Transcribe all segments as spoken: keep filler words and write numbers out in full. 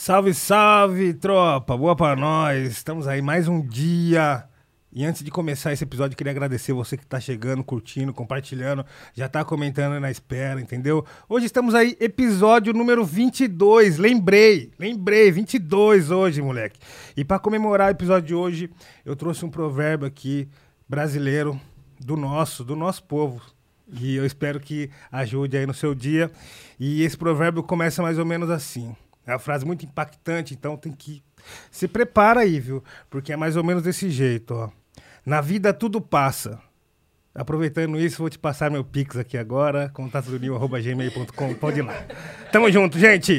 Salve, salve, tropa! Boa pra nós! Estamos aí mais um dia. E antes de começar esse episódio, eu queria agradecer você que tá chegando, curtindo, compartilhando, já tá comentando na espera, entendeu? Hoje estamos aí, episódio número vinte e dois. Lembrei, lembrei, vinte e dois hoje, moleque. E pra comemorar o episódio de hoje, eu trouxe um provérbio aqui, brasileiro, do nosso, do nosso povo. E eu espero que ajude aí no seu dia. E esse provérbio começa mais ou menos assim. É uma frase muito impactante, então tem que... Se prepara aí, viu? Porque é mais ou menos desse jeito, ó. Na vida tudo passa. Aproveitando isso, vou te passar meu Pix aqui agora, contato do nil arroba gmail ponto com, pode ir lá. Tamo junto, gente!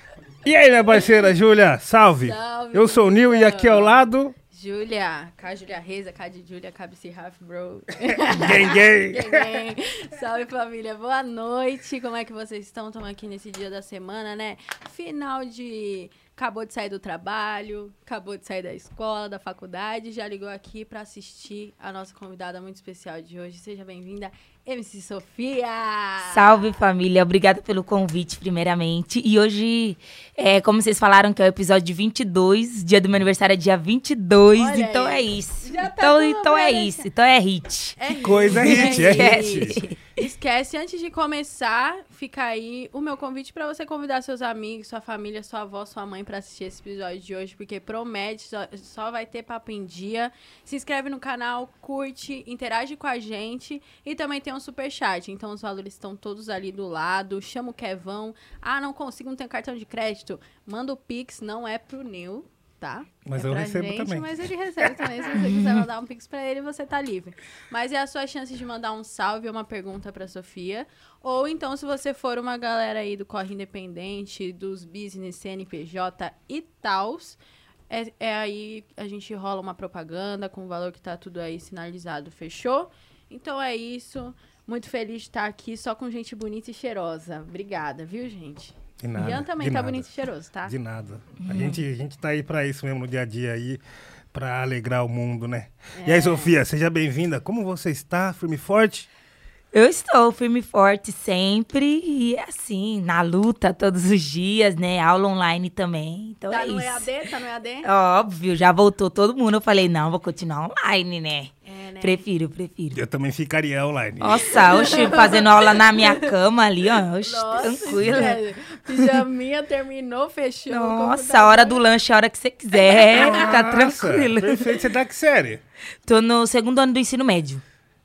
E aí, minha parceira, Júlia? Salve! Salve! Eu sou o Nil e aqui ao lado... Júlia, K Júlia Reza, K de Júlia, K B C Half, bro. Gang, gang. Gang, gang. Salve, família. Boa noite. Como é que vocês estão? Estamos aqui nesse dia da semana, né? Final de... Acabou de sair do trabalho, acabou de sair da escola, da faculdade, já ligou aqui para assistir a nossa convidada muito especial de hoje. Seja bem-vinda, M C Sofia! Salve, família! Obrigada pelo convite, primeiramente. E hoje, é, como vocês falaram, que é o episódio vinte e dois, dia do meu aniversário é dia vinte e dois, Olha então aí. é isso. Já tá então tudo então é bem, isso, né? então é hit. É Que coisa, é hit, é hit. Esquece, antes de começar, fica aí o meu convite para você convidar seus amigos, sua família, sua avó, sua mãe para assistir esse episódio de hoje, porque promete, só, só vai ter papo em dia. Se inscreve no canal, curte, interage com a gente e também tem um superchat. Então os valores estão todos ali do lado. Chama o Kevão. Ah, não consigo, não tenho cartão de crédito. Manda o Pix, não é pro Nil, tá? Mas é eu pra recebo gente, também. Mas ele recebe também. Se você quiser mandar um Pix pra ele, você tá livre. Mas é a sua chance de mandar um salve ou uma pergunta pra Sofia. Ou então, se você for uma galera aí do Corre Independente, dos business, C N P J e tals, é, é aí a gente rola uma propaganda com o valor que tá tudo aí sinalizado. Fechou? Então é isso. Muito feliz de estar aqui só com gente bonita e cheirosa. Obrigada, viu, gente? De nada, Ian também de tá nada. bonito e cheiroso, tá? De nada. A, gente, a gente tá aí pra isso mesmo no dia a dia aí, pra alegrar o mundo, né? E É. aí, Sofia, seja bem-vinda. Como você está? Firme e forte? Eu estou firme e forte sempre e assim, na luta todos os dias, né? Aula online também, então Tá é no isso. E A D? Tá no E A D? Óbvio, já voltou todo mundo. Eu falei, não, vou continuar online, né? É, né? Prefiro, prefiro. Eu também ficaria online. Nossa, oxe, fazendo aula na minha cama ali, ó. Oxe, Nossa, tranquilo. sério. Pijaminha terminou, fechou. Nossa, a hora do lanche, a hora que você quiser, fica Nossa, tranquilo. Perfeito. Você tá que série? Tô no segundo ano do ensino médio.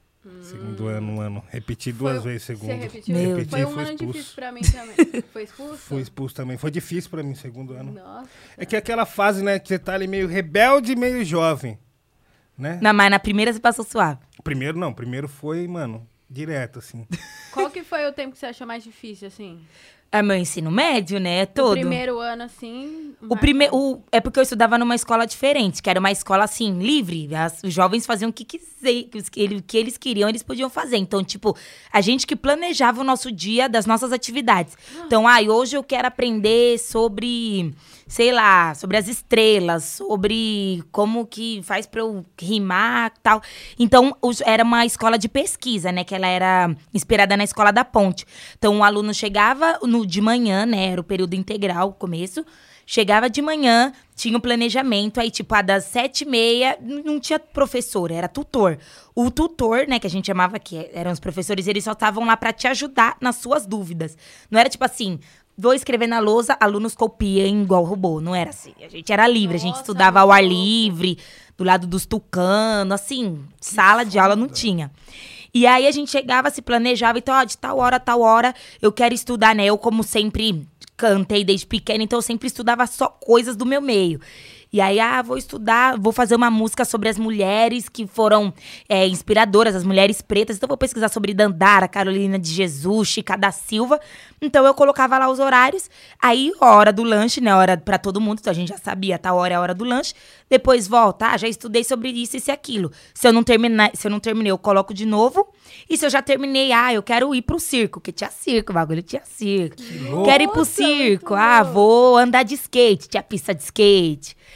Segundo ano, um ano. Repeti duas Foi- vezes segundo. Você repetiu? Meu Repeti Foi e um fui ano expulso. difícil pra mim também. Foi expulso? Fui expulso também. Foi difícil pra mim, segundo ano. Nossa. É que é aquela fase, né, que você tá ali meio rebelde e meio jovem, né? Na, mas na primeira você passou suave. Primeiro não, primeiro foi, mano, direto, assim. Qual que foi o tempo que você achou mais difícil, assim? É meu ensino médio, né? O Todo. primeiro ano, assim... O mais- primeiro, o- é porque eu estudava numa escola diferente, que era uma escola assim, livre. As- os jovens faziam o que, quiser, que os- ele- o que eles queriam, eles podiam fazer. Então, tipo, a gente que planejava o nosso dia das nossas atividades. Então, ah, hoje eu quero aprender sobre, sei lá, sobre as estrelas, sobre como que faz pra eu rimar e tal. Então, os- era uma escola de pesquisa, né? Que ela era inspirada na Escola da Ponte. Então, o aluno chegava no, de manhã, né? Era o período integral, o começo. Chegava de manhã, tinha um planejamento, aí, tipo, a das sete e meia, n- não tinha professor, era tutor. O tutor, né, que a gente chamava, que eram os professores, eles só estavam lá pra te ajudar nas suas dúvidas. Não era, tipo assim, vou escrever na lousa, alunos copiem igual robô. Não era assim. A gente era livre, a gente Nossa, estudava ao muito ar louco. livre, do lado dos tucanos, assim, sala de aula não tinha. E aí a gente chegava, se planejava, então, ó, de tal hora, tal hora, eu quero estudar, né? Eu, como sempre cantei desde pequena, então eu sempre estudava só coisas do meu meio. E aí, ah, vou estudar, vou fazer uma música sobre as mulheres que foram é, inspiradoras, as mulheres pretas. Então, eu vou pesquisar sobre Dandara, Carolina de Jesus, Chica da Silva. Então, eu colocava lá os horários. Aí, a hora do lanche, né? Hora pra todo mundo. Então, a gente já sabia, tal hora é a hora do lanche. Depois, volta, ah, já estudei sobre isso, isso e aquilo. Se eu não terminar, se eu não terminei, eu coloco de novo. E se eu já terminei, ah, eu quero ir pro circo, que tinha circo, o bagulho tinha circo. louco. Quero ir pro Nossa, circo, muito ah, louco. vou andar de skate, tinha pista de skate.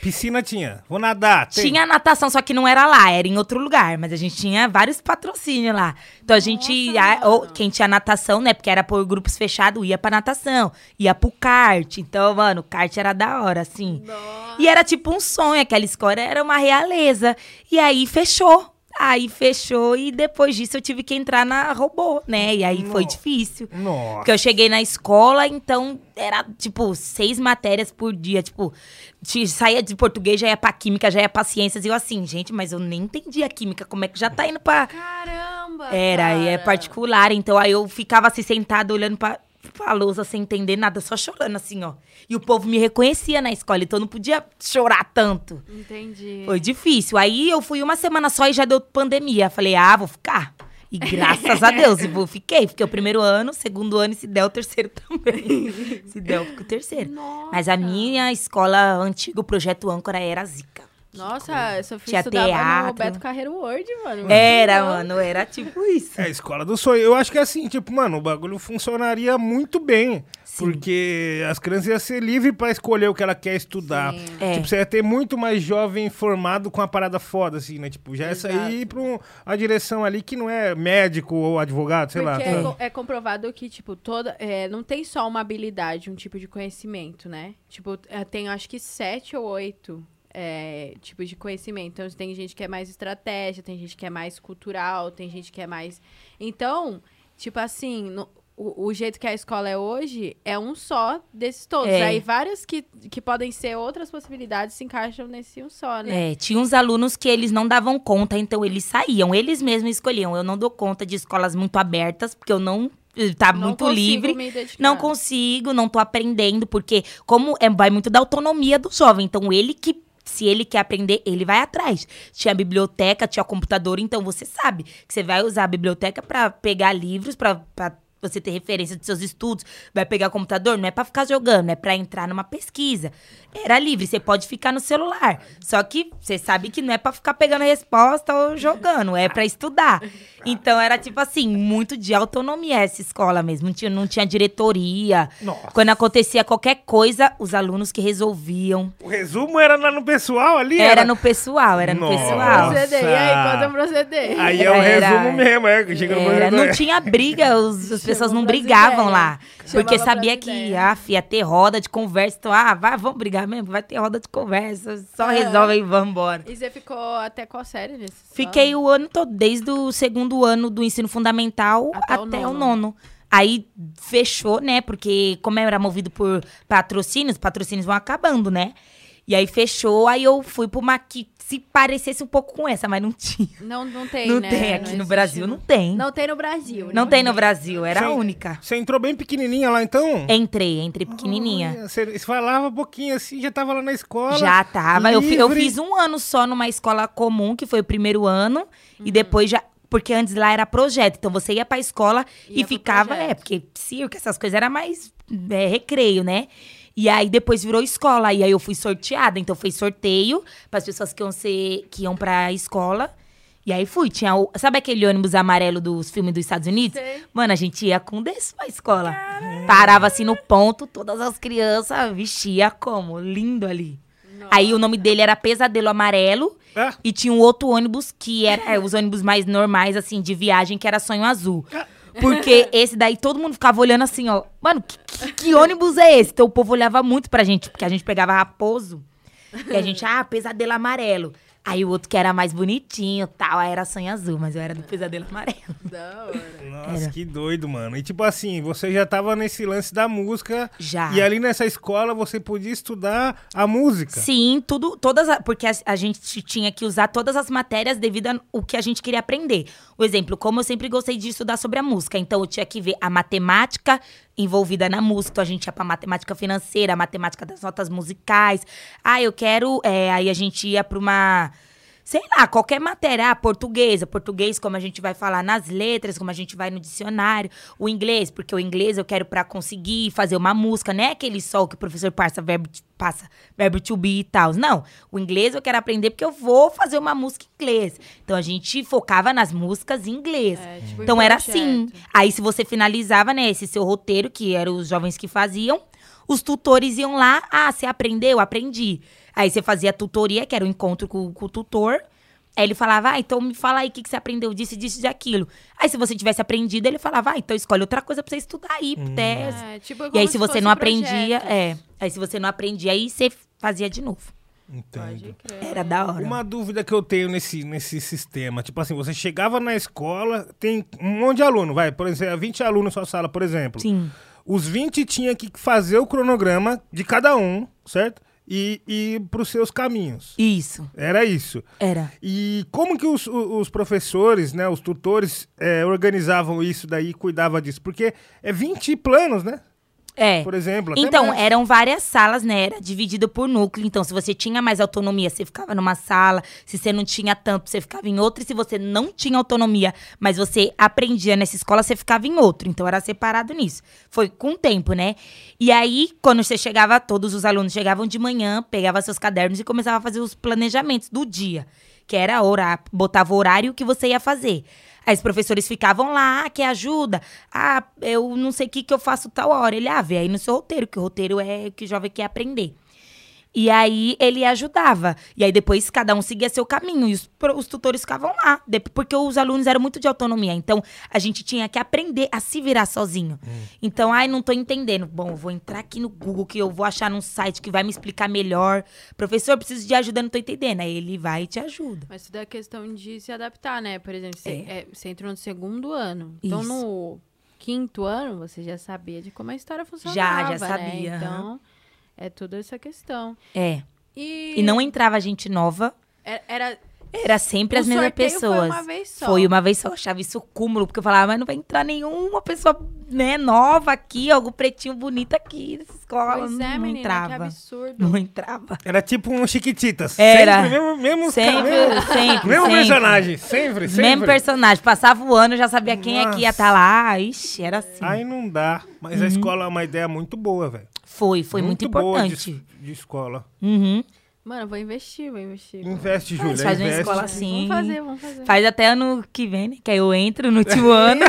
Piscina tinha. Vou nadar. Tem. Tinha natação, só que não era lá, era em outro lugar. Mas a gente tinha vários patrocínios lá. Então a gente, Nossa, a, ou, quem tinha natação, né? Porque era por grupos fechados, ia pra natação. Ia pro kart. Então, mano, o kart era da hora, assim. Nossa. E era tipo um sonho, aquela escola era uma realeza. E aí fechou. Aí fechou e depois disso eu tive que entrar na robô, né? E aí foi difícil. Nossa. Porque eu cheguei na escola, então era, tipo, seis matérias por dia. Tipo, te- saía de português, já ia pra química, já ia pra ciências. E eu assim, gente, mas eu nem entendi a química. Como é que já tá indo pra... Caramba, Era, e é cara. particular. Então aí eu ficava assim, sentada, olhando pra, pra lousa, sem entender nada, só chorando assim, ó. E o povo me reconhecia na escola, então eu não podia chorar tanto. Entendi. Foi difícil. Aí eu fui uma semana só e já deu pandemia. Falei, ah, vou ficar. E graças a Deus, eu fiquei. Fiquei o primeiro ano, segundo ano e se der o terceiro também. Se der, eu fico o terceiro. Nossa. Mas a minha escola antiga, o Projeto Âncora, era zica. Nossa, eu só fui Tinha estudava no teatro. Beto Carreiro World, mano. Era, Muito bom. mano, era tipo isso. É a escola do sonho. Eu acho que é assim, tipo, mano, o bagulho funcionaria muito bem. Sim. Porque as crianças iam ser livres pra escolher o que ela quer estudar. Sim. É. Tipo, você ia ter muito mais jovem formado com uma parada foda, assim, né? Tipo, já ia sair Exato. pra um- a direção ali que não é médico ou advogado, sei lá. Porque sabe? é, co- é comprovado que, tipo, toda. é, não tem só uma habilidade, um tipo de conhecimento, né? Tipo, é, tem acho que sete ou oito é, tipos de conhecimento. Então, tem gente que é mais estratégia, tem gente que é mais cultural, tem gente que é mais. Então, tipo assim, no- o, o jeito que a escola é hoje é um só desses todos. É. Aí várias que, que podem ser outras possibilidades se encaixam nesse um só, né? É, tinha uns alunos que eles não davam conta, então eles saíam. Eles mesmos escolhiam. Eu não dou conta de escolas muito abertas, porque eu não... Tá Não muito consigo livre. me dedicar. Não consigo, não tô aprendendo, porque como é, vai muito da autonomia do jovem. Então, ele que, se ele quer aprender, ele vai atrás. Tinha biblioteca, tinha computador, então você sabe que você vai usar a biblioteca pra pegar livros, pra, pra você ter referência dos seus estudos. Vai pegar computador, não é pra ficar jogando, é pra entrar numa pesquisa. Era livre, você pode ficar no celular. Só que você sabe que não é pra ficar pegando resposta ou jogando, é pra estudar. Então, era tipo assim, muito de autonomia essa escola mesmo. Não tinha, não tinha diretoria. Nossa. Quando acontecia qualquer coisa, os alunos que resolviam. O resumo era lá no pessoal ali? Era no pessoal, era no Nossa. pessoal. Proceder. E aí, conta proceder. Aí é o Era- resumo mesmo, é. Chega no Era, projeto, não é. tinha briga, os- as pessoas não pras brigavam ideias. lá. Chamava Porque pras sabia que, ideias. ah, fi, ia ter roda de conversa. Então, ah, vai, vamos brigar mesmo? Vai ter roda de conversa. Só É. resolve e vamos embora. E você ficou até qual série nesse? Fiquei o ano todo, desde o segundo ano do ensino fundamental Até até, o o, nono. nono. Aí fechou, né? Porque como era movido por patrocínios, os patrocínios vão acabando, né? E aí fechou, aí eu fui pra uma que se parecesse um pouco com essa, mas não tinha. Não, não tem, Não né? tem, aqui no existe, Brasil não tem. Não, Não tem no Brasil. né? tem no Brasil, era a Você- única. Você entrou bem pequenininha lá, então? Entrei, entrei pequenininha. Olha, Você você falava um pouquinho assim, já tava lá na escola. Já tava. Eu, fi- eu livre. fiz um ano só numa escola comum, que foi o primeiro ano. E depois já... Porque antes lá era projeto. Então você ia pra escola Ia e pro ficava... projeto. É, porque circo, essas coisas era mais é, recreio, né? E aí depois virou escola. E aí eu fui sorteada. Então foi sorteio para as pessoas que iam, ser, que iam pra escola. E aí fui. Tinha o... Sabe aquele ônibus amarelo dos filmes dos Estados Unidos? Sei. Mano, a gente ia com um desse pra escola. Parava assim no ponto, todas as crianças vestia como? Lindo ali. Aí o nome dele era Pesadelo Amarelo. Ah. E tinha um outro ônibus que era é, os ônibus mais normais, assim, de viagem, que era Sonho Azul. Porque esse daí todo mundo ficava olhando assim, ó. Mano, que, que, que ônibus é esse? Então o povo olhava muito pra gente, porque a gente pegava Raposo. E a gente, ah, Pesadelo Amarelo. Aí o outro que era mais bonitinho tal, aí era Sonho Azul, mas eu era do Pesadelo Amarelo. Da hora. Nossa, Era. que doido, mano. E tipo assim, você já tava nesse lance da música. Já. E ali nessa escola você podia estudar a música. Sim, tudo, todas, a- porque a, a gente tinha que usar todas as matérias devido ao que a gente queria aprender. O exemplo, como eu sempre gostei de estudar sobre a música, então eu tinha que ver a matemática envolvida na música, então a gente ia pra matemática financeira, a matemática das notas musicais. Ah, eu quero, é, aí a gente ia pra uma... Sei lá, qualquer matéria, ah, português, português como a gente vai falar nas letras, como a gente vai no dicionário, o inglês, porque o inglês eu quero pra conseguir fazer uma música, não é aquele só que o professor passa verbo, passa verbo to be e tal, não, o inglês eu quero aprender porque eu vou fazer uma música em inglês, então a gente focava nas músicas em inglês, É, tipo, então em era projeto. assim, aí se você finalizava, né, esse seu roteiro, que eram os jovens que faziam, os tutores iam lá, ah, você aprendeu? Aprendi. Aí você fazia tutoria, que era o encontro com, com o tutor. Aí ele falava, ah, então me fala aí o que, que você aprendeu disso, disso e daquilo. Aí se você tivesse aprendido, ele falava, ah, então escolhe outra coisa pra você estudar aí, pro tese. É, tipo, E aí como se você fosse não aprendia, projetos. é. Aí se você não aprendia, aí você fazia de novo. Entendo. Pode crer. Era da hora. Uma dúvida que eu tenho nesse, nesse sistema, tipo assim, você chegava na escola, tem um monte de aluno, vai, por exemplo, vinte alunos na sua sala, por exemplo. Sim. Os vinte tinha que fazer o cronograma de cada um, certo? E ir pros seus caminhos. Isso, Era isso. era. E como que os, os os professores, né, os tutores, é, organizavam isso daí e cuidavam disso? Porque é vinte planos, né? É. Por exemplo, até Então, mais. eram várias salas, né? Era dividido por núcleo. Então, se você tinha mais autonomia, você ficava numa sala. Se você não tinha tanto, você ficava em outra. E se você não tinha autonomia, mas você aprendia nessa escola, você ficava em outro. Então, era separado nisso. Foi com o tempo, né? E aí, quando você chegava, todos os alunos chegavam de manhã, pegavam seus cadernos e começavam a fazer os planejamentos do dia. Que era orar, botava o horário que você ia fazer. Aí os professores ficavam lá, ah, quer ajuda? Ah, eu não sei o que, que eu faço tal hora. Ele, ah, vê aí no seu roteiro, que o roteiro é o que o jovem quer aprender. E aí ele ajudava. E aí depois cada um seguia seu caminho. E os, pro- os tutores ficavam lá. de- Porque os alunos eram muito de autonomia. Então a gente tinha que aprender a se virar sozinho. Então, ai, não tô entendendo. Bom, eu vou entrar aqui no Google, que eu vou achar num site que vai me explicar melhor. Professor, preciso de ajuda, não tô entendendo. Aí ele vai e te ajuda. Mas tudo é questão de se adaptar, né? Por exemplo, você, É. é, você entrou no segundo ano. Então, Isso. no quinto ano, você já sabia de como a história Já, funcionava, já sabia, né? aham. Então, é toda essa questão. É. E, E não entrava gente nova. era, era- Era sempre O as mesmas sorteio foi pessoas. uma vez só. Foi uma vez só. Eu achava isso cúmulo, porque eu falava, mas não vai entrar nenhuma pessoa, né, nova aqui, algo pretinho bonito aqui nessa escola. Pois não, é, não menina, entrava. que absurdo. Não entrava. Era tipo um Chiquititas. Era. Sempre, mesmo, mesmo, os Sempre, caras- sempre, mesmo sempre. personagem. Sempre, sempre. Mesmo personagem. Passava o ano, já sabia quem é que ia Nossa. estar lá. Ixi, era assim. Aí não dá. Mas a escola é uma ideia muito boa, velho. Foi, foi muito, boa importante. De, de escola. Uhum. Mano, vou investir, vou investir. Investe, Júlia. faz uma investe. escola assim. Vamos fazer, vamos fazer. Faz até ano que vem, né? Que aí eu entro no último ano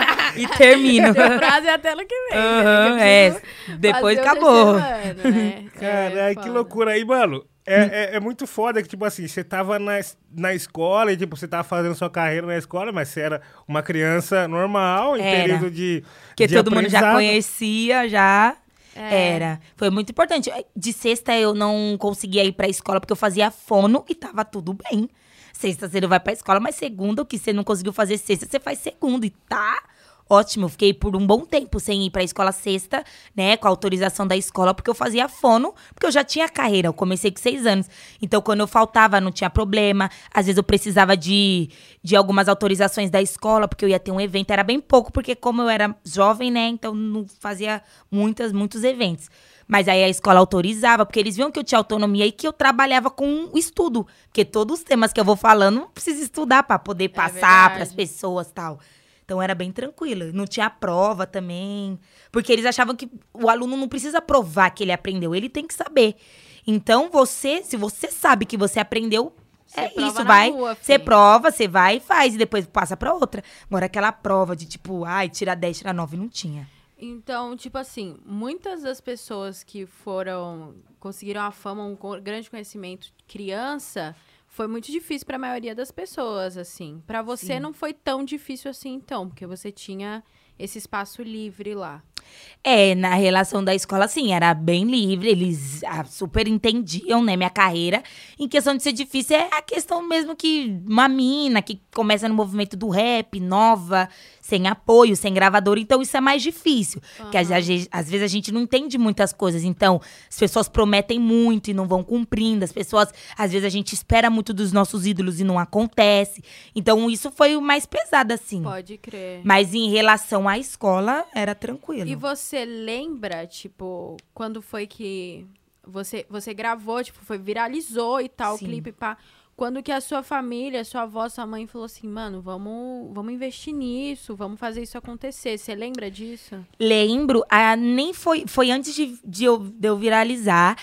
e termino. O prazo é até ano que vem. Aham, né? é. Que eu preciso Depois fazer o acabou. terceiro ano, né? Caralho, É, que foda. loucura aí, mano. É, é, é muito foda que, tipo assim, você tava na, es- na escola e, tipo, você tava fazendo sua carreira na escola, mas você era uma criança normal, em Era. período de Que de todo mundo já aprendizado. conhecia, já. É. Era. Foi muito importante. De sexta eu não conseguia ir pra escola porque eu fazia fono e tava tudo bem. Sexta você não vai pra escola, mas segunda, o que você não conseguiu fazer sexta, você faz segunda. E tá ótimo. Eu fiquei por um bom tempo sem ir pra escola sexta, né? Com a autorização da escola, porque eu fazia fono, porque eu já tinha carreira. Eu comecei com seis anos. Então, quando eu faltava, não tinha problema. Às vezes eu precisava de, de algumas autorizações da escola, porque eu ia ter um evento. Era bem pouco, porque como eu era jovem, né? Então, não fazia muitas, muitos eventos. Mas aí a escola autorizava, porque eles viam que eu tinha autonomia e que eu trabalhava com o estudo. Porque todos os temas que eu vou falando, não preciso estudar para poder passar verdade. para as pessoas e tal. Então era bem tranquilo. Não tinha prova também. Porque eles achavam que o aluno não precisa provar que ele aprendeu, ele tem que saber. Então você, se você sabe que você aprendeu, Você é prova isso, na vai. rua, Você filho. prova, você vai e faz, e depois passa para outra. Agora aquela prova de tipo, ai, tira dez, tira nove, não tinha. Então, tipo assim, muitas das pessoas que foram, conseguiram a fama, um co- grande conhecimento criança, foi muito difícil para a maioria das pessoas, assim. Para você Sim. não foi tão difícil assim, então, porque você tinha esse espaço livre lá. É, na relação da escola, sim, era bem livre, eles ah, super entendiam, né, minha carreira. Em questão de ser difícil, é a questão mesmo que uma mina que começa no movimento do rap, nova, sem apoio, sem gravador, então isso é mais difícil. Porque às, às vezes- às vezes a gente não entende muitas coisas, então as pessoas prometem muito e não vão cumprindo, as pessoas, às vezes a gente espera muito dos nossos ídolos e não acontece. Então isso foi o mais pesado, assim. Pode crer. Mas em relação à escola, era tranquilo. E você lembra, tipo, quando foi que você, você gravou, tipo, foi, viralizou e tal, Sim. o clipe, pá. Quando que a sua família, sua avó, sua mãe falou assim, mano, vamos, vamos investir nisso, vamos fazer isso acontecer. Você lembra disso? Lembro, ah, nem foi, foi antes de, de, eu, de eu viralizar.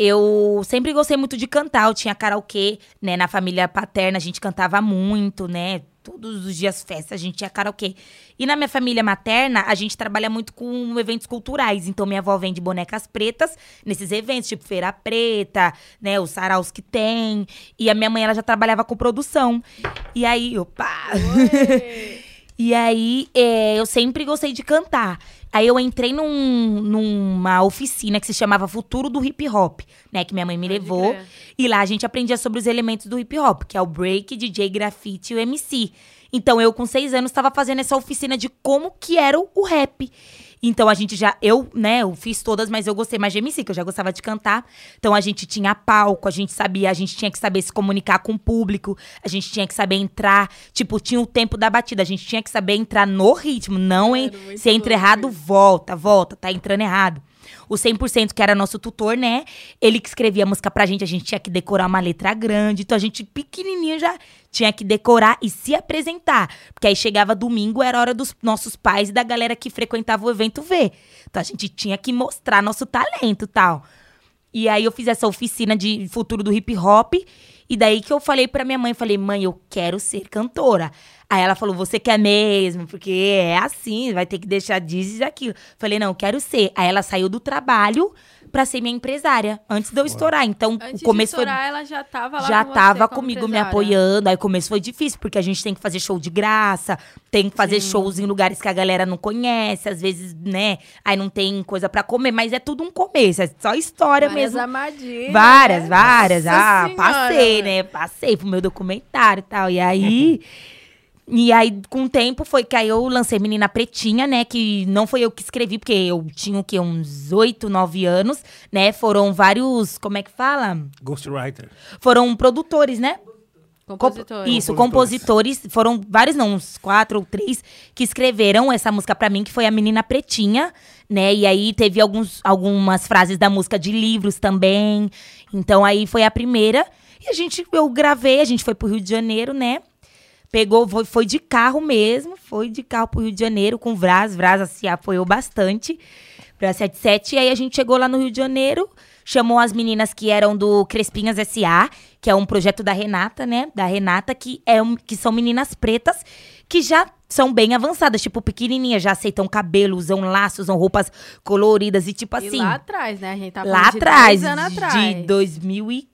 Eu sempre gostei muito de cantar, eu tinha karaokê, né, na família paterna, a gente cantava muito, né, todos os dias festa, a gente ia karaokê. E na minha família materna, a gente trabalha muito com eventos culturais. Então, minha avó vende bonecas pretas nesses eventos, tipo Feira Preta, né? Os saraus que tem. E a minha mãe, ela já trabalhava com produção. E aí, opa! E aí, é, eu sempre gostei de cantar. Aí eu entrei num, numa oficina que se chamava Futuro do Hip Hop, né? Que minha mãe me Pode levou. crer. E lá a gente aprendia sobre os elementos do hip hop, que é o break, D J, grafite e o M C. Então eu, com seis anos, estava fazendo essa oficina de como que era o, o rap. Então a gente já, eu, né, eu fiz todas, mas eu gostei mais de M C, que eu já gostava de cantar. Então a gente tinha palco, a gente sabia, a gente tinha que saber se comunicar com o público, a gente tinha que saber entrar, tipo, tinha o tempo da batida, a gente tinha que saber entrar no ritmo, não em, Mano, muito se entra louco errado, isso. volta, volta, tá entrando errado. O cem por cento, que era nosso tutor, né? Ele que escrevia a música pra gente, a gente tinha que decorar uma letra grande. Então a gente, pequenininho, já tinha que decorar e se apresentar. Porque aí chegava domingo, era hora dos nossos pais e da galera que frequentava o evento ver. Então a gente tinha que mostrar nosso talento e tal. E aí eu fiz essa oficina de futuro do hip hop. E daí que eu falei pra minha mãe, falei, mãe, eu quero ser cantora. Aí ela falou, você quer mesmo? Porque é assim, vai ter que deixar disso e aquilo. Falei, não, eu quero ser. Aí ela saiu do trabalho pra ser minha empresária, antes de eu estourar. Então, Antes o começo de estourar, foi... ela já tava lá Já com tava você como comigo, me empresária. apoiando. Aí o começo foi difícil, porque a gente tem que fazer show de graça, tem que fazer Sim. shows em lugares que a galera não conhece, às vezes, né? Aí não tem coisa pra comer, mas é tudo um começo, é só história Várias mesmo. armadilhas, Várias, né? várias. Nossa Ah, Senhora, passei, mano. né? Passei pro meu documentário e tal. E aí... E aí, com o tempo, foi que aí eu lancei Menina Pretinha, né? Que não foi eu que escrevi, porque eu tinha, o quê? Uns oito, nove anos, né? Foram vários... Como é que fala? Ghostwriter. Foram produtores, né? Compositor. Isso, Compositores. compositores. Foram vários, não, uns quatro ou três que escreveram essa música pra mim, que foi a Menina Pretinha, né? E aí teve alguns, algumas frases da música de livros também. Então aí foi a primeira. E a gente, eu gravei, a gente foi pro Rio de Janeiro, né? Pegou, foi, foi de carro mesmo, foi de carro pro Rio de Janeiro com o Vraz. Vraz se apoiou bastante pra setenta e sete. E aí a gente chegou lá no Rio de Janeiro, chamou as meninas que eram do Crespinhas S A, que é um projeto da Renata, né? Da Renata, que, é um, que são meninas pretas que já são bem avançadas, tipo, pequenininhas, já aceitam cabelo, usam laços, usam roupas coloridas e tipo E assim... lá atrás, né? A gente tá falando lá de atrás, dez anos de atrás. dois mil e...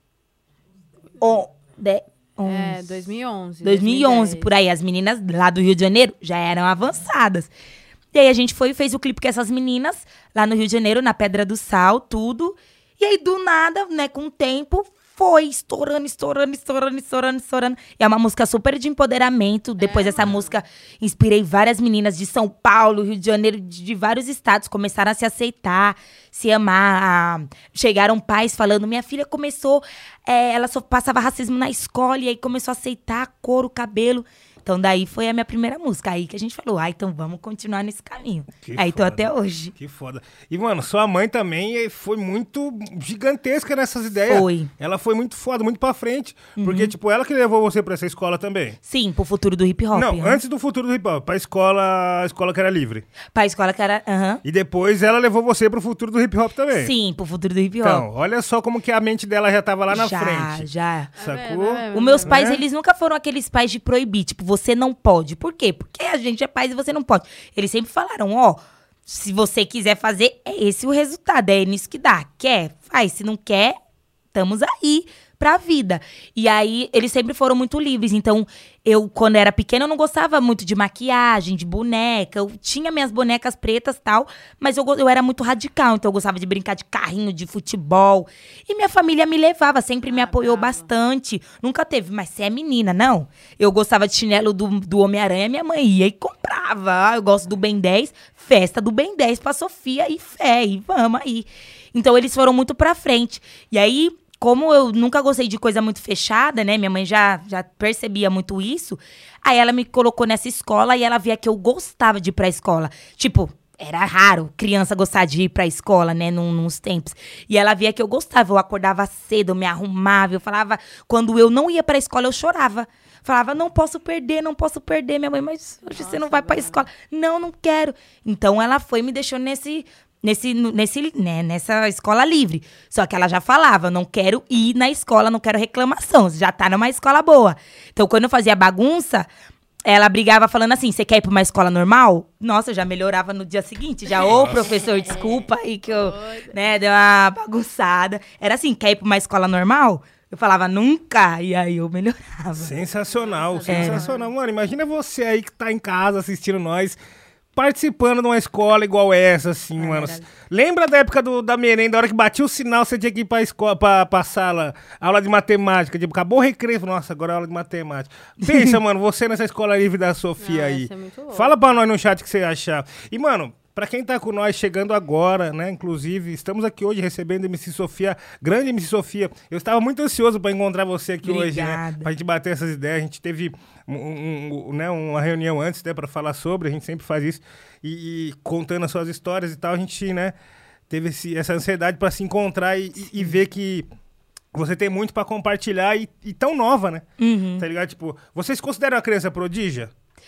Oh, de, É, uns- dois mil e onze. dois mil e onze, por aí. As meninas lá do Rio de Janeiro já eram avançadas. E aí a gente foi e fez o clipe com essas meninas lá no Rio de Janeiro, na Pedra do Sal, tudo. E aí, do nada, né, com o tempo, foi estourando, estourando, estourando, estourando, estourando. E é uma música super de empoderamento. Depois dessa música, inspirei várias meninas de São Paulo, Rio de Janeiro, de, de vários estados. Começaram a se aceitar, se amar. Chegaram pais falando, minha filha começou... é, ela só passava racismo na escola e aí começou a aceitar a cor, o cabelo. Então, daí foi a minha primeira música. Aí que a gente falou, ah, então vamos continuar nesse caminho. Que aí tô foda. até hoje. Que foda. E, mano, sua mãe também eh, foi muito gigantesca nessas ideias. Foi. Ela foi muito foda, muito pra frente. Porque, tipo, ela que levou você pra essa escola também. Sim, pro futuro do hip hop. Não, aham. antes do futuro do hip hop, pra escola, a escola que era livre. Pra escola que era... aham. E depois ela levou você pro futuro do hip hop também. Sim, pro futuro do hip hop. Então, olha só como que a mente dela já tava lá na já, frente. já. Sacou? É, é, é. Os meus pais, Né? eles nunca foram aqueles pais de proibir. Tipo, você não pode. Por quê? Porque a gente é pais e você não pode. Eles sempre falaram, ó, se você quiser fazer, é esse o resultado. É nisso que dá. Quer? Faz. Se não quer, estamos aí pra vida. E aí, eles sempre foram muito livres. Então, eu, quando era pequena, eu não gostava muito de maquiagem, de boneca. Eu tinha minhas bonecas pretas e tal, mas eu, go- eu era muito radical. Então, eu gostava de brincar de carrinho, de futebol. E minha família me levava, sempre me Ah, apoiou brava. bastante. Nunca teve, mas você é menina, não. Eu gostava de chinelo do, do Homem-Aranha, minha mãe ia e comprava. Ah, eu gosto do Ben dez, festa do Ben dez pra Sofia e fé, e vamos aí. Então, eles foram muito pra frente. E aí... Como eu nunca gostei de coisa muito fechada, né? Minha mãe já, já percebia muito isso. Aí ela me colocou nessa escola e ela via que eu gostava de ir pra escola. Tipo, era raro criança gostar de ir pra escola, né? Num, nos tempos. E ela via que eu gostava. Eu acordava cedo, eu me arrumava. Eu falava... Quando eu não ia pra escola, eu chorava. Falava, não posso perder, não posso perder. Minha mãe, mas hoje você não vai pra escola. Não, não quero. Então, ela foi e me deixou nesse... Nesse, nesse, né, nessa escola livre. Só que ela já falava, não quero ir na escola, não quero reclamação. Já tá numa escola boa. Então, quando eu fazia bagunça, ela brigava falando assim, você quer ir pra uma escola normal? Nossa, eu já melhorava no dia seguinte. Já, ô, professor, desculpa aí que eu, né, deu uma bagunçada. Era assim, quer ir pra uma escola normal? Eu falava, nunca. E aí eu melhorava. Sensacional, sensacional. Mano, imagina você aí que tá em casa assistindo nós, participando de uma escola igual essa, assim, é, mano. Verdade. Lembra da época do, da merenda, a hora que batia o sinal, você tinha que ir pra, escola, pra, pra sala, aula de matemática, tipo, acabou o recreio, nossa, agora é aula de matemática. Pensa, mano, você nessa escola livre da Sofia ah, aí. É Fala pra nós no chat o que você achar. E, mano, pra quem tá com nós chegando agora, né, inclusive, estamos aqui hoje recebendo a M C Sofia, grande M C Sofia. Eu estava muito ansioso pra encontrar você aqui Obrigada. hoje, né, pra gente bater essas ideias. A gente teve um, um, um, né, uma reunião antes, né, pra falar sobre, a gente sempre faz isso. E, e contando as suas histórias e tal, a gente, né, teve esse, essa ansiedade pra se encontrar e, e, e ver que você tem muito pra compartilhar e, e tão nova, né? Uhum. Tá ligado? Tipo, você se considera uma criança prodígia?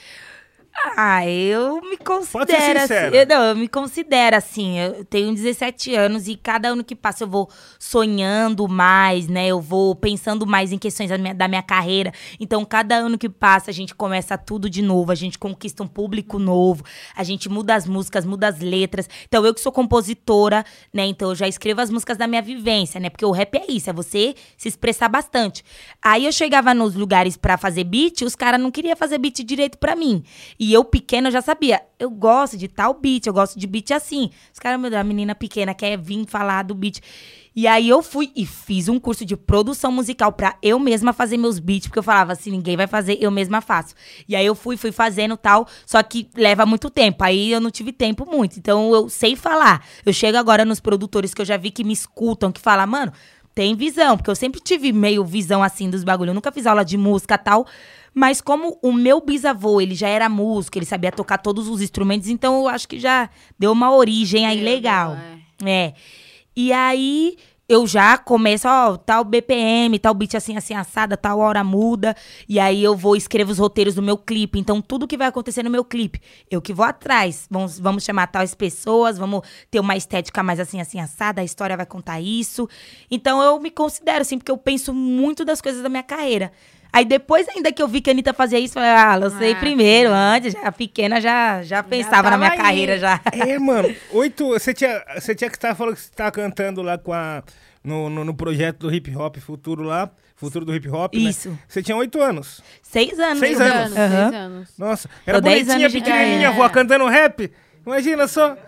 Ah, eu me considero Pode ser sincera. assim. Eu, não, eu me considero assim. Eu tenho dezessete anos e cada ano que passa eu vou sonhando mais, né? Eu vou pensando mais em questões da minha, da minha carreira. Então, cada ano que passa, a gente começa tudo de novo, a gente conquista um público novo, a gente muda as músicas, muda as letras. Então, eu que sou compositora, né? Então, eu já escrevo as músicas da minha vivência, né? Porque o rap é isso, é você se expressar bastante. Aí eu chegava nos lugares pra fazer beat, os caras não queriam fazer beat direito pra mim. E eu, pequena, eu já sabia. Eu gosto de tal beat, eu gosto de beat assim. Os caras, meu Deus, a menina pequena quer vir falar do beat. E aí eu fui e fiz um curso de produção musical pra eu mesma fazer meus beats, porque eu falava assim, ninguém vai fazer, eu mesma faço. E aí eu fui, fui fazendo tal, só que leva muito tempo. Aí eu não tive tempo muito. Então eu sei falar. Eu chego agora nos produtores que eu já vi que me escutam, que falam, mano, tem visão. Porque eu sempre tive meio visão assim dos bagulhos. Eu nunca fiz aula de música e tal. Mas como o meu bisavô, ele já era músico, ele sabia tocar todos os instrumentos, então eu acho que já deu uma origem aí legal. É. é. E aí eu já começo, ó, tal B P M, tal beat assim, assim, assada, tal hora muda. E aí eu vou escrevo os roteiros do meu clipe. Então tudo que vai acontecer no meu clipe, eu que vou atrás. Vamos, vamos chamar tais pessoas, vamos ter uma estética mais assim, assim, assada, a história vai contar isso. Então eu me considero assim, porque eu penso muito das coisas da minha carreira. Aí depois ainda que eu vi que a Anitta fazia isso, eu falei, ah, lancei ah, primeiro, sim. antes, já pequena, já, já pensava já na minha aí. carreira, já. É, mano, oito, você tinha, você tinha que estar falando que você estava cantando lá com a, no, no, no projeto do hip hop futuro lá, futuro do hip hop, Isso. Né? Você tinha oito anos. Seis anos. Seis anos. anos. Uhum. Seis anos. Nossa, era bonitinha, pequenininha, avó, cantando rap. Imagina só.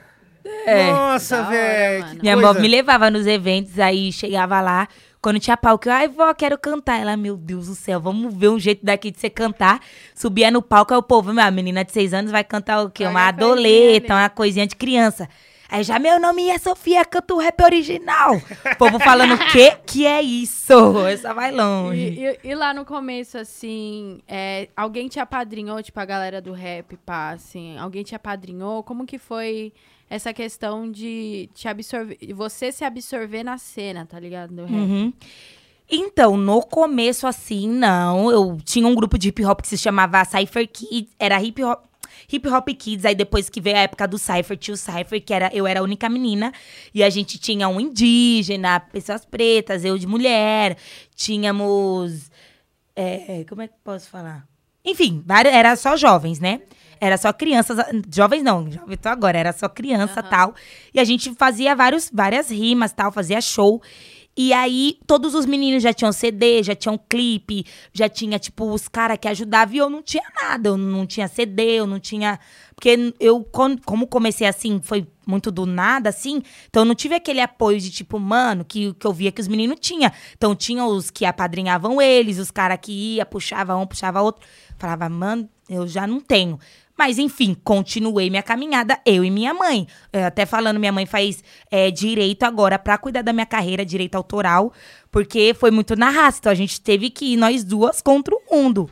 É. Nossa, velho. Minha avó me levava nos eventos, aí chegava lá. Quando tinha palco, eu, ai, vó, quero cantar. Ela, meu Deus do céu, vamos ver um jeito daqui de você cantar. Subia no palco, aí o povo, minha menina de seis anos vai cantar o quê? Vai uma adoleta, uma coisinha de criança. Aí já, meu nome é Sofia, canto rap original. O povo falando, o quê? Que é isso? Essa vai longe. E, e, e lá no começo, assim, é, alguém te apadrinhou, tipo, a galera do rap, pá, assim, alguém te apadrinhou? Como que foi essa questão de te absorver, você se absorver na cena, tá ligado? Do rap. Uhum. Então, no começo, assim, não. Eu tinha um grupo de hip hop que se chamava Cypher Kids, era hip hop. Hip Hop Kids, aí depois que veio a época do Cypher, tinha o Cypher, que era, eu era a única menina, e a gente tinha um indígena, pessoas pretas, eu de mulher, tínhamos, é, como é que posso falar? Enfim, vários, era só jovens, né? Era só crianças, jovens não, jovem tô agora, era só criança e uhum. tal, e a gente fazia vários, várias rimas tal, fazia show. E aí, todos os meninos já tinham C D, já tinham clipe, já tinha, tipo, os caras que ajudavam. E eu não tinha nada, eu não tinha C D, eu não tinha... Porque eu, como comecei assim, foi muito do nada, assim. Então, eu não tive aquele apoio de, tipo, mano, que, que eu via que os meninos tinham. Então, tinha os que apadrinhavam eles, os caras que ia, puxava um, puxava outro. Falava, mano, eu já não tenho. Mas, enfim, continuei minha caminhada, eu e minha mãe. Eu até falando, minha mãe faz é, direito agora pra cuidar da minha carreira, direito autoral, porque foi muito na raça. Então, a gente teve que ir nós duas contra o mundo.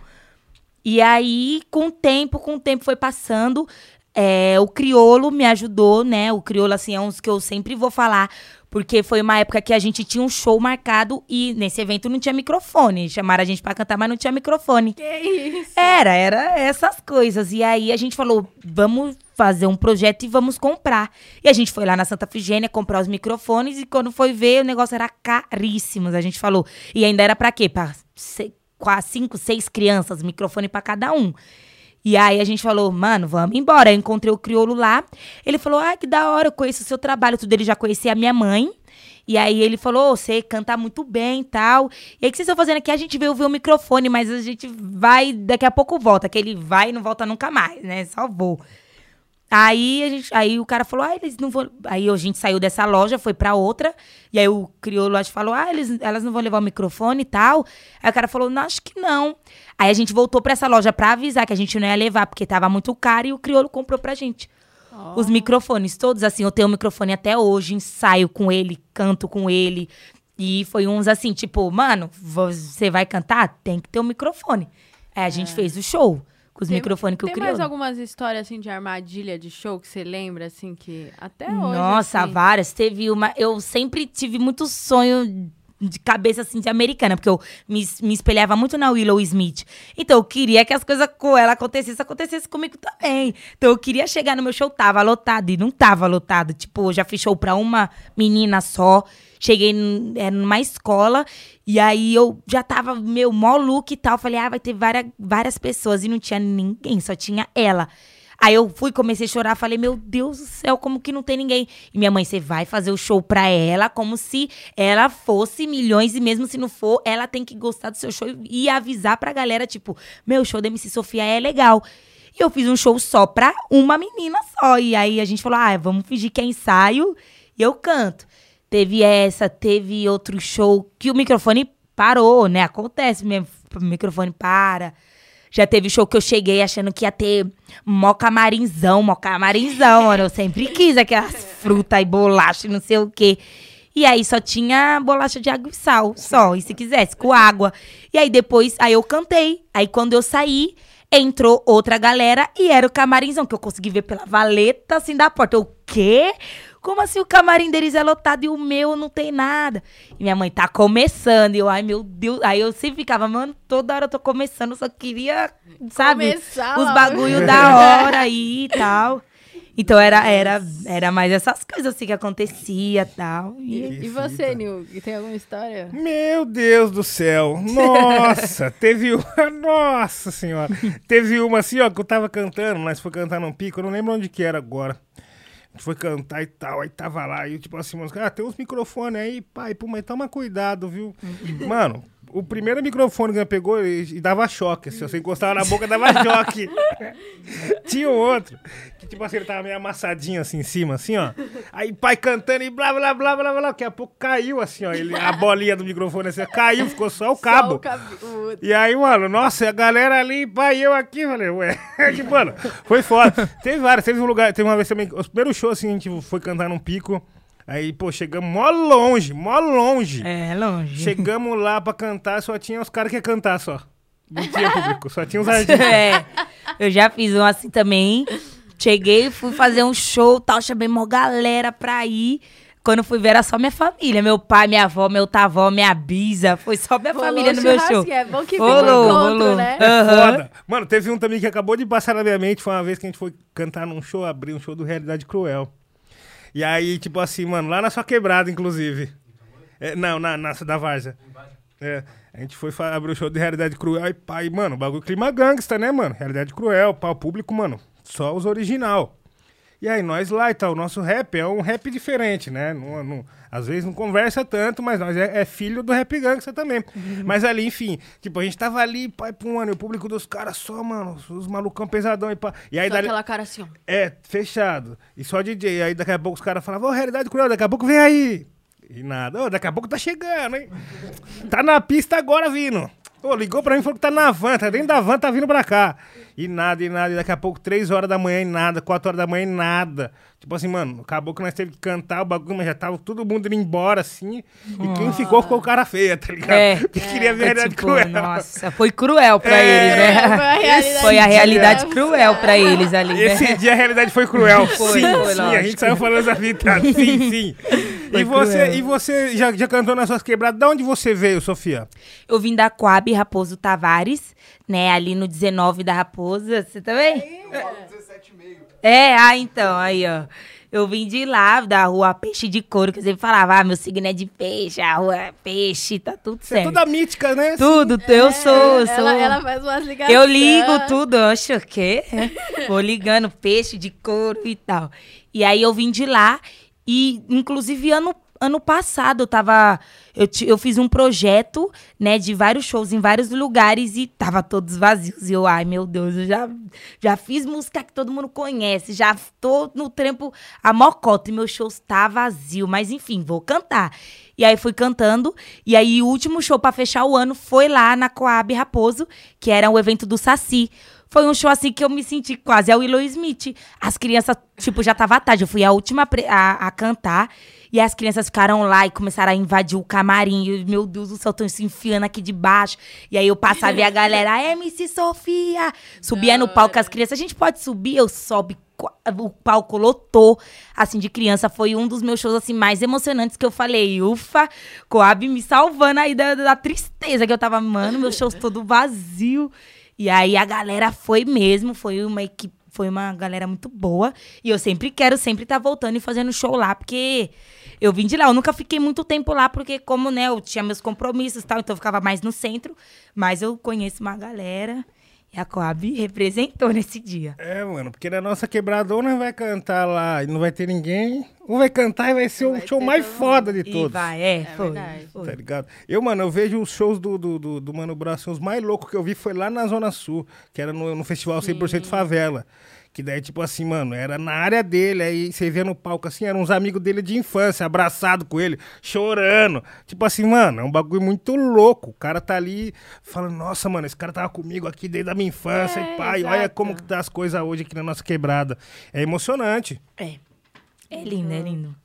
E aí, com o tempo, com o tempo foi passando, é, o Criolo me ajudou, né? O Criolo, assim, é um dos que eu sempre vou falar, porque foi uma época que a gente tinha um show marcado e nesse evento não tinha microfone. Chamaram a gente pra cantar, mas não tinha microfone. Que isso? Era, era essas coisas. E aí a gente falou, vamos fazer um projeto e vamos comprar. E a gente foi lá na Santa Efigênia comprar os microfones e quando foi ver, o negócio era caríssimo. A gente falou, e ainda era pra quê? Pra quase cinco, seis crianças, microfone pra cada um. E aí a gente falou, mano, vamos embora. Eu encontrei o crioulo lá. Ele falou, ah, que da hora, eu conheço o seu trabalho. Tudo, ele já conhecia a minha mãe. E aí ele falou, oh, você canta muito bem e tal. E aí o que vocês estão fazendo aqui? A gente veio ver o microfone, mas a gente vai, daqui a pouco volta. Que ele vai e não volta nunca mais, né? Só vou. Aí, a gente, aí o cara falou, ah, eles não vão... Aí a gente saiu dessa loja, foi pra outra. E aí o crioulo acho, falou, ah, eles, elas não vão levar o microfone e tal. Aí o cara falou, não, acho que não. Aí a gente voltou pra essa loja pra avisar que a gente não ia levar, porque tava muito caro. E o crioulo comprou pra gente. Oh. Os microfones todos, assim, eu tenho o microfone até hoje, ensaio com ele, canto com ele. E foi uns assim, tipo, mano, você vai cantar? Tem que ter um microfone. Aí a gente é. fez o show. Com os tem, microfones que eu criei. Tem mais algumas histórias, assim, de armadilha de show que você lembra, assim, que até hoje... Nossa, assim... várias. Teve uma... Eu sempre tive muito sonho de cabeça, assim, de americana, porque eu me, me espelhava muito na Willow Smith. Então, eu queria que as coisas com ela acontecessem, acontecessem comigo também. Então, eu queria chegar no meu show, tava lotado, e não tava lotado. Tipo, eu já fiz show pra uma menina só. Cheguei é, numa escola e aí eu já tava meio mó look e tal. Falei, ah, vai ter várias, várias pessoas. E não tinha ninguém, só tinha ela. Aí eu fui, comecei a chorar. Falei, meu Deus do céu, como que não tem ninguém? E minha mãe, você vai fazer o show pra ela como se ela fosse milhões. E mesmo se não for, ela tem que gostar do seu show e avisar pra galera, tipo, meu, show da M C Sofia é legal. E eu fiz um show só pra uma menina só. E aí a gente falou, ah, vamos fingir que é ensaio e eu canto. Teve essa, teve outro show que o microfone parou, né? Acontece mesmo, o microfone para. Já teve show que eu cheguei achando que ia ter mó camarinzão, mó camarinzão, mano. Eu sempre quis aquelas frutas e bolacha e não sei o quê. E aí só tinha bolacha de água e sal, só. E se quisesse, com água. E aí depois, aí eu cantei. Aí quando eu saí, entrou outra galera e era o camarinzão, que eu consegui ver pela valeta, assim, da porta. O quê? Como assim o camarim deles é lotado e o meu não tem nada? E minha mãe, tá começando. E eu, ai, meu Deus. Aí eu sempre ficava, mano, toda hora eu tô começando. Eu só queria, sabe, começar os logo. bagulho da hora aí e tal. Então era, era, era mais essas coisas assim que acontecia tal. e tal. E você, Nil? Tem alguma história? Meu Deus do céu. Nossa, teve uma... Nossa senhora. Teve uma assim, ó, que eu tava cantando, mas foi cantar num pico. Eu não lembro onde que era agora. A gente foi cantar e tal, aí tava lá, e tipo assim, ah, tem uns microfones aí, pai, pô, mas toma cuidado, viu? Mano, o primeiro microfone que ela pegou e, e dava choque, assim, você encostava na boca, dava choque. Tinha um outro, que tipo assim, ele tava meio amassadinho assim em cima, assim, ó. Aí pai cantando e blá, blá, blá, blá, blá, daqui a pouco caiu, assim, ó, ele, a bolinha do microfone, assim, caiu, ficou só o cabo. Só o cabo. E aí, mano, nossa, a galera ali, pai, eu aqui, falei, ué, que, mano, foi foda. Teve várias, teve um lugar, teve uma vez também, os primeiros shows, assim, a gente foi cantar num pico. Aí, pô, chegamos mó longe, mó longe. É, longe. Chegamos lá pra cantar, só tinha os caras que iam cantar só. Não tinha público, só tinha os artistas. É, eu já fiz um assim também. Cheguei, fui fazer um show, tal, chamei uma galera pra ir. Quando fui ver, era só minha família. Meu pai, minha avó, meu tavó, minha bisa. Foi só minha rolou família no meu show. É bom que rolou, fica um encontro, rolou. Né? Uhum. Foda. Mano, teve um também que acabou de passar na minha mente. Foi uma vez que a gente foi cantar num show, abrir um show do Realidade Cruel. E aí, tipo assim, mano, lá na sua quebrada, inclusive. É, não, na, na da Várzea. É, a gente foi abrir o show de Realidade Cruel e pai, mano, bagulho clima gangsta, né, mano? Realidade Cruel, pau público, mano, só os original. E aí, nós lá e tal, o nosso rap é um rap diferente, né? Não, não, às vezes não conversa tanto, mas nós é, é filho do rap gangsta também. Uhum. Mas ali, enfim, tipo, a gente tava ali, pai, pô, mano, e o público dos caras só, mano, os malucão pesadão e pá. E aí, só dali... aquela cara assim, ó. É, fechado. E só D J. E aí daqui a pouco os caras falavam, ô, Realidade Cruel, daqui a pouco vem aí. E nada, ô, daqui a pouco tá chegando, hein? Tá na pista agora vindo. Ô, ligou pra mim e falou que tá na van, tá dentro da van, tá vindo pra cá. E nada, e nada, e daqui a pouco, três horas da manhã e nada, quatro horas da manhã e nada. Tipo assim, mano, acabou que nós teve que cantar o bagulho, mas já tava todo mundo indo embora, assim. E quem ficou, ficou o cara feia, tá ligado? É, Porque é, queria ver a realidade tipo, cruel. Nossa, foi cruel pra é, eles, né? Foi a realidade, foi a realidade cruel pra eles ali, né? Esse dia a realidade foi cruel. Foi, sim, foi, sim, lógico. a gente saiu falando essa vida. Sim, sim. E você, e você já, já cantou nas suas quebradas? De onde você veio, Sofia? Eu vim da Coab Raposo Tavares, né? Ali no dezenove da Raposa. Você também? É, dezessete e meio. É, ah, então, aí, ó. Eu vim de lá, da rua Peixe de Couro, que eu sempre falava, ah, meu signo é de peixe, a rua é peixe, tá tudo Você é certo. toda mítica, né? Tudo, eu sou, eu sou. Ela, ela faz umas ligações. Eu ligo tudo, eu acho o quê? Vou ligando peixe de couro e tal. E aí eu vim de lá e, inclusive, ano, ano passado eu tava... Eu, ti- eu fiz um projeto, né, de vários shows em vários lugares e tava todos vazios. E eu, ai, meu Deus, eu já, já fiz música que todo mundo conhece, já tô no trampo a mocota e meu show tá vazio. Mas, enfim, vou cantar. E aí fui cantando, e aí o último show pra fechar o ano foi lá na Coab Raposo, que era o evento do Saci. Foi um show assim que eu me senti quase a Willow Smith. As crianças, tipo, já tava tarde, eu fui a última a, pre- a, a cantar, e as crianças ficaram lá e começaram a invadir o camarim. E, eu, meu Deus do céu, estão se enfiando aqui de baixo. E aí eu passava e a galera, M C Sofia! Subia no palco, as crianças, a gente pode subir? Eu sobe. O palco lotou, assim, de criança. Foi um dos meus shows, assim, mais emocionantes que eu falei. Ufa, Coab me salvando aí da, da tristeza que eu tava, mano, meus shows todo vazio. E aí a galera foi mesmo, foi uma equipe, foi uma galera muito boa. E eu sempre quero, sempre estar voltando e fazendo show lá, porque eu vim de lá. Eu nunca fiquei muito tempo lá, porque como, né, eu tinha meus compromissos e tal, então eu ficava mais no centro. Mas eu conheço uma galera... E a Coab representou nesse dia. É, mano, porque na nossa quebradona vai cantar lá e não vai ter ninguém. Um vai cantar e vai ser Vai o show ter mais todo foda de E todos. vai, é, É foi, verdade. foi. Tá ligado? Eu, mano, eu vejo os shows do, do, do, do Mano Brown, assim, os mais loucos que eu vi foi lá na Zona Sul, que era no, no festival cem por cento Favela. Que daí, tipo assim, mano, era na área dele, aí você via no palco, assim, eram uns amigos dele de infância, abraçado com ele, chorando. Tipo assim, mano, é um bagulho muito louco. O cara tá ali falando, nossa, mano, esse cara tava comigo aqui desde a minha infância, É, e pai, exato. olha como que tá as coisas hoje aqui na nossa quebrada. É emocionante. É. É lindo, é lindo.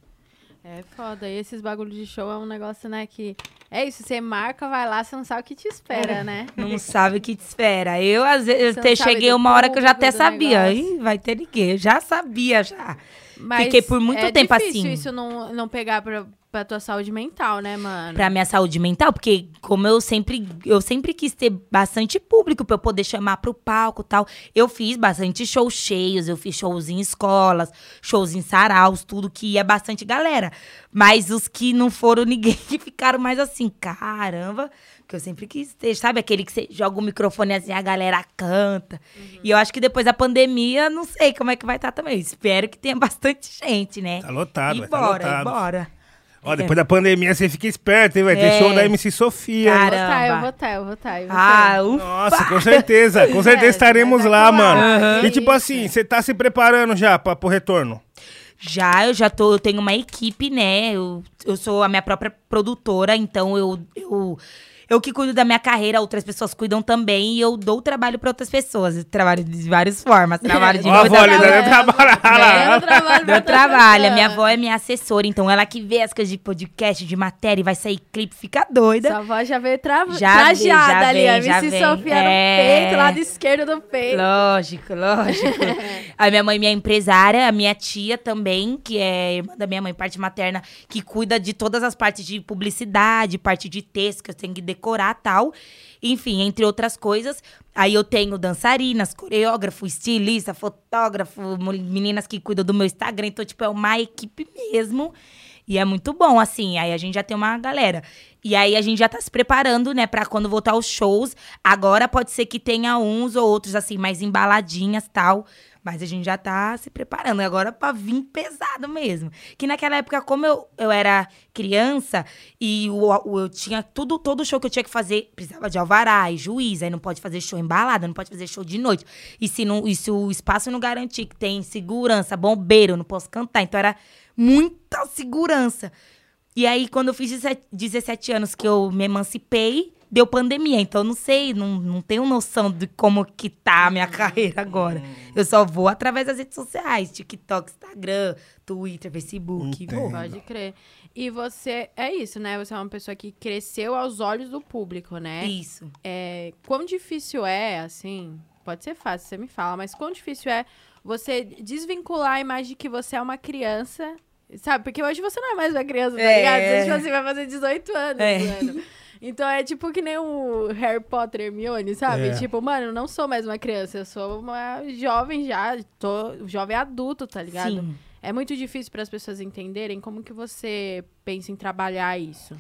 É foda. E esses bagulhos de show é um negócio, né, que... É isso, você marca, vai lá, você não sabe o que te espera, né? Não sabe o que te espera. Eu, às vezes, eu Você até não sabe cheguei do uma hora que eu já público, até do sabia. negócio. Ih, vai ter ninguém. Eu já sabia, já. Mas Fiquei por muito é tempo difícil assim. isso não, não pegar pra, pra tua saúde mental, né, mano? Pra minha saúde mental, porque como eu sempre, eu sempre quis ter bastante público pra eu poder chamar pro palco e tal. Eu fiz bastante shows cheios, eu fiz shows em escolas, shows em saraus, tudo que ia bastante galera. Mas os que não foram ninguém, que ficaram mais assim, caramba, que eu sempre quis ter, sabe? Aquele que você joga o microfone assim, a galera canta. Uhum. E eu acho que depois da pandemia, não sei como é que vai estar também. Espero que tenha bastante gente, né? Tá lotado, E vai tá bora, lotado. e bora. Ó, depois da pandemia você fica esperto, hein? Vai ter É. show da M C Sofia. hein? Cara, Eu vou tá, eu Caramba. vou tá, eu vou tá. E você? Ah, ufa. Nossa, com certeza. Com certeza É, estaremos vai lá, tá mano. lá, E é tipo isso. assim, você tá se preparando já pra, pro retorno? Já, eu já tô, eu tenho uma equipe, né? Eu, eu sou a minha própria produtora, então eu, eu, eu que cuido da minha carreira, outras pessoas cuidam também, e eu dou trabalho pra outras pessoas. Eu trabalho de várias formas. Trabalho de Ó, a noite, avó ali, trabalho- né? Trabalha lá. Dando trabalho pra Deu outra trabalho. A pessoa. minha avó é minha assessora, então ela que vê as coisas de podcast, de matéria, e vai sair clipe, fica doida. Sua avó já veio tra... Já trajada vem, já ali, vem, a já M C vem. Sofia É. no peito, lado esquerdo do peito. Lógico, lógico. A minha mãe, minha empresária, a minha tia também, que é irmã da minha mãe, parte materna, que cuida de todas as partes de publicidade, parte de texto, que eu tenho que decorar e tal. Enfim, entre outras coisas. Aí eu tenho dançarinas, coreógrafo, estilista, fotógrafo, mu- meninas que cuidam do meu Instagram. Então, tipo, é uma equipe mesmo. E é muito bom, assim. Aí a gente já tem uma galera. E aí a gente já tá se preparando, né, pra quando voltar os shows. Agora pode ser que tenha uns ou outros, assim, mais embaladinhas e tal. Mas a gente já tá se preparando agora pra vir pesado mesmo. Que naquela época, como eu, eu era criança e o, o- eu tinha tudo, todo show que eu tinha que fazer, precisava de alvará e juiz. Aí não pode fazer show embalado, não pode fazer show de noite. E se, não, e se o espaço não garantir que tem segurança, bombeiro, eu não posso cantar. Então era muita segurança. E aí, quando eu fiz dezessete, dezessete anos que eu me emancipei, deu pandemia. Então, eu não sei, não, não tenho noção de como que tá a minha carreira agora. Eu só vou através das redes sociais. TikTok, Instagram, Twitter, Facebook. Entendo. Vou. Pode crer. E você, é isso, né? Você é uma pessoa que cresceu aos olhos do público, né? Isso. É, quão difícil é, assim, pode ser fácil, você me fala, mas quão difícil é você desvincular a imagem de que você é uma criança, sabe? Porque hoje você não é mais uma criança, tá É. ligado? Você, tipo assim, vai fazer dezoito anos, É. mano. Então é tipo que nem o Harry Potter Hermione, sabe? É. Tipo, mano, eu não sou mais uma criança, eu sou uma jovem já, tô jovem adulto, tá ligado? Sim. É muito difícil para as pessoas entenderem como que você pensa em trabalhar isso.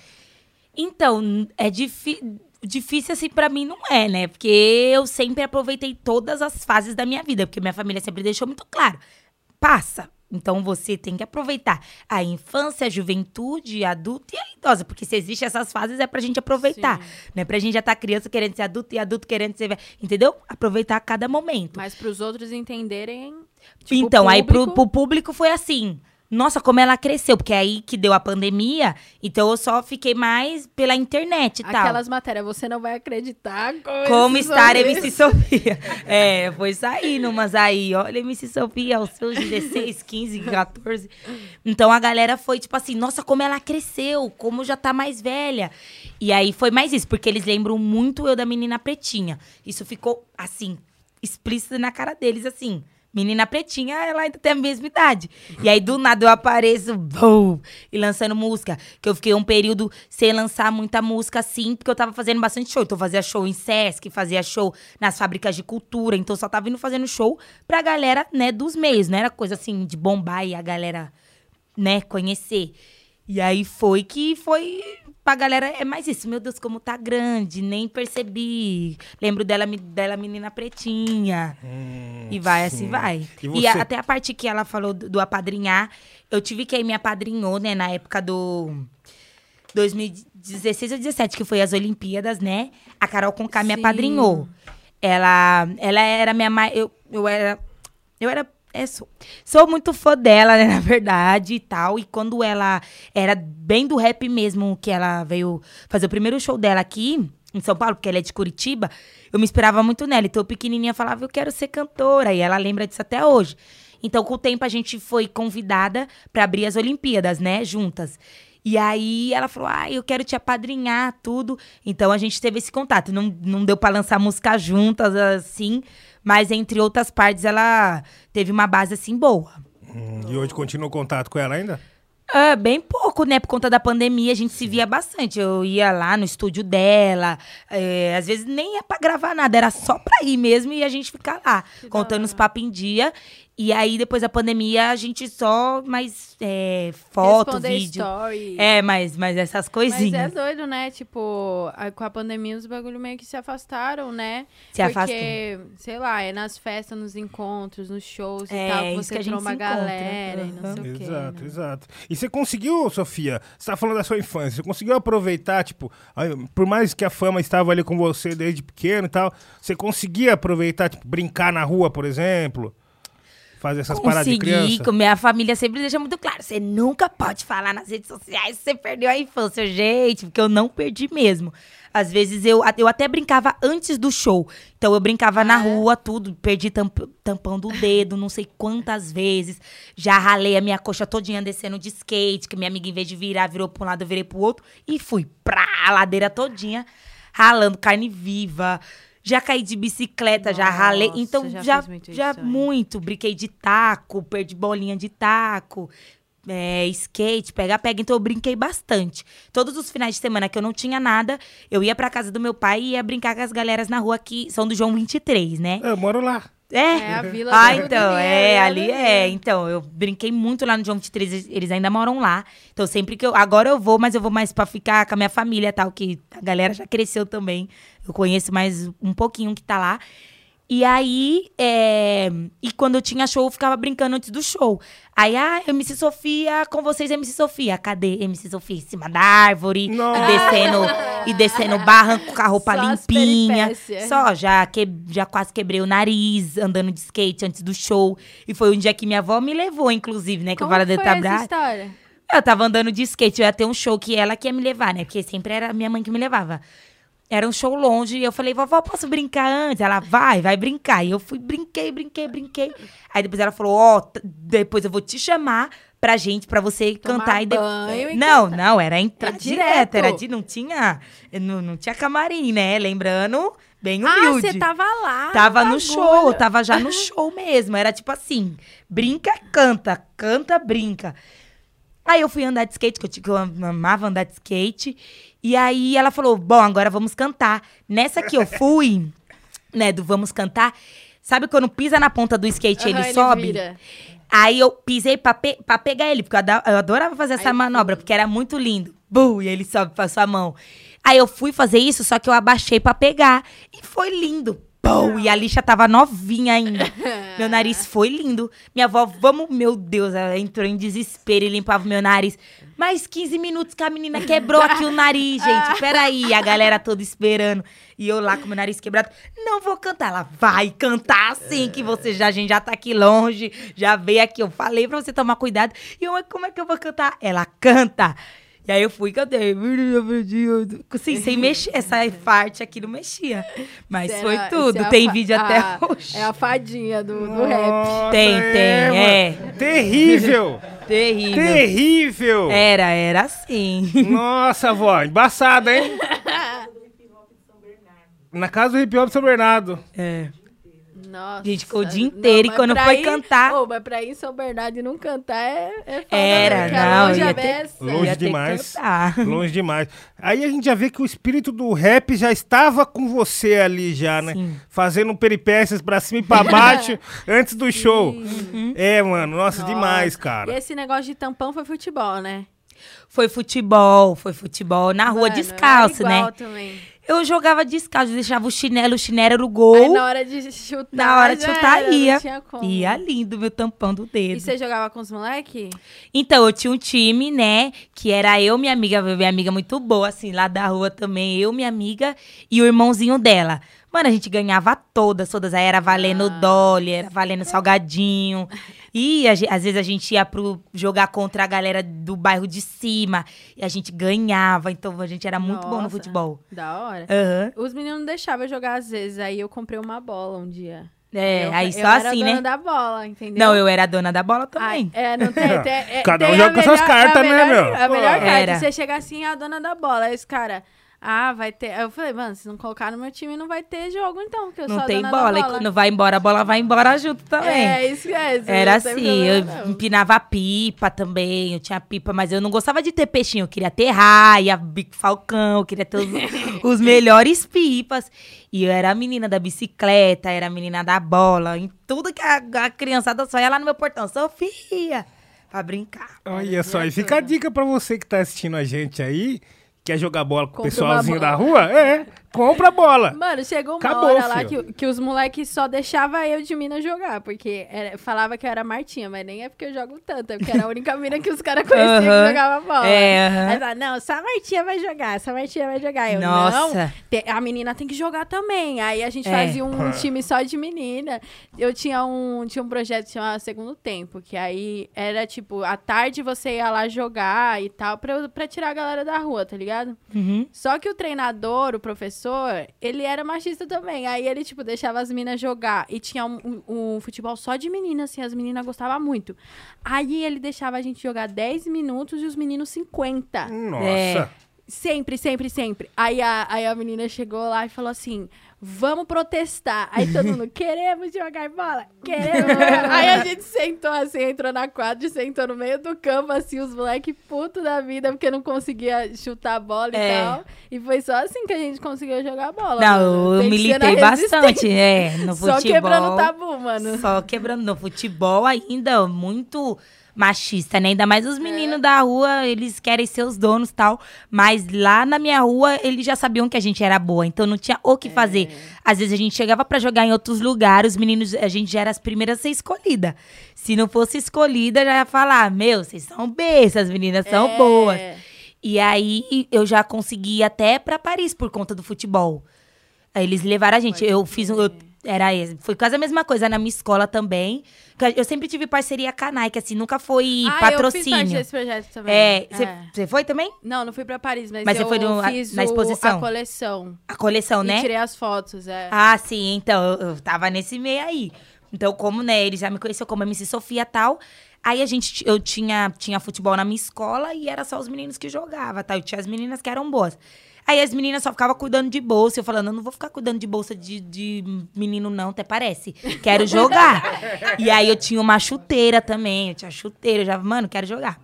Então, é difícil... Difícil, assim, pra mim não é, né? Porque eu sempre aproveitei todas as fases da minha vida. Porque minha família sempre deixou muito claro. Passa. Então, você tem que aproveitar a infância, a juventude, a adulto e a idosa. Porque se existem essas fases, é pra gente aproveitar. Sim. Não é pra gente já estar tá criança querendo ser adulto e adulto querendo ser... Entendeu? Aproveitar a cada momento. Mas pros outros entenderem... Tipo, então, público... aí pro, pro público foi assim... Nossa, como ela cresceu, porque é aí que deu a pandemia, então eu só fiquei mais pela internet e tal. Aquelas matérias, você não vai acreditar como, como estar M C Sofia. É, foi saindo umas aí, olha, M C Sofia aos seus dezesseis, quinze, quatorze. Então a galera foi tipo assim, nossa, como ela cresceu, como já tá mais velha. E aí foi mais isso, porque eles lembram muito eu da menina pretinha. Isso ficou, assim, explícito na cara deles, assim... Menina pretinha, ela ainda tem a mesma idade. E aí, do nada, eu apareço boom, e lançando música. Que eu fiquei um período sem lançar muita música, assim, porque eu tava fazendo bastante show. Então, eu fazia show em Sesc, fazia show nas fábricas de cultura. Então, eu só tava indo fazendo show pra galera, né, dos meios. Não era coisa, assim, de bombar e a galera, né, conhecer. E aí, foi que foi... Pra galera, é mais isso. Meu Deus, como tá grande, nem percebi. Lembro dela, dela menina pretinha. Hum, e vai, sim. assim vai. E, e a, até a parte que ela falou do, do apadrinhar, eu tive quem me apadrinhou, né, na época do dois mil e dezesseis ou dezessete, que foi as Olimpíadas, né? A Carol Conká me apadrinhou. Ela, ela era minha mãe. Eu, eu era. Eu era. É, sou, sou muito fã dela, né, na verdade, e tal. E quando ela era bem do rap mesmo, que ela veio fazer o primeiro show dela aqui, em São Paulo, porque ela é de Curitiba, eu me inspirava muito nela. Então, eu pequenininha falava, eu quero ser cantora. E ela lembra disso até hoje. Então, com o tempo, a gente foi convidada pra abrir as Olimpíadas, né, juntas. E aí, ela falou, ah, eu quero te apadrinhar, tudo. Então, a gente teve esse contato. Não, não deu pra lançar música juntas, assim... Mas, entre outras partes, ela teve uma base, assim, boa. Hum, e hoje continua o contato com ela ainda? É, bem pouco, né? Por conta da pandemia, a gente se via bastante. Eu ia lá no estúdio dela. É, às vezes, nem ia pra gravar nada. Era só pra ir mesmo e a gente ficar lá. Que contando os papos em dia. E aí, depois da pandemia, a gente só mais é, foto, responder vídeo. Story. É, mas, mas essas coisinhas. Mas é doido, né? Tipo, a, com a pandemia, os bagulho meio que se afastaram, né? Se afastam. Porque, sei lá, é nas festas, nos encontros, nos shows é, e tal, que isso você que a gente uma galera uhum. e não sei o quê. Exato, né? exato. E você conseguiu, Sofia, você tá falando da sua infância, você conseguiu aproveitar, tipo, por mais que a fama estava ali com você desde pequeno e tal, você conseguia aproveitar, tipo, brincar na rua, por exemplo? Fazer essas paradas de criança? Consegui, minha família sempre deixa muito claro. Você nunca pode falar nas redes sociais se você perdeu a infância, gente. Porque eu não perdi mesmo. Às vezes, eu, eu até brincava antes do show. Então, eu brincava ah, na rua, tudo. Perdi tamp, tampão do dedo, não sei quantas vezes. Já ralei a minha coxa todinha descendo de skate. Que minha amiga, em vez de virar, virou pra um lado, eu virei pro outro. E fui pra ladeira todinha, ralando carne viva. Já caí de bicicleta, Nossa, já ralei. Então, já, já muito, já muito. Brinquei de taco, perdi bolinha de taco, é, skate, pega-pega. Então, eu brinquei bastante. Todos os finais de semana que eu não tinha nada, eu ia pra casa do meu pai e ia brincar com as galeras na rua que são do João vinte e três, né? Eu moro lá. É? É a vila Ah, do então, Rodrigo, é, é, ali é. Então, eu brinquei muito lá no João vinte e três, eles ainda moram lá. Então, sempre que eu... Agora eu vou, mas eu vou mais pra ficar com a minha família e tal, que a galera já cresceu também. Eu conheço mais um pouquinho que tá lá. E aí, é... E quando eu tinha show, eu ficava brincando antes do show. Aí, ah, M C Sofia, com vocês, M C Sofia. Cadê M C Sofia? Em cima da árvore, e descendo, e descendo barranco com a roupa Só limpinha. Só, já, que, já quase quebrei o nariz, andando de skate antes do show. E foi um dia que minha avó me levou, inclusive, né? Que Como eu falo de foi Itabra. essa história? Eu tava andando de skate, eu ia ter um show que ela que ia me levar, né? Porque sempre era minha mãe que me levava. Era um show longe, e eu falei, vovó, posso brincar antes? Ela, vai, vai brincar. E eu fui, brinquei, brinquei, brinquei. Aí depois ela falou, ó, oh, depois eu vou te chamar pra gente, pra você Tomar cantar. E de... banho e Não, cantar. não, era entrar É direto. direto. Era de, não tinha, não, não tinha camarim, né? Lembrando, bem Ah, humilde. você tava lá. Tava no bagulho. show, tava já no show mesmo. Era tipo assim, brinca, canta, canta, brinca. Aí eu fui andar de skate, que eu, que eu amava andar de skate. E aí ela falou, bom, agora vamos cantar. Nessa que eu fui, né, do Vamos Cantar, Sabe quando pisa na ponta do skate e Aham, ele ele sobe? vira. Aí eu pisei pra, pe pra pegar ele, porque eu ado- eu adorava fazer essa Aí manobra, foi. porque era muito lindo. Bum, e ele sobe pra sua mão. Aí eu fui fazer isso, só que eu abaixei pra pegar. E foi lindo. Bum, e a lixa tava novinha ainda. Meu nariz foi lindo. Minha avó, vamos, meu Deus, ela entrou em desespero e limpava o meu nariz. Mais quinze minutos que a menina quebrou aqui o nariz, gente. Peraí, a galera toda esperando. E eu lá com meu nariz quebrado. Não vou cantar. Ela vai cantar sim, que você já, a gente já tá aqui longe. Já veio aqui. Eu falei pra você tomar cuidado. E eu, como é que eu vou cantar? Ela canta. E aí eu fui e cantei. Assim, sem mexer. Essa parte aqui não mexia. Mas Isso foi era- tudo. isso é a Tem fa- vídeo a- até hoje. É a fadinha do, do rap. Nossa, Tem, tem, mano. é. Terrível. Terrível. Terrível. Era, era assim. Nossa, vó, embaçada, hein? Na casa do Hip Hop São Bernardo. É. Nossa. A gente ficou o dia inteiro, e mas quando pra foi ir- cantar- Ô, mas pra ir em São Bernardo e não cantar é, é foda, Era, né? Porque é não, longe ia a ter- beça. Longe Ia ter que demais. cantar. Longe demais. Aí a gente já vê que o espírito do rap já estava com você ali já, né? Sim. Fazendo peripécias pra cima e pra baixo antes do show. É, mano, nossa, Nossa. demais, E cara. esse negócio de tampão foi futebol, né? Foi futebol, foi futebol na rua Mano, descalço, era igual né? Também. Eu jogava descalço, deixava o chinelo, o chinelo era o gol. Aí na hora de chutar, Na hora de já chutar, era, ia. Não tinha como. Ia lindo, meu tampão do dedo. E você jogava com os moleque? Então, eu tinha um time, né? Que era eu, minha amiga, minha amiga muito boa, assim, lá da rua também. Eu, minha amiga e o irmãozinho dela. Mano, a gente ganhava todas, todas. Aí era valendo Ah. dolly, era valendo salgadinho. E a ge- às vezes a gente ia pro jogar contra a galera do bairro de cima. E a gente ganhava. Então a gente era muito bom no Nossa, futebol. Da hora. Aham. Os meninos não deixavam eu jogar às vezes. Aí eu comprei uma bola um dia. É, eu, aí eu só era assim, dona né? da bola, entendeu? Não, eu era a dona da bola Ai, também. é, não tem. tem é, Cada um tem joga a com suas melhor- cartas, a né, melhor- meu? A melhor Pô. carta. Era. Você chega assim, a dona da bola. Aí os caras, ah, vai ter. Aí eu falei, mano, se não colocar no meu time, não vai ter jogo, então, porque eu sou Não a tem dona bola. da E bola. quando vai embora, a bola vai embora junto também. É, isso é. Isso Era não tem assim, problema, eu não. empinava pipa também, eu tinha pipa, mas eu não gostava de ter peixinho, eu queria ter raia, bico falcão, eu queria ter os, os melhores pipas. E eu era a menina da bicicleta, era a menina da bola, em tudo que a, a criançada só ia lá no meu portão, Sofia, pra brincar. Olha só, e fica a dica pra você que tá assistindo a gente aí, quer jogar bola com o Compra pessoalzinho uma da bola. rua, é, compra a bola. Mano, chegou uma Acabou, hora lá filho. que, que os moleques só deixavam eu de mina jogar, porque era- falava que eu era Martinha, mas nem é porque eu jogo tanto, é porque era a única mina que os caras conheciam Aham. que jogava bola. É, aham. Aí fala, não, só a Martinha vai jogar, só a Martinha vai jogar. Eu, Nossa. não, te- a menina tem que jogar também. Aí a gente É. fazia um time só de menina. Eu tinha um, tinha um projeto que chamava Segundo Tempo, que aí era tipo, à tarde você ia lá jogar e tal, pra, pra tirar a galera da rua, tá ligado? Uhum. Só que o treinador, o professor, ele era machista também. Aí ele, tipo, deixava as meninas jogar. E tinha um, um, um futebol só de meninas, assim, as meninas gostavam muito. Aí ele deixava a gente jogar dez minutos e os meninos cinquenta. Nossa. É. Sempre, sempre, sempre. Aí a, aí a menina chegou lá e falou assim, vamos protestar. Aí todo mundo, queremos jogar bola? Queremos jogar. Aí a gente sentou assim, entrou na quadra e sentou no meio do campo, assim, os moleques putos da vida, porque não conseguia chutar a bola e É. tal. E foi só assim que a gente conseguiu jogar bola. Não, mano. eu Tem que ser militei na resistência. bastante, é, no futebol. Só quebrando o tabu, mano. Só quebrando. No futebol ainda, muito machista, né? Ainda mais os meninos É. da rua, eles querem ser os donos e tal. Mas lá na minha rua, eles já sabiam que a gente era boa. Então não tinha o que É. fazer. Às vezes a gente chegava pra jogar em outros lugares, os meninos, a gente já era as primeiras a ser escolhida. Se não fosse escolhida, já ia falar, meu, vocês são bestas, as meninas são É. boas. E aí eu já consegui ir até pra Paris por conta do futebol. Aí eles levaram a gente. Pode Eu fiz um. Eu, era esse. Foi quase a mesma coisa na minha escola também. Eu sempre tive parceria com a Nike, assim, nunca foi Ah, eu fiz patrocínio. parte desse projeto também. É, você É. você foi também? Não, não fui pra Paris, mas, Mas você eu foi no- fiz na o- exposição? a coleção. A coleção, E né? tirei as fotos, é. Ah, sim, então, eu, eu tava nesse meio aí. Então, como, né, ele já me conheceu como M C Sofia e tal. Aí a gente, eu tinha, tinha futebol na minha escola e era só os meninos que jogavam, tá? Eu tinha as meninas que eram boas. Aí as meninas só ficavam cuidando de bolsa. Eu falando, eu não vou ficar cuidando de bolsa de, de menino não, até parece. Quero jogar. E aí eu tinha uma chuteira também, eu tinha chuteira, eu já, mano, quero jogar.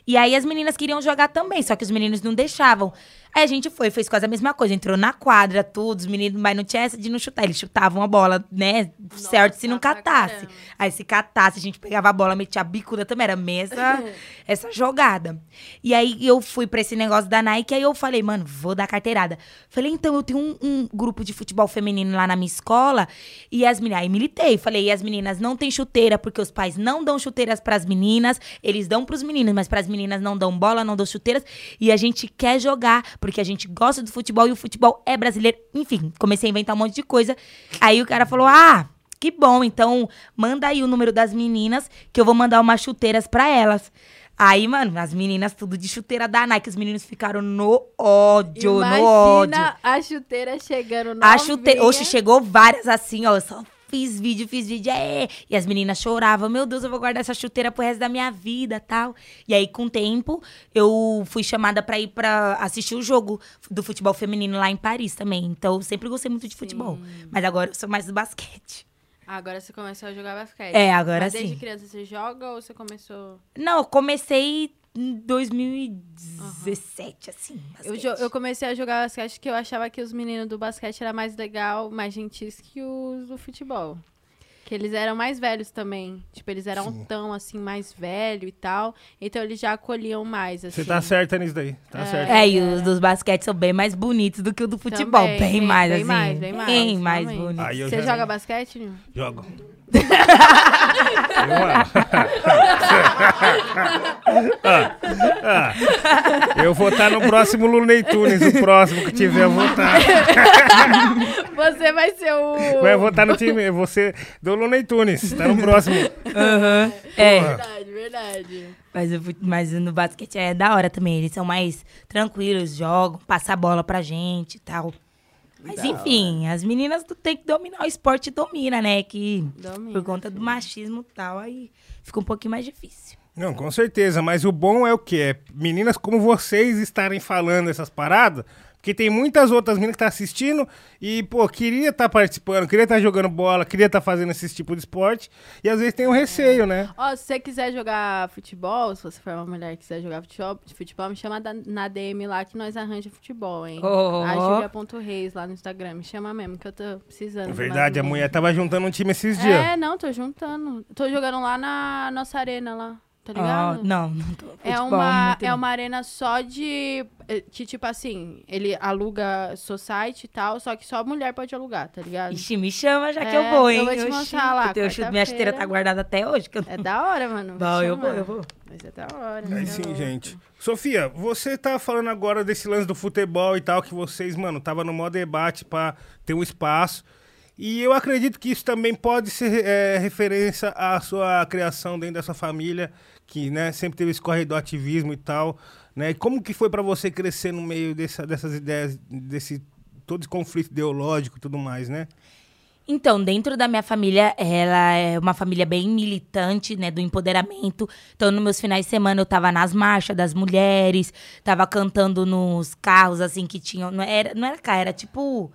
E aí as meninas queriam jogar também, só que os meninos não deixavam. Aí a gente foi, fez quase a mesma coisa. Entrou na quadra, tudo, os meninos, mas não tinha essa de não chutar. Eles chutavam a bola, né? Nossa, certo, se não catasse. Aí se catasse, a gente pegava a bola, metia a bicuda também. Era mesmo essa, essa jogada. E aí eu fui pra esse negócio da Nike, aí eu falei, mano, vou dar carteirada. Falei, então, eu tenho um, um grupo de futebol feminino lá na minha escola. E as meninas, aí militei. Falei, e as meninas não têm chuteira, porque os pais não dão chuteiras pras meninas. Eles dão pros meninos, mas pras meninas não dão bola, não dão chuteiras. E a gente quer jogar, porque a gente gosta do futebol e o futebol é brasileiro. Enfim, comecei a inventar um monte de coisa. Aí o cara falou, ah, que bom, então manda aí o número das meninas que eu vou mandar umas chuteiras pra elas. Aí, mano, as meninas tudo de chuteira da Nike, os meninos ficaram no ódio, Imagina no ódio. a chuteira chegando novinha. A chuteira, oxe, chegou várias assim, ó, só fiz vídeo, fiz vídeo, é. E as meninas choravam, meu Deus, eu vou guardar essa chuteira pro resto da minha vida, tal. E aí, com o tempo, eu fui chamada pra ir pra assistir o jogo do futebol feminino lá em Paris também. Então, eu sempre gostei muito de futebol. Sim. Mas agora eu sou mais do basquete. Agora você começou a jogar basquete. É, agora Mas desde sim. criança você joga ou você começou... Não, eu comecei em dois mil e dezessete, uhum. assim, Eu, basquete. eu comecei a jogar basquete porque eu achava que os meninos do basquete era mais legal, mais gentis que os do futebol. Que eles eram mais velhos também. Tipo, eles eram Sim. tão, assim, mais velho e tal. Então, eles já acolhiam mais, assim. Você tá certa nisso daí. Tá É. certa. É, e os dos basquetes são bem mais bonitos do que o do futebol. Também, bem, bem- mais, bem assim. mais, bem mais, Bem mais realmente. bonito. Aí eu Você já- joga basquete, Nil? Jogo. Ah, ah, eu vou estar no próximo Looney Tunes, o próximo que tiver, eu vou estar. Você vai ser o... Eu vou estar no time, você do Looney Tunes, tá no próximo. Aham. É. Verdade, verdade. Mas, eu fui- mas no basquete é da hora também. Eles são mais tranquilos, jogam, passam a bola pra gente e tal. Mas enfim, as meninas têm que dominar o esporte, domina, né? Que Domina, por conta do machismo e tal, aí fica um pouquinho mais difícil. Não, com certeza, mas o bom é o quê? É meninas como vocês estarem falando essas paradas, porque tem muitas outras meninas que estão assistindo e, pô, queria estar participando, queria estar jogando bola, queria estar fazendo esse tipo de esporte e às vezes tem um receio, né? Ó, se você quiser jogar futebol, se você for uma mulher que quiser jogar futebol, futebol me chama da- na D M lá que nós arranja futebol, hein? Oh. A Julia.reis lá no Instagram. Me chama mesmo, que eu tô precisando. É de verdade, a mais mulher tava juntando um time esses dias. É, não, tô juntando. Tô jogando lá na nossa arena lá, tá Ó, ligado? não, não tô. É futebol, uma, muito é não. uma arena só de... eh, Que, tipo assim, ele aluga society e tal, só que só a mulher pode alugar, tá ligado? Ixi, me chama já que É, eu vou, hein? eu vou te Oxi, mostrar lá, eu tenho- quarta-feira. minha chuteira tá guardada até hoje. Que eu... É da hora, mano. Bom, eu vou, eu vou. Mas é da hora. Aí é sim, louco. gente. Sofia, você tá falando agora desse lance do futebol e tal, que vocês, mano, tava no maior debate pra ter um espaço. E eu acredito que isso também pode ser é, referência à sua criação dentro da sua família, que, né, sempre teve esse corre do ativismo e tal, né? E como que foi pra você crescer no meio dessa, dessas ideias, desse todo esse conflito ideológico e tudo mais, né? Então, dentro da minha família, ela é uma família bem militante, né, do empoderamento. Então, nos meus finais de semana, eu tava nas marchas das mulheres, tava cantando nos carros, assim, que tinham... Não era, não era carro, era tipo...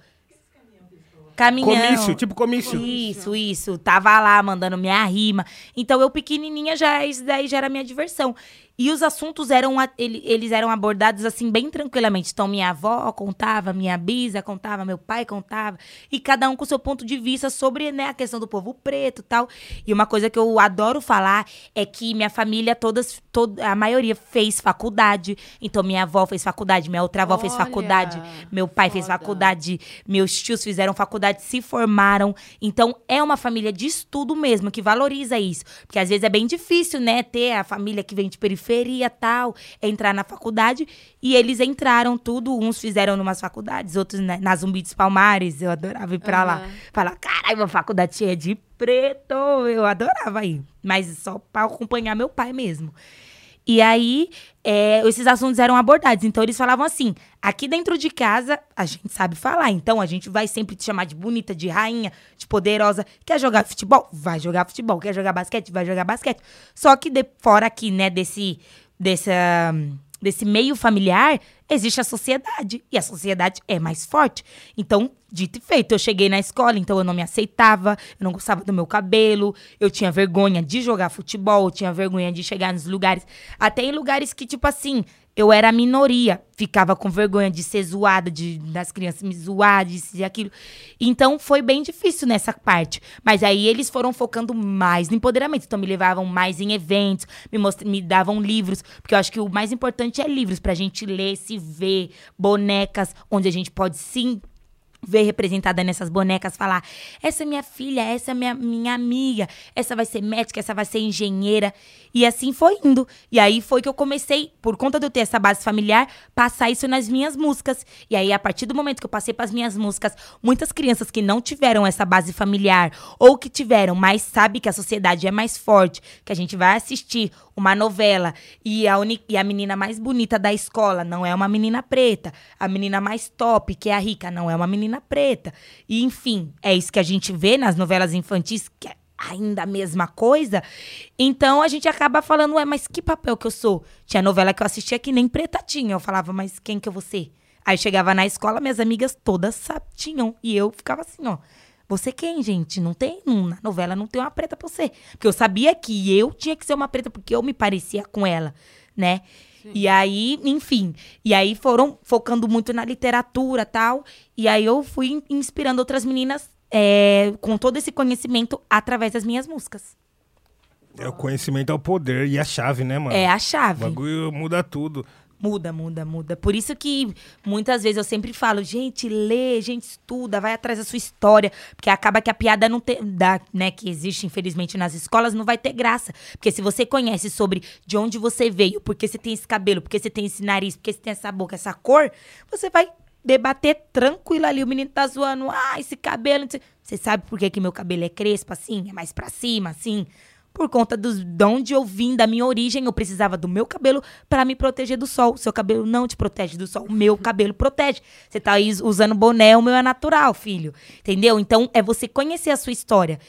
Caminhão. Comício, tipo comício. Isso, isso. Tava lá mandando minha rima. Então, eu pequenininha, já isso daí já era minha diversão. E os assuntos eram, a- ele- eles eram abordados, assim, bem tranquilamente. Então, minha avó contava, minha bisa contava, meu pai contava. E cada um com seu ponto de vista sobre, né, a questão do povo preto e tal. E uma coisa que eu adoro falar é que minha família, todas, toda, a maioria fez faculdade. Então, minha avó fez faculdade, minha outra avó fez Olha, faculdade, meu pai fez foda. faculdade, meus tios fizeram faculdade, se formaram. Então, é uma família de estudo mesmo, que valoriza isso. Porque às vezes é bem difícil, né, ter a família que vem de periferia e tal, entrar na faculdade. E eles entraram tudo, uns fizeram numas faculdades, outros na, na Zumbi dos Palmares. Eu adorava ir pra lá. Aham. Falar, caralho, uma faculdade cheia de preto. Eu adorava ir. Mas só pra acompanhar meu pai mesmo. E aí, é, esses assuntos eram abordados. Então, eles falavam assim, aqui dentro de casa, a gente sabe falar. Então, a gente vai sempre te chamar de bonita, de rainha, de poderosa. Quer jogar futebol? Vai jogar futebol. Quer jogar basquete? Vai jogar basquete. Só que de, fora aqui, né, desse, dessa, desse meio familiar, existe a sociedade. E a sociedade é mais forte. Então, dito e feito, eu cheguei na escola, então eu não me aceitava, eu não gostava do meu cabelo, eu tinha vergonha de jogar futebol, eu tinha vergonha de chegar nos lugares, até em lugares que, tipo assim, eu era a minoria, ficava com vergonha de ser zoada, de das crianças me zoar, disso e aquilo. Então, foi bem difícil nessa parte. Mas aí, eles foram focando mais no empoderamento. Então, me levavam mais em eventos, me, most- me davam livros. Porque eu acho que o mais importante é livros, pra gente ler, se ver, bonecas, onde a gente pode sim ver representada nessas bonecas, falar, essa é minha filha, essa é minha, minha amiga, essa vai ser médica, essa vai ser engenheira. E assim foi indo. E aí foi que eu comecei, por conta de eu ter essa base familiar, passar isso nas minhas músicas. E aí, a partir do momento que eu passei pras minhas músicas, muitas crianças que não tiveram essa base familiar, ou que tiveram, mas sabe que a sociedade é mais forte, que a gente vai assistir uma novela e a, uni- e a menina mais bonita da escola não é uma menina preta, a menina mais top, que é a rica, não é uma menina preta. E, enfim, é isso que a gente vê nas novelas infantis, que é ainda a mesma coisa. Então, a gente acaba falando, ué, mas que papel que eu sou? Tinha novela que eu assistia que nem preta tinha. Eu falava, mas quem que eu vou ser? Aí, chegava na escola, minhas amigas todas sabe, tinham. E eu ficava assim, ó, você quem, gente? Não tem, não, na novela não tem uma preta pra você. Porque eu sabia que eu tinha que ser uma preta, porque eu me parecia com ela, né? Sim. E aí, enfim. E aí foram focando muito na literatura e tal. E aí eu fui in- inspirando outras meninas é, com todo esse conhecimento através das minhas músicas. É, o conhecimento é o poder e a chave, né, mano? É a O chave. bagulho muda tudo. Muda, muda, muda. Por isso que muitas vezes eu sempre falo, gente, lê, gente, estuda, vai atrás da sua história. Porque acaba que a piada não tem, da, né, que existe, infelizmente, nas escolas, não vai ter graça. Porque se você conhece sobre de onde você veio, por que você tem esse cabelo, por que você tem esse nariz, por que você tem essa boca, essa cor, você vai debater tranquilo ali. O menino tá zoando, ah, esse cabelo. Não sei. Você sabe por que, que meu cabelo é crespo assim, é mais pra cima, assim? Por conta dos, de onde eu vim, da minha origem, eu precisava do meu cabelo para me proteger do sol. O seu cabelo não te protege do sol, o meu cabelo protege. Você tá aí usando boné, o meu é natural, filho. Entendeu? Então, é você conhecer a sua história.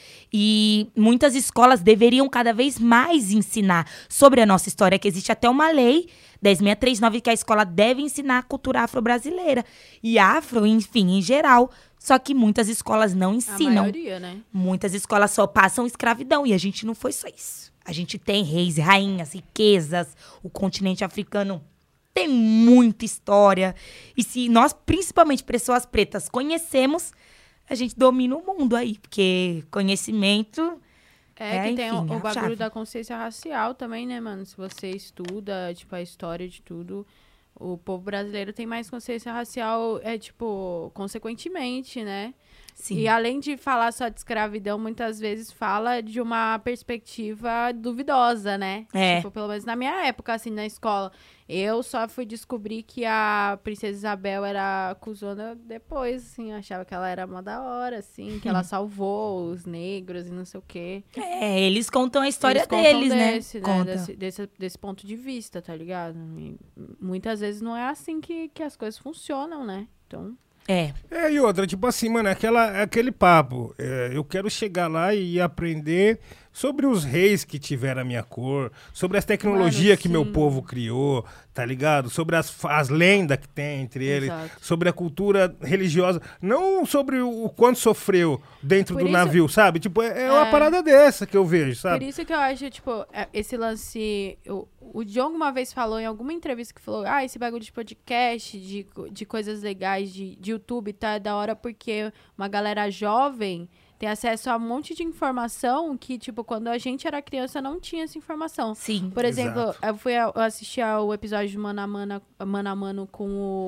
E muitas escolas deveriam cada vez mais ensinar sobre a nossa história, que existe até uma lei, dez mil seiscentos e trinta e nove, que a escola deve ensinar a cultura afro-brasileira. E afro, enfim, em geral. Só que muitas escolas não ensinam. A maioria, né? Muitas escolas só passam escravidão. E a gente não foi só isso. A gente tem reis, rainhas, riquezas. O continente africano tem muita história. E se nós, principalmente pessoas pretas, conhecemos, a gente domina o mundo aí. Porque conhecimento... É, É, que tem o, enfim, o a bagulho chave. da consciência racial também, né, mano? Se você estuda, tipo, a história de tudo, o povo brasileiro tem mais consciência racial, é, tipo, consequentemente, né? Sim. E além de falar só de escravidão, muitas vezes fala de uma perspectiva duvidosa, né? É. Tipo, pelo menos na minha época, assim, na escola. Eu só fui descobrir que a Princesa Isabel era cuzona depois, assim. Eu achava que ela era mó da hora, assim. Que ela salvou os negros e não sei o quê. É, eles contam a história Eles contam deles, desse, né? né? Contam. Desse, desse, desse ponto de vista, tá ligado? E muitas vezes não é assim que, que as coisas funcionam, né? Então... É. É, e outra, tipo assim, mano, aquela, aquele papo. É, eu quero chegar lá e aprender sobre os reis que tiveram a minha cor, sobre as tecnologias Mano, que meu sim. povo criou, tá ligado? Sobre as, fa- as lendas que tem entre eles, Exato. sobre a cultura religiosa, não sobre o, o quanto sofreu dentro Por do isso- navio, sabe? Tipo, é, é uma É. parada dessa que eu vejo, Por sabe? isso que eu acho, tipo, é, esse lance... O, o Diogo uma vez falou em alguma entrevista que falou, ah, esse bagulho de podcast, de, co- de coisas legais, de, de YouTube, tá é da hora porque uma galera jovem tem acesso a um monte de informação que, tipo, quando a gente era criança não tinha essa informação. Sim. Por exemplo, Exato. eu fui a- eu assisti ao episódio de Mano a Mano, Mano a Mano com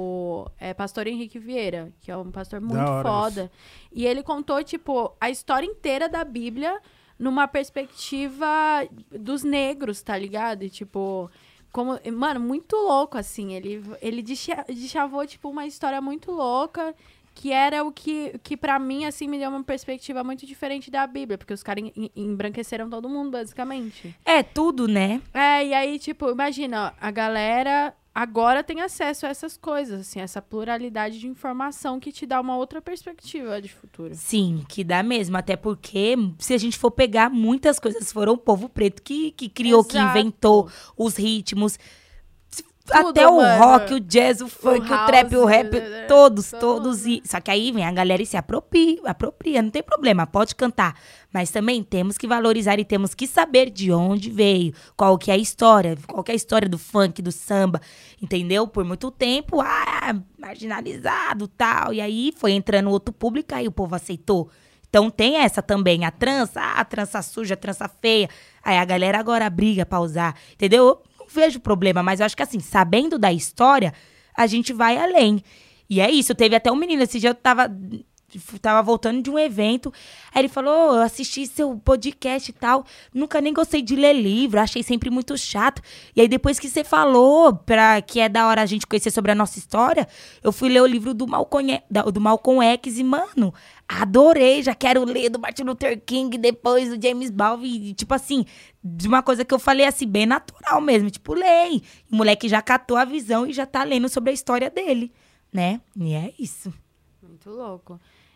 o é, pastor Henrique Vieira, que é um pastor muito hora foda. E ele contou, tipo, a história inteira da Bíblia numa perspectiva dos negros, tá ligado? E, tipo, como... Mano, muito louco, assim. Ele, ele descha- deschavou, tipo, uma história muito louca, que era o que, que pra mim, assim, me deu uma perspectiva muito diferente da Bíblia. Porque os caras em- embranqueceram todo mundo, basicamente. É tudo, né? É, e aí, tipo, imagina, a galera agora tem acesso a essas coisas, assim, essa pluralidade de informação que te dá uma outra perspectiva de futuro. Sim, que dá mesmo. Até porque, se a gente for pegar, muitas coisas foram o povo preto que, que criou, que Exato. inventou os ritmos. até o mano. rock, o jazz, o funk, o, house, trap, o rap, né? todos, Todo todos. E... Só que aí vem a galera e se apropria, apropria, não tem problema, pode cantar. Mas também temos que valorizar e temos que saber de onde veio, qual que é a história, qual que é a história do funk, do samba, entendeu? Por muito tempo, ah, marginalizado, tal. E aí foi entrando outro público, aí o povo aceitou. Então tem essa também, a trança, ah, a trança suja, a trança feia. Aí a galera agora briga pra usar, entendeu? Eu não vejo problema, mas eu acho que assim, sabendo da história, a gente vai além. E é isso, teve até um menino, esse dia eu tava, tava voltando de um evento, aí ele falou, oh, eu assisti seu podcast e tal, nunca nem gostei de ler livro, achei sempre muito chato. E aí depois que você falou, pra, que é da hora a gente conhecer sobre a nossa história, eu fui ler o livro do Malcolm, do Malcolm X e, mano, adorei, já quero ler do Martin Luther King, depois do James Baldwin, e, tipo assim, de uma coisa que eu falei assim, bem natural mesmo, tipo, leia. O moleque já catou a visão e já tá lendo sobre a história dele, né? E é isso. Muito louco.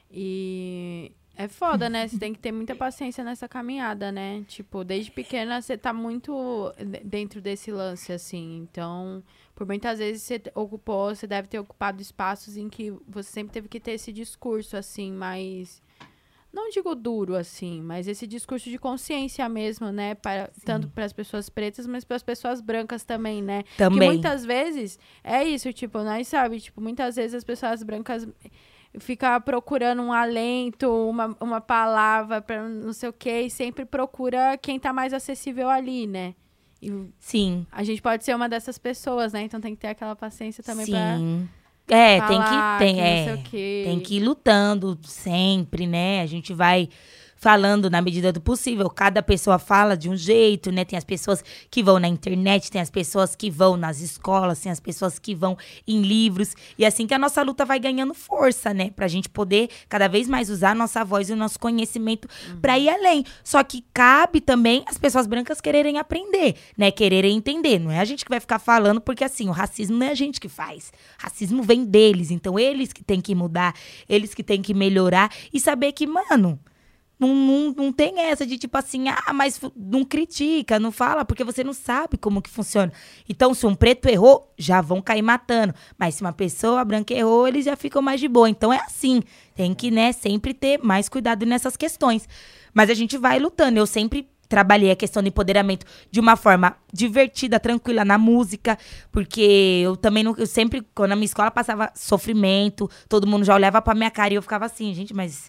E é foda, né? Você tem que ter muita paciência nessa caminhada, né? Tipo, desde pequena você tá muito dentro desse lance, assim. Então, por muitas vezes você ocupou, você deve ter ocupado espaços em que você sempre teve que ter esse discurso, assim, mais... Não digo duro, assim, mas esse discurso de consciência mesmo, né? Para, tanto para as pessoas pretas, mas para as pessoas brancas também, né? Também. Porque muitas vezes é isso, tipo, nós sabe, tipo, muitas vezes as pessoas brancas ficam procurando um alento, uma, uma palavra para não sei o quê, e sempre procura quem tá mais acessível ali, né? E Sim. a gente pode ser uma dessas pessoas, né? Então tem que ter aquela paciência também para Sim. É, falar, tem que, tem, que é, não sei o quê. tem que ir lutando sempre, né? A gente vai falando na medida do possível. Cada pessoa fala de um jeito, né? Tem as pessoas que vão na internet, tem as pessoas que vão nas escolas, tem as pessoas que vão em livros. E assim que a nossa luta vai ganhando força, né? Pra gente poder cada vez mais usar a nossa voz e o nosso conhecimento uhum. pra ir além. Só que cabe também as pessoas brancas quererem aprender, né? Quererem entender. Não é a gente que vai ficar falando, porque assim, o racismo não é a gente que faz. O racismo vem deles. Então, eles que têm que mudar, eles que têm que melhorar e saber que, mano... Não, não, não tem essa de tipo assim, ah, mas não critica, não fala, porque você não sabe como que funciona. Então, se um preto errou, já vão cair matando. Mas se uma pessoa branca errou, eles já ficam mais de boa. Então, é assim. Tem que, né, sempre ter mais cuidado nessas questões. Mas a gente vai lutando. Eu sempre trabalhei a questão do empoderamento de uma forma divertida, tranquila, na música. Porque eu também, não, eu sempre, quando a minha escola passava sofrimento, todo mundo já olhava pra minha cara e eu ficava assim, gente, mas...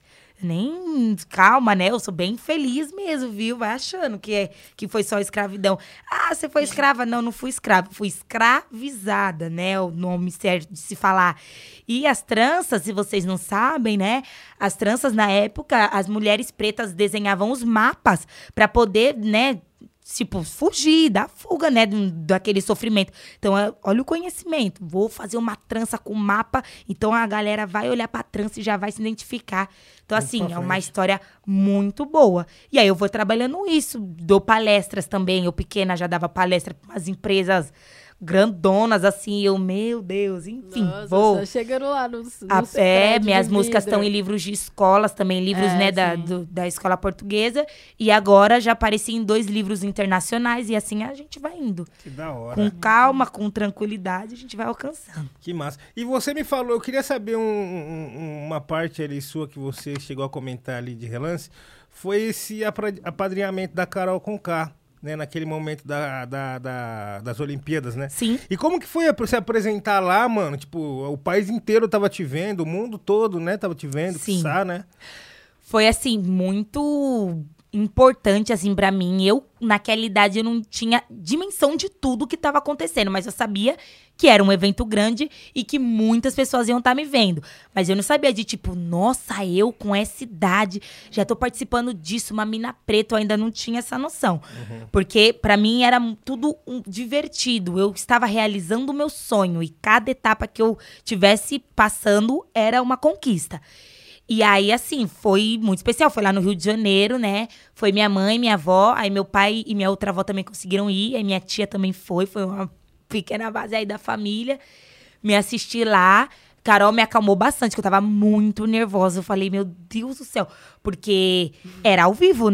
Nem, calma, né? Eu sou bem feliz mesmo, viu? Vai achando que, é, que foi só escravidão. Ah, você foi escrava? Não, não fui escrava. Fui escravizada, né? O nome certo de se falar. E as tranças, se vocês não sabem, né? As tranças, na época, as mulheres pretas desenhavam os mapas para poder, né? Tipo, fugir, dar fuga, né, daquele sofrimento. Então, olha o conhecimento. Vou fazer uma trança com mapa, então a galera vai olhar pra trança e já vai se identificar. Então, assim, é uma história muito boa. E aí eu vou trabalhando isso. Dou palestras também. Eu pequena já dava palestra para umas empresas grandonas, assim, eu, meu Deus, enfim, Nossa, vou. Só chegando lá nos, nos A, É, minhas músicas vidro. estão em livros de escolas também, livros, É, né, da, do, da escola portuguesa. E agora já apareci em dois livros internacionais e assim a gente vai indo. Que da hora. Com calma, com tranquilidade, a gente vai alcançando. Que massa. E você me falou, eu queria saber um, um, uma parte ali sua que você chegou a comentar ali de relance, foi esse apadrinhamento da Carol Conká. Né, naquele momento da, da, da, das Olimpíadas, né? Sim. E como que foi se apresentar lá, mano? Tipo, o país inteiro tava te vendo, o mundo todo, né? Tava te vendo, Sim. quiçá, né? Foi, assim, muito importante, assim, pra mim. Eu, naquela idade, eu não tinha dimensão de tudo que tava acontecendo, mas eu sabia que era um evento grande e que muitas pessoas iam estar me vendo. Mas eu não sabia de, tipo, nossa, eu com essa idade já tô participando disso, uma mina preta, eu ainda não tinha essa noção. Uhum. Porque pra mim era tudo um divertido, eu estava realizando o meu sonho e cada etapa que eu tivesse passando era uma conquista. E aí, assim, foi muito especial. Foi lá no Rio de Janeiro, né? Foi minha mãe, minha avó, aí meu pai e minha outra avó também conseguiram ir, aí minha tia também foi, foi uma pequena base aí da família, me assisti lá. Carol me acalmou bastante, que eu tava muito nervosa. Eu falei, meu Deus do céu, porque era ao vivo, né?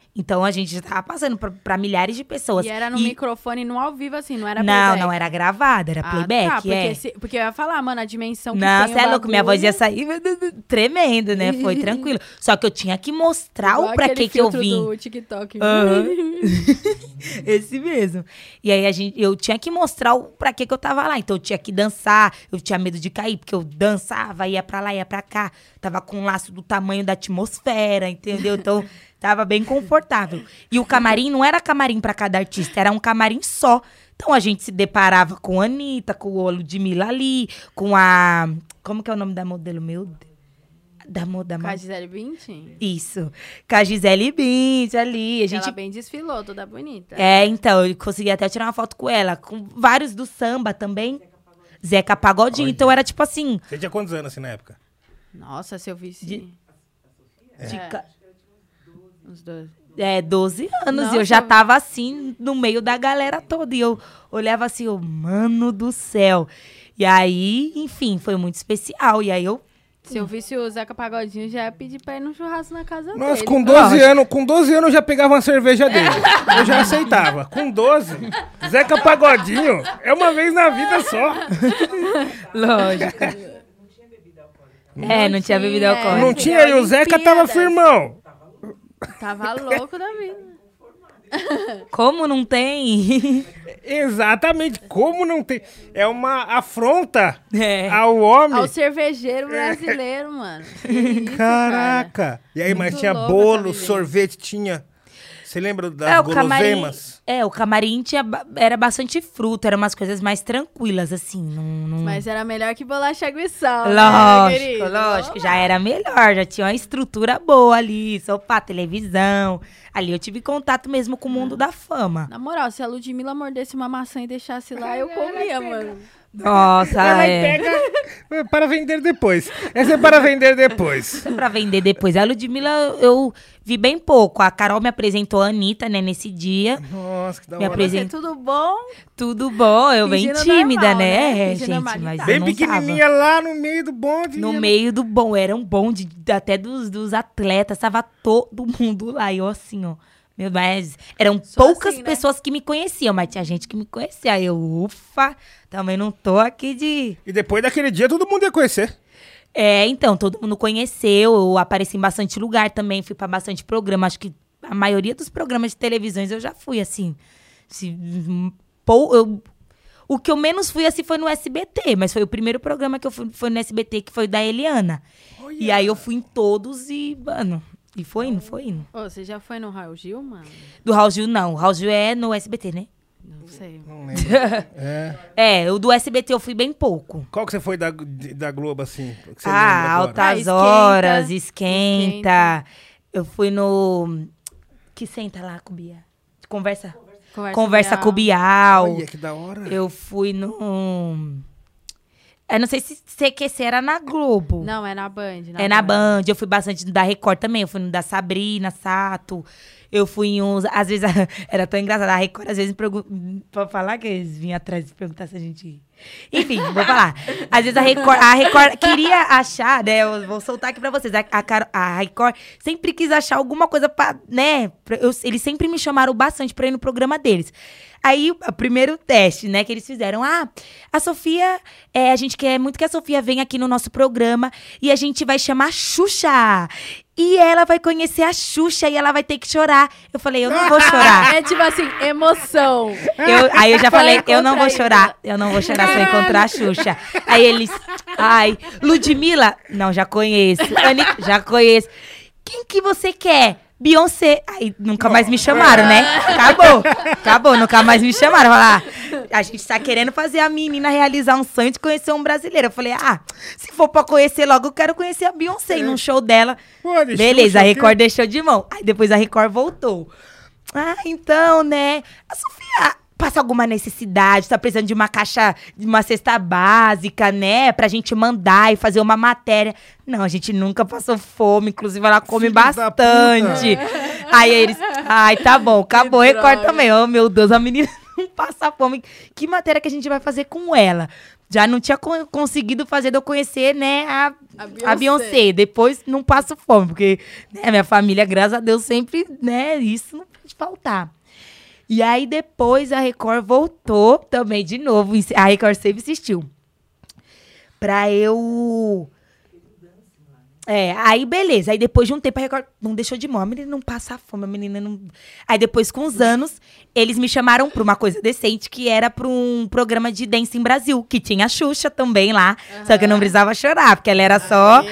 Então a gente já tava passando pra, pra milhares de pessoas. E era no E- microfone, no ao vivo, assim, não era Não, playback. não era gravado, era Ah, playback, tá, porque, é. se- porque eu ia falar, mano, a dimensão que Não, tem você o é louco, minha voz ia bagulho. sair tremendo, né? Foi tranquilo. Só que eu tinha que mostrar Igual o pra aquele que que eu filtro vim. do TikTok. Aham. Esse mesmo. E aí a gente, eu tinha que mostrar o pra que que eu tava lá. Então eu tinha que dançar, eu tinha medo de cair, porque eu dançava, ia pra lá, ia pra cá. Tava com um laço do tamanho da atmosfera, entendeu? Então tava bem confortável. E o camarim não era camarim pra cada artista, era um camarim só. Então a gente se deparava com a Anitta, com o Ludmilla ali, com a... Como que é o nome da modelo? Meu Deus. Da moda Com a mais. Gisele Bündchen. Isso. Com a Gisele Bündchen ali. A gente Ela bem desfilou, toda bonita. é, então, eu consegui até tirar uma foto com ela, com vários do samba também. Zeca Pagodinho. Olha. Então era tipo assim. Você tinha quantos anos assim na época? Nossa, se eu visse... De- de É. ca- Uns doze. É, doze anos. Nossa, e eu já eu- tava assim, no meio da galera toda. E eu olhava assim, eu, mano do céu. E aí, enfim, foi muito especial. E aí eu. Se eu visse o Zeca Pagodinho, já ia pedir pra ir no churrasco na casa Nossa, dele. com doze anos, com doze anos eu já pegava uma cerveja dele. Eu já aceitava. Com doze, Zeca Pagodinho é uma vez na vida só. Lógico. É, não tinha bebida tinha, alcoólica. Não tinha, e o Zeca tava Olimpíadas. firmão. Tava louco da vida. Como não tem? Exatamente, como não tem. É uma afronta É. ao homem. Ao cervejeiro brasileiro, mano. Que isso, Caraca. cara. E aí, mas Muito tinha louca bolo, essa vivência. sorvete, tinha. Você lembra das É, o camarim, guloseimas? é, o camarim tinha, ba- era bastante fruta, eram umas coisas mais tranquilas, assim. Não, não... Mas era melhor que bolacha água e sal, né, Lógico, querido? lógico, já era melhor, já tinha uma estrutura boa ali, sofá, televisão. Ali eu tive contato mesmo com o mundo da fama. Na moral, se a Ludmilla mordesse uma maçã e deixasse lá, eu comia, mano. Nossa, Ela é. pega para vender depois. Essa é para vender depois. Pra vender depois. A Ludmilla eu vi bem pouco. A Carol me apresentou a Anitta, né, nesse dia. Nossa, que da Me hora. apresen- Você, tudo bom? Tudo bom, eu bem Fingindo tímida, normal, né, né? Fingindo gente? normalidade. Mas eu Bem não pequenininha lá no meio do bonde. No e- meio do bom, era um bonde até dos, dos atletas, tava todo mundo lá. E eu assim, ó. Meu, mas eram Só poucas assim, né? pessoas que me conheciam, mas tinha gente que me conhecia. Aí eu, ufa, também não tô aqui de. E depois daquele dia todo mundo ia conhecer. É, então, todo mundo conheceu. Eu apareci em bastante lugar também, fui pra bastante programa. Acho que a maioria dos programas de televisões eu já fui, assim. Se, pou, eu, o que eu menos fui, assim, foi no S B T. Mas foi o primeiro programa que eu fui, foi no S B T, que foi o da Eliana. E aí eu fui em todos e, mano... E foi indo, foi indo. Ô, você já foi no Raul Gil, mano? Do Raul Gil, não. O Raul Gil é no S B T, né? Não sei. Não lembro. É. É, o do S B T eu fui bem pouco. Qual que você foi da, de- da Globo, assim? Que você Ah, lembra agora? Altas Ah, esquenta, Horas, esquenta. esquenta. Eu fui no... Que senta lá com o Bia? Conversa, Conversa, conversa real. com o Bial. Olha, que da hora. Eu fui no... Eu não sei se C Q C era na Globo. Não, é na Band. É na Band. Eu fui bastante no da Record também. Eu fui no da Sabrina Sato. Eu fui em uns... Às vezes, era tão engraçado. A Record, às vezes, me pergunta... Pra falar que eles vinham atrás e perguntar se a gente... Enfim, vou falar. Às vezes a Record, a Record queria achar, né? Eu vou soltar aqui pra vocês. A, a, Caro- a Record sempre quis achar alguma coisa pra, né? pra- eu- eles sempre me chamaram bastante pra ir no programa deles. Aí, o primeiro teste, né, que eles fizeram. Ah, a Sofia, é, a gente quer muito que a Sofia venha aqui no nosso programa e a gente vai chamar a Xuxa. E ela vai conhecer a Xuxa e ela vai ter que chorar. Eu falei, eu não vou chorar. É tipo assim, emoção. Eu- aí eu já Vai falei, eu não vou encontrar chorar. Eu não vou chorar se eu encontrar a Xuxa. Aí eles, ai, Ludmilla? Não, já conheço. Ani, já conheço. Quem que você quer? Beyoncé. Aí nunca mais me chamaram, né? Acabou. Acabou, nunca mais me chamaram. Falar, ah, a gente tá querendo fazer a menina realizar um sonho de conhecer um brasileiro. Eu falei, ah, se for pra conhecer logo, eu quero conhecer a Beyoncé e num show dela. Pô, de Beleza, Xuxa, a o quê? Record deixou de mão. Aí depois a Record voltou. Ah, então, né? A Sofia passa alguma necessidade, tá precisando de uma caixa, de uma cesta básica, né? Pra gente mandar e fazer uma matéria. Não, a gente nunca passou fome, inclusive ela come Filho da bastante. Aí eles, ai, tá bom, acabou, Que Record droga. também. Oh, meu Deus, a menina não passa fome. Que matéria que a gente vai fazer com ela? Já não tinha co- conseguido fazer de eu conhecer, né, a, A a Beyoncé. Beyoncé. Depois não passo fome, porque né, minha família, graças a Deus, sempre, né, isso não pode faltar. E aí depois a Record voltou também de novo. A Record sempre insistiu. Pra eu... É, aí beleza. Aí depois de um tempo a Record não deixou de mão. A menina não passa fome, a menina não... Aí depois, com os anos, eles me chamaram pra uma coisa decente, que era pra um programa de Dancing Brasil, que tinha a Xuxa também lá. Uhum. Só que eu não precisava chorar, porque ela era só...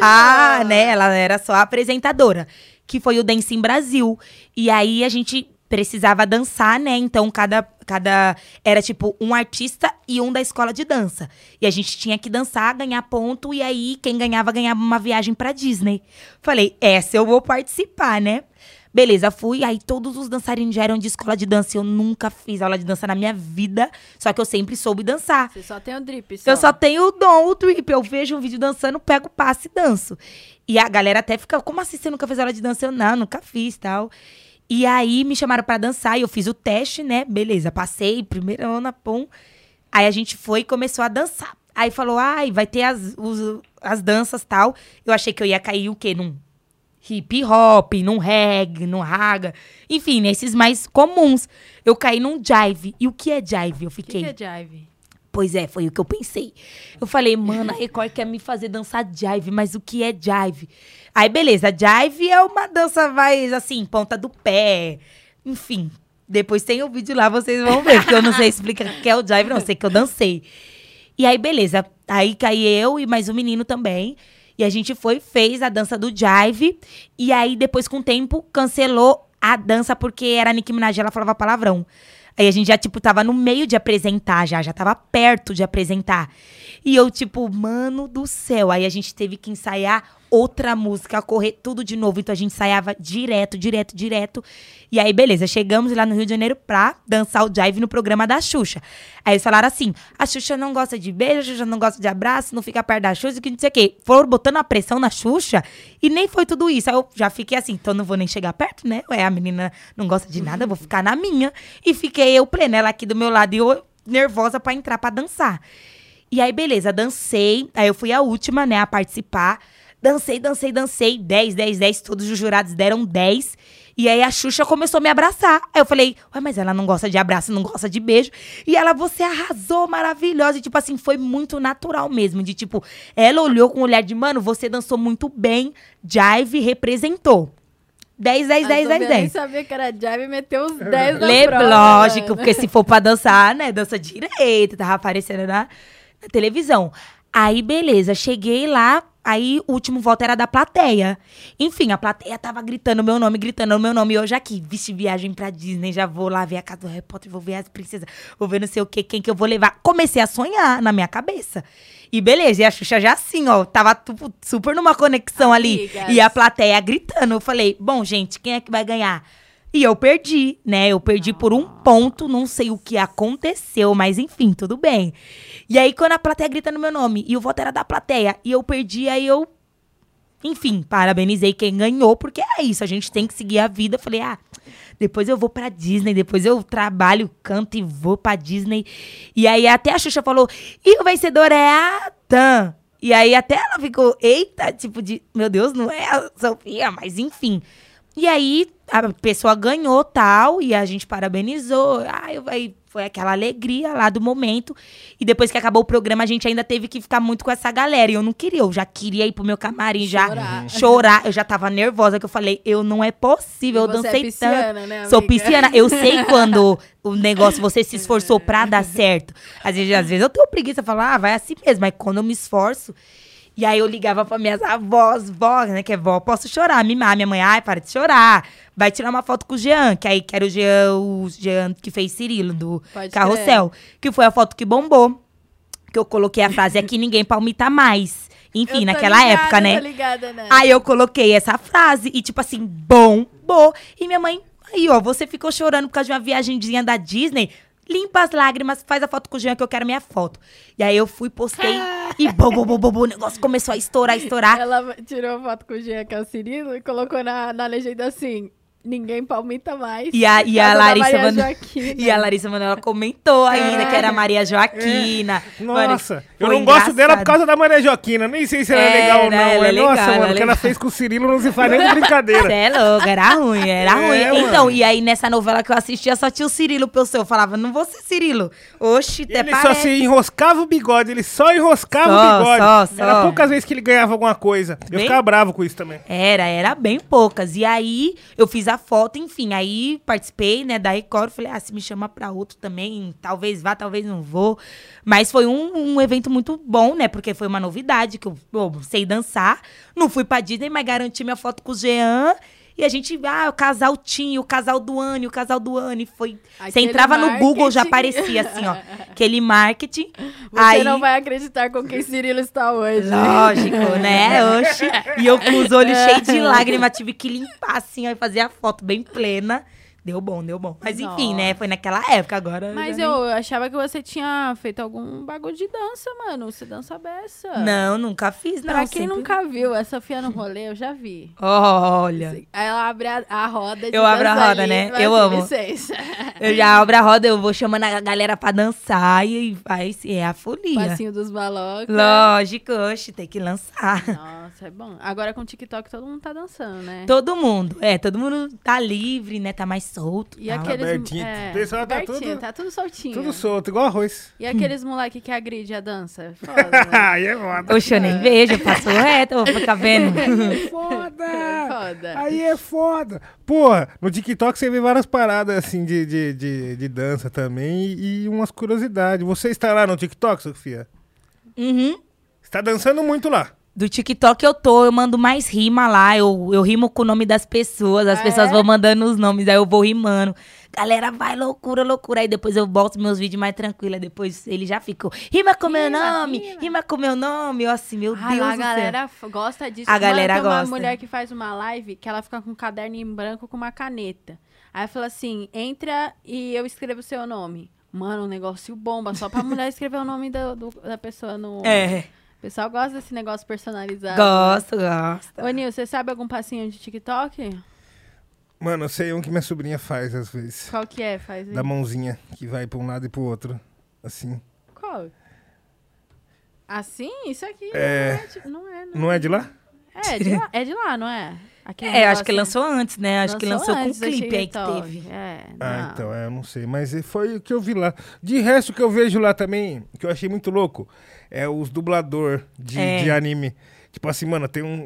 Ah, né? Ela era só a apresentadora. Que foi o Dancing Brasil. E aí a gente... precisava dançar, né? Então, cada, cada... Era, tipo, um artista e um da escola de dança. E a gente tinha que dançar, ganhar ponto. E aí, quem ganhava, ganhava uma viagem pra Disney. Falei, essa eu vou participar, né? Beleza, fui. Aí, todos os dançarinos já eram de escola de dança. Eu nunca fiz aula de dança na minha vida. Só que eu sempre soube dançar. Você só tem o drip, só. Eu só tenho o dom, o drip. Eu vejo um vídeo dançando, pego o passe e danço. E a galera até fica, como assim você nunca fez aula de dança? Eu, não, nunca fiz, tal. E aí, me chamaram pra dançar e eu fiz o teste, né? Beleza, passei, primeira onda, pum. Aí a gente foi e começou a dançar. Aí falou, ai, vai ter as, os, as danças e tal. Eu achei que eu ia cair o quê? Num hip hop, num reggae, num raga. Enfim, nesses mais comuns. Eu caí num jive. E o que é jive? Eu O que, fiquei... que é jive? Pois é, foi o que eu pensei. Eu falei, mano, a Record quer me fazer dançar jive, mas o que é jive? Aí, beleza, jive é uma dança mais, assim, ponta do pé. Enfim, depois tem o vídeo lá, vocês vão ver, porque eu não sei explicar o que é o jive, não, sei que eu dancei. E aí, beleza, aí caí eu e mais um menino também. E a gente foi, fez a dança do jive. E aí, depois, com o tempo, cancelou a dança porque era a Nicki Minaj, ela falava palavrão. Aí a gente já, tipo, tava no meio de apresentar já, já tava perto de apresentar. E eu, tipo, mano do céu. Aí a gente teve que ensaiar outra música, correr tudo de novo. Então a gente ensaiava direto, direto, direto. E aí, beleza, chegamos lá no Rio de Janeiro pra dançar o jive no programa da Xuxa. Aí eles falaram assim, a Xuxa não gosta de beijo, a Xuxa não gosta de abraço, não fica perto da Xuxa, que não sei o quê. Foram botando a pressão na Xuxa e nem foi tudo isso. Aí eu já fiquei assim, então não vou nem chegar perto, né? Ué, a menina não gosta de nada, eu vou ficar na minha. E fiquei eu plena, ela aqui do meu lado e eu nervosa pra entrar pra dançar. E aí, beleza, dancei. Aí eu fui a última, né, a participar. Dancei, dancei, dancei. dez, dez, dez. Todos os jurados deram dez. E aí a Xuxa começou a me abraçar. Aí eu falei, ué, mas ela não gosta de abraço, não gosta de beijo. E ela, você arrasou, maravilhosa. E tipo assim, foi muito natural mesmo. De tipo, ela olhou com um olhar de, mano, você dançou muito bem. Jive representou. dez, dez, dez, dez, nem dez. sabia que era jive e meteu os dez na Le- prova. Lógico, mano. porque se for pra dançar, né, dança direito, tava aparecendo na, na televisão. Aí, beleza, cheguei lá, aí o último voto era da plateia. Enfim, a plateia tava gritando meu nome, gritando meu nome. E eu já aqui, vixe, viagem pra Disney, já vou lá ver a casa do Harry Potter, vou ver as princesas, vou ver não sei o que, quem que eu vou levar. Comecei a sonhar na minha cabeça. E beleza, e a Xuxa já assim, ó, tava tipo, super numa conexão Amigas. ali. E a plateia gritando. Eu falei, bom, gente, quem é que vai ganhar? E eu perdi, né? Eu perdi por um ponto, não sei o que aconteceu, mas enfim, tudo bem. E aí, quando a plateia grita no meu nome, e o voto era da plateia, e eu perdi, aí eu... Enfim, parabenizei quem ganhou, porque é isso, a gente tem que seguir a vida. Falei, ah, depois eu vou pra Disney, depois eu trabalho, canto e vou pra Disney. E aí até a Xuxa falou, e o vencedor é a Tan. E aí até ela ficou, eita, tipo de, meu Deus, não é a Sofia, mas enfim... E aí, a pessoa ganhou, tal, e a gente parabenizou. Ai, aí foi aquela alegria lá do momento. E depois que acabou o programa, a gente ainda teve que ficar muito com essa galera. E eu não queria, eu já queria ir pro meu camarim, já Chorar. chorar. Eu já tava nervosa, que eu falei, eu não é possível, eu Você dancei é pisciana, tanto. né, Sou amiga? pisciana, eu sei quando o negócio, você se esforçou pra dar certo. Às vezes, às vezes eu tenho preguiça de falar, ah, vai assim mesmo. Mas quando eu me esforço... E aí eu ligava pra minhas avós, vó, né, que é vó, posso chorar, mimar. Minha mãe, ai, para de chorar. Vai tirar uma foto com o Jean, que aí que era o Jean, o Jean que fez Cirilo, do Pode Carrossel. Que foi a foto que bombou. Que eu coloquei a frase, aqui ninguém palmita mais. Enfim, Eu tô naquela ligada, época, né? Tô ligada, né? Aí eu coloquei essa frase e tipo assim, bombou. E minha mãe, aí ó, você ficou chorando por causa de uma viagemzinha da Disney... Limpa as lágrimas, faz a foto com o Jean que eu quero minha foto. E aí eu fui, postei e bom, bom, bom, bom, bom, o negócio começou a estourar, estourar. Ela tirou foto com o Jean, que é o Cirilo, e colocou na, na legenda assim, ninguém palmita mais. E a, e a Casa da Larissa Maria Mano... Joaquina. E a Larissa Manoela comentou ainda que era a Maria Joaquina. Nossa, Mano, eu foi não gosto dela por engraçado. causa da Maria Joaquina. Nem sei se ela é, É, legal ou não. né, ela é Nossa, legal, mano, ela o é que ela legal. fez com o Cirilo não se faz nem de brincadeira. Você é louco, era ruim, era É, ruim. mano. Então, e aí nessa novela que eu assistia só tinha o Cirilo Pelso. Eu falava, não vou ser Cirilo. Oxi, até Ele só parece. se enroscava o bigode, ele só enroscava Só, o bigode. só, só. Era poucas vezes que ele ganhava alguma coisa. Eu Bem- ficava bravo com isso também. Era, era bem poucas. E aí, eu fiz a foto, enfim. Aí, participei, né, da Record. Falei, ah, se me chama pra outro também, talvez vá, talvez não vou. Mas foi um, um evento muito bom, né? Porque foi uma novidade, que eu, eu sei dançar. Não fui pra Disney, mas garanti minha foto com o Jean. E a gente, ah, o casal tinha, o casal do Anne, o casal do Anne. Foi... Você Aquele entrava no Google, já marketing. aparecia assim, ó. Aquele marketing. Você aí... não vai acreditar com quem Cirilo está hoje. Lógico, né? Oxi. E eu com os olhos cheios de lágrimas, tive que limpar assim, ó, e fazer a foto bem plena. Deu bom, deu bom. Mas enfim, né? Foi naquela época, agora... Mas já eu achava que você tinha feito algum bagulho de dança, mano. Você dança beça. nem- Não, nunca fiz, não. Pra quem sempre- nunca viu, a Sofia no rolê, eu já vi. Olha, Aí ela abre a, a roda de Eu abro a dança roda, ali, né? mas Eu assim, amo. licença. eu já abro a roda, eu vou chamando a galera pra dançar e vai, é a folia. Passinho dos balocas. Lógico, oxe, tem que lançar. Nossa, é bom. Agora com o TikTok todo mundo tá dançando, né? Todo mundo, é, todo mundo tá livre, né? Tá mais solto. E tal. aqueles... abertinho. O pessoal tá abertinho, tudo- tá tudo soltinho. Tudo solto, igual arroz. E aqueles moleque que agride a dança? Foda, né? Aí é foda. Oxe, eu nem vejo, eu passo reto, eu vou ficar vendo. É foda. Foda. Aí é foda. Porra, no TikTok você vê várias paradas assim de, de, de, de dança também e, e umas curiosidades. Você está lá no TikTok, Sofia? Uhum. Você tá dançando muito lá. Do TikTok eu tô, eu mando mais rima lá, eu, eu rimo com o nome das pessoas, as Ah, pessoas é? vão mandando os nomes, aí eu vou rimando. Galera, vai loucura, loucura. Aí depois eu boto meus vídeos mais tranquila, depois ele já ficou, rima com meu Rima, nome, rima. rima com meu nome. Eu assim, meu Ah, Deus lá do a galera f- gosta disso. A galera Mano, tem uma gosta. mulher que faz uma live que ela fica com um caderno em branco com uma caneta. Aí fala assim, entra e eu escrevo o seu nome. Mano, um negócio bomba, só pra mulher escrever o nome do- do- da pessoa no... céu. É, O pessoal gosta desse negócio personalizado. gosto, gosto. Ô, Nil, você sabe algum passinho de TikTok? Mano, eu sei um que minha sobrinha faz às vezes. Qual que é? Faz aí. Da mãozinha, que vai pra um lado e pro outro. Assim. Qual? Assim? Isso aqui É. não é de, não é, não. Não é de lá? É, de lá, é de lá, não é? Aquele É, acho que negócio- lançou antes, né? Acho que lançou com antes do clipe aí que TikTok. teve. É, Ah, não. então, é, eu não sei. Mas foi o que eu vi lá. De resto, o que eu vejo lá também, que eu achei muito louco, é os dublador de, É. de anime. Tipo assim, mano, tem um.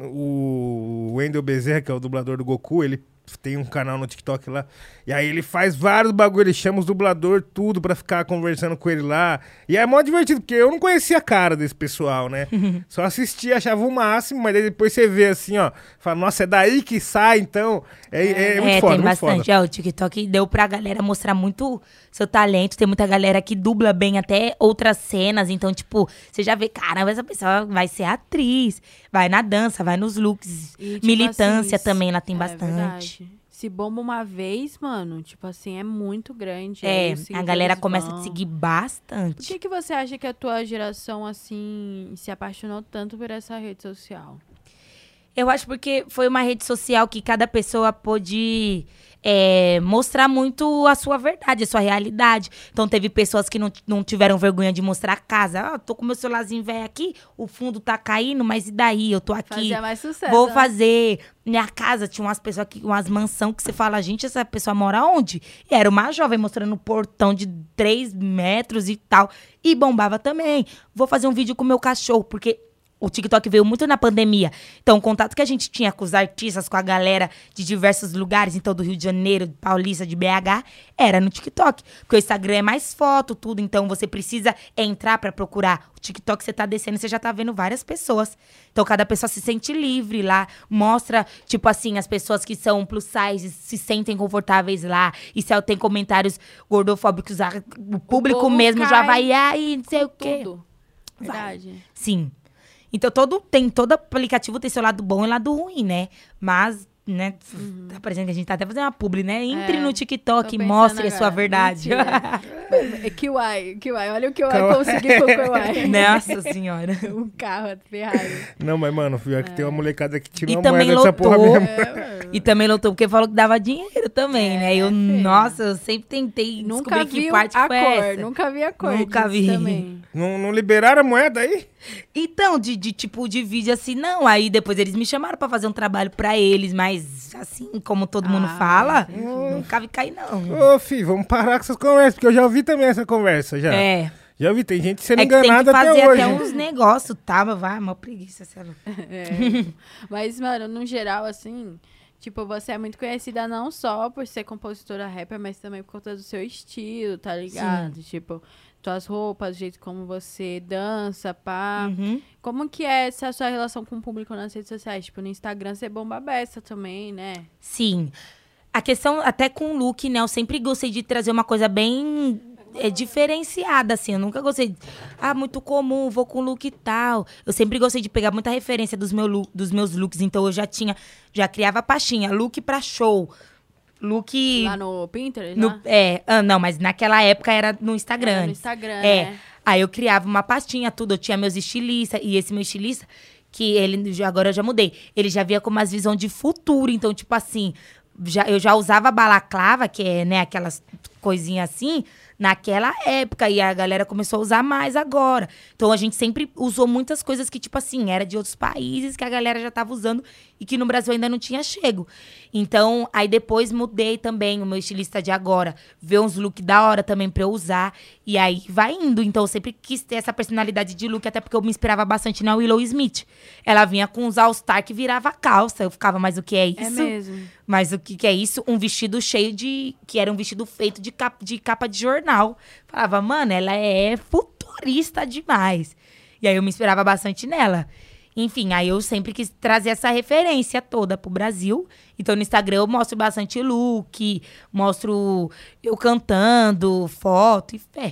O Wendel Bezerra, que é o dublador do Goku, ele tem um canal no TikTok lá. E aí ele faz vários bagulho, ele chama os dublador, tudo, pra ficar conversando com ele lá. E é mó divertido, porque eu não conhecia a cara desse pessoal, né? Só assistia, achava o máximo, mas aí depois você vê assim, ó. Fala, nossa, é daí que sai, então. É, é, é muito É, foda, tem muito bastante. foda. É, o TikTok deu pra galera mostrar muito seu talento. Tem muita galera que dubla bem até outras cenas. Então, tipo, você já vê, caramba, essa pessoa vai ser atriz. Vai na dança, vai nos looks. E, tipo Militância assim, também, ela tem é bastante. verdade. Se bomba uma vez, mano, tipo assim, é muito grande. É, aí os a seguidores galera começa a vão. te seguir Por bastante. que, que você acha que a tua geração, assim, se apaixonou tanto por essa rede social? Eu acho porque foi uma rede social que cada pessoa pôde é, mostrar muito a sua verdade, a sua realidade. Então, teve pessoas que não, não tiveram vergonha de mostrar a casa. Ah, tô com meu celularzinho velho aqui, o fundo tá caindo, mas e daí? Eu tô aqui. Fazia mais sucesso. Vou né? fazer. Minha casa tinha umas pessoas que, umas mansão que você fala, gente, essa pessoa mora onde? E era uma jovem mostrando um portão de três metros e tal. E bombava também. Vou fazer um vídeo com o meu cachorro, porque o TikTok veio muito na pandemia. Então, o contato que a gente tinha com os artistas, com a galera de diversos lugares, então do Rio de Janeiro, de Paulista, de B H, era no TikTok. Porque o Instagram é mais foto, tudo. Então, você precisa entrar pra procurar. O TikTok, você tá descendo, você já tá vendo várias pessoas. Então, cada pessoa se sente livre lá. Mostra, tipo assim, as pessoas que são plus size se sentem confortáveis lá. E se tem comentários gordofóbicos, a- o público povo mesmo já cai vai, ai, não sei o quê. Tudo. Verdade. Sim. Então, todo, tem, todo aplicativo tem seu lado bom e lado ruim, né? Mas, né, tá parecendo que a gente tá até fazendo uma publi, né? Entre É, no tô TikTok e pensando mostre a sua agora. verdade. Mentira. É Q I, Q I. Olha o que eu consegui com o Q I. Nossa senhora. Um carro, Ferrari. Não, mas, mano, pior que tem uma molecada que tira E uma também moeda dessa porra lotou. mesmo. É, E também lotou porque falou que dava dinheiro também, É, né? Eu, filha. nossa, eu sempre tentei nunca descobrir vi que parte a foi cor, essa. nunca vi a cor Nunca disso vi. também. Não, não liberaram a moeda aí? Então, de, de tipo de vídeo assim, não. Aí depois eles me chamaram pra fazer um trabalho pra eles, mas assim, como todo mundo Ah, fala, nunca vi cair, não. Ô, filho, vamos parar com essas conversas, porque eu já ouvi também essa conversa, já. É. Já ouvi, tem gente sendo É que tem que enganada fazer até hoje. até uns negócios, tá? Mas vai, uma preguiça, sei lá. É. Mas, mano, no geral, assim, tipo, você é muito conhecida não só por ser compositora rapper, mas também por conta do seu estilo, tá ligado? Tipo, tuas roupas, o jeito como você dança, pá. Uhum. Como que é essa sua relação com o público nas redes sociais? Tipo, no Instagram você bomba a beça também, né? Sim. A questão, até com o look, né? Eu sempre gostei de trazer uma coisa bem é, diferenciada, assim. Eu nunca gostei de, ah, muito comum, vou com look e tal. Eu sempre gostei de pegar muita referência dos, meu look, dos meus looks. Então, eu já tinha, já criava pastinha. Look pra show. Look... Lá no Pinterest, no- lá? é, ah, não, mas naquela época era no Instagram. Era no antes. Instagram, É. né? Aí eu criava uma pastinha, tudo. Eu tinha meus estilistas. E esse meu estilista, que ele já- agora eu já mudei. Ele já via com umas visão de futuro. Então, tipo assim, já, eu já usava balaclava, que é, né, aquelas coisinhas assim, naquela época. E a galera começou a usar mais agora. Então, a gente sempre usou muitas coisas que, tipo assim, era de outros países que a galera já tava usando e que no Brasil ainda não tinha chego. Então, aí depois mudei também o meu estilista de agora. Ver uns looks da hora também pra eu usar. E aí vai indo. Então, eu sempre quis ter essa personalidade de look, até porque eu me inspirava bastante na Willow Smith. Ela vinha com os All-Star que virava calça. Eu ficava, mas o que é isso? É mesmo. Mas o que, que é isso? Um vestido cheio de... Que era um vestido feito de capa de, capa de jornal. Falava, mano, ela é futurista demais. E aí eu me inspirava bastante nela. Enfim, aí eu sempre quis trazer essa referência toda pro Brasil. Então, no Instagram eu mostro bastante look, mostro eu cantando, foto e fé.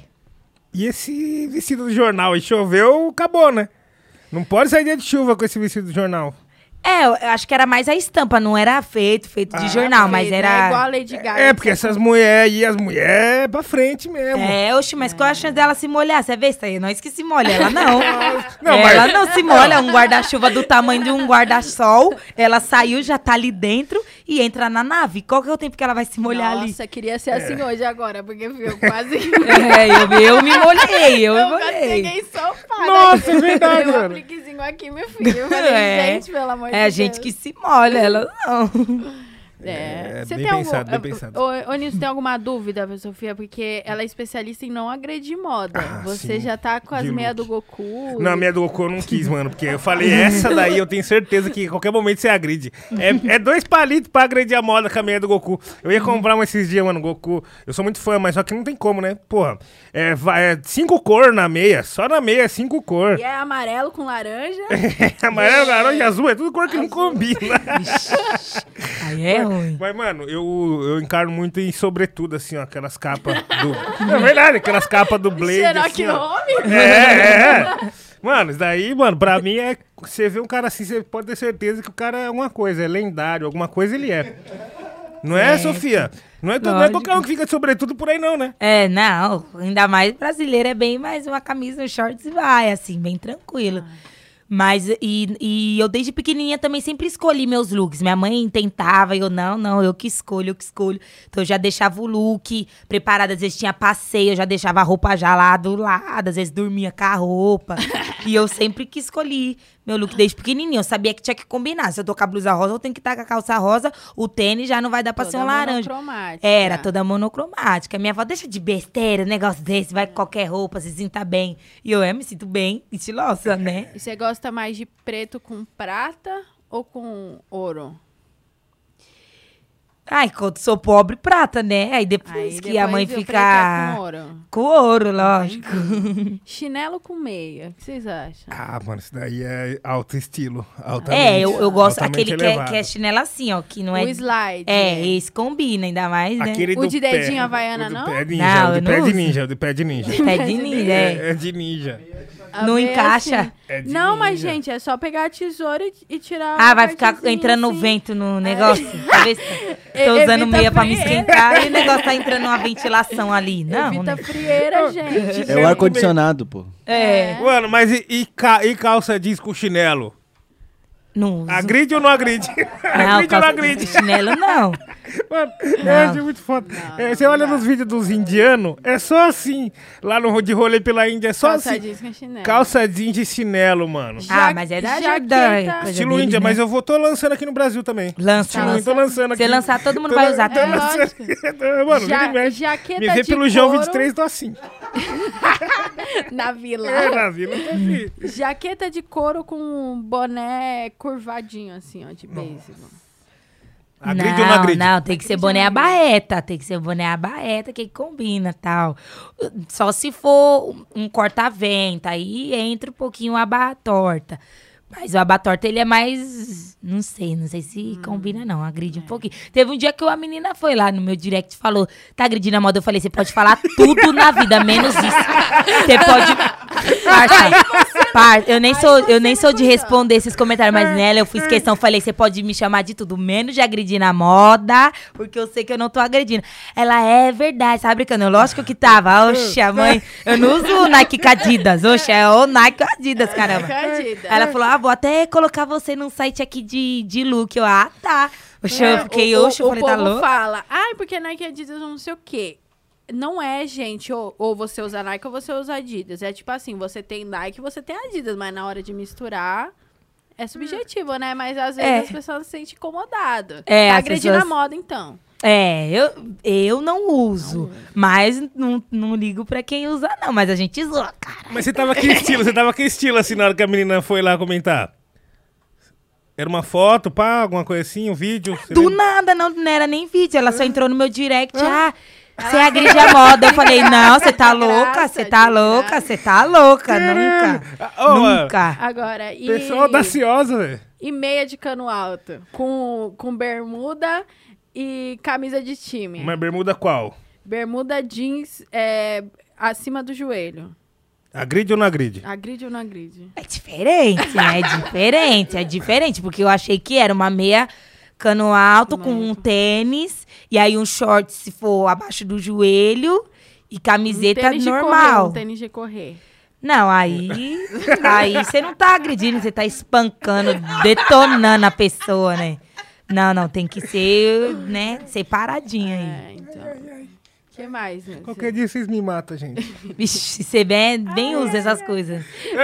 E esse vestido do jornal aí, choveu, acabou, né? Não pode sair dia de chuva com esse vestido do jornal. É, eu acho que era mais a estampa, não era feito, feito de Ah, jornal, mas Não é era... igual a Lady Gaga. É, porque essas mulheres aí, as mulheres pra frente mesmo. É, oxe, mas qual a chance dela se molhar? Você vê isso aí? Nós que se molha, ela não. Não, Ela mas- não se molha, um guarda-chuva do tamanho de um guarda-sol. Ela saiu, já tá ali dentro e entra na nave. Qual que é o tempo que ela vai se molhar ali? Nossa, queria ser assim hoje agora, porque viu, eu quase... É, eu, eu me molhei, eu, Eu me quase molhei. peguei sofá. Nossa, é verdade, Deu um mano. apliquezinho aqui, meu filho. Eu falei, É. gente, pelo amor de É a Deus. gente que se molha, ela não. É, Você bem tem pensado, algum... bem pensado. Ô, ô, Nilson, tem alguma dúvida pra Sofia? Porque ela é especialista em não agredir moda. Ah, Você sim. já tá com as De meias look. do Goku. Não, a minha do Goku eu não quis, mano. Porque eu falei, essa daí eu tenho certeza que a qualquer momento você agride. É, é dois palitos pra agredir a moda com a meia do Goku. Eu ia comprar uma esses dias, mano, Goku. Eu sou muito fã, mas só que não tem como, né? Porra, é, vai- é cinco cor na meia. Só na meia é cinco cor. E é amarelo com laranja. Amarelo, laranja e azul, é tudo cor que não combina. Aí é ruim. Mas, mano, eu, eu encarno muito em sobretudo, assim, ó, aquelas capas do... É verdade, aquelas capas do Blade, Xerox assim, ó. Home. É, é, é. Mano, isso daí, mano, pra mim é... Você vê um cara assim, você pode ter certeza que o cara é alguma coisa, é lendário, alguma coisa ele é. Não é, Certo. Sofia? Não é, todo, não é Lógico. qualquer um que fica de sobretudo por aí, não, né? É, não, ainda mais brasileiro, é bem mais uma camisa, um shorts e vai, assim, bem tranquilo. Mas, e, e eu desde pequenininha também sempre escolhi meus looks. Minha mãe tentava, e eu, não, não, eu que escolho, eu que escolho. Então eu já deixava o look preparado, às vezes tinha passeio, eu já deixava a roupa já lá do lado, às vezes dormia com a roupa. E eu sempre que escolhi meu look desde pequenininho. Eu sabia que tinha que combinar. Se eu tô com a blusa rosa, eu tenho que estar com a calça rosa, o tênis já não vai dar pra ser um laranja. monocromática. Era toda monocromática. Minha avó, deixa de besteira, um negócio desse, vai com qualquer roupa, se sinta bem. E eu, é, me sinto bem, estilosa, né? E você gosta mais de preto com prata ou com ouro? Ai, quando sou pobre, prata, né? Aí depois Aí que a mãe depois o fica... preto é com ouro. Com ouro, lógico. Chinelo com meia. O que vocês acham? Ah, mano, isso daí é alto estilo. Altamente, É, eu, eu gosto altamente aquele que é, elevado. que é chinelo assim, ó, que não é... O slide. É, né? esse combina ainda mais, né? Aquele O do de pé. dedinho havaiana, O do não? pé é ninja, Não, o eu de não pé de uso. ninja, o de pé de ninja. Pé de ninja, é. É, é de ninja. Não Abrir encaixa? assim. É de Não, mas, ninja. gente, é só pegar a tesoura e, e tirar Ah, a vai ficar partezinha entrando no assim. vento no negócio? Talvez E- tô usando evita meia pra me frieira. esquentar e o negócio tá entrando numa ventilação ali. Não, Evita né? frieira, gente. É o ar-condicionado, pô. É. Mano, mas e, e, ca- e calça jeans com chinelo? Não uso. Agride ou não agride? Não, agride ou não calça agride? de chinelo não. Mano, eu Não. acho muito foda. É, você olha nos vídeos dos indianos, é só assim. Lá no de rolê pela Índia, é só Calça assim. jeans com chinelo. Calça jeans e chinelo, mano. Ah, mas é da jaqueta- da coisa Estilo deles, Índia, né? mas eu vou, tô lançando aqui no Brasil também. Lança, Estilo lança. Índia, tô lançando aqui. Se lançar, todo mundo Tô vai lan- usar tô também. lançando. Mano, Ja- vira e mexe. jaqueta Me vê de pelo João couro. vinte e três, tô assim. Na vila. É, na vila, tô assim. Jaqueta de couro com um boné curvadinho, assim, ó, de beisebol. Agride ou não agride? Não, tem que ser boné abaeta. Tem que ser boné abaeta que combina tal. Só se for um corta-vento, aí entra um pouquinho o aba torta. Mas o aba torta, ele é mais... Não sei, não sei se combina não, agride um pouquinho. Teve um dia que uma menina foi lá no meu direct e falou, tá agredindo a moda? Eu falei, você pode falar tudo na vida, menos isso. Você pode... Parça, parça, eu nem sou, eu nem sou de responder esses comentários, mas nela eu fiz questão, falei, você pode me chamar de tudo, menos de agredir na moda, porque eu sei que eu não tô agredindo. Ela, é verdade, sabe brincando? Eu, lógico que tava. Oxe, a mãe, eu não uso Nike com Adidas. Oxe, é o Nike com Adidas, caramba. Adidas. Ela falou, ah, vou até colocar você num site aqui de, de look. Eu, ah, tá. Oxe, eu É, fiquei, o, oxe, eu o, falei, o tá povo louco? fala, ai, porque Nike e Adidas não sei o quê. Não é, gente, ou, ou você usa Nike ou você usa Adidas. É tipo assim, você tem Nike, você tem Adidas, mas na hora de misturar é subjetivo, né? Mas às vezes É. as pessoas se sentem incomodadas. É, tá as agredindo pessoas- a moda, então. É, eu, eu não uso, mas não, não ligo pra quem usa, não. Mas a gente zoa, cara. Mas você tava que estilo? Você tava que estilo assim na hora que a menina foi lá comentar? Era uma foto, pá, alguma coisa assim, um vídeo? Você Do lembra? nada, não, não era nem vídeo. Ela só entrou no meu direct. Ah, você agride a moda. Eu falei, não, você tá De louca, graça, você tá de louca, graça. você tá louca. Caralho. Nunca. Ah, ó, Nunca. Agora, e... Pessoal audaciosa, velho. E meia de cano alto, com, com bermuda e camisa de time. Mas bermuda qual? Bermuda jeans é, acima do joelho. Agride ou não agride? Agride ou não agride? É diferente, né? É diferente, é diferente. Porque eu achei que era uma meia cano alto com um tênis. E aí um short, se for abaixo do joelho. E camiseta Um tênis de normal. correr, um tênis de correr. Não, aí. Aí você não tá agredindo, você tá espancando, detonando a pessoa, né? Não, não, tem que ser, né? Separadinha aí. É, então. O que mais, né? Qualquer dia vocês me matam, gente. Vixe, você bem, bem usa essas coisas.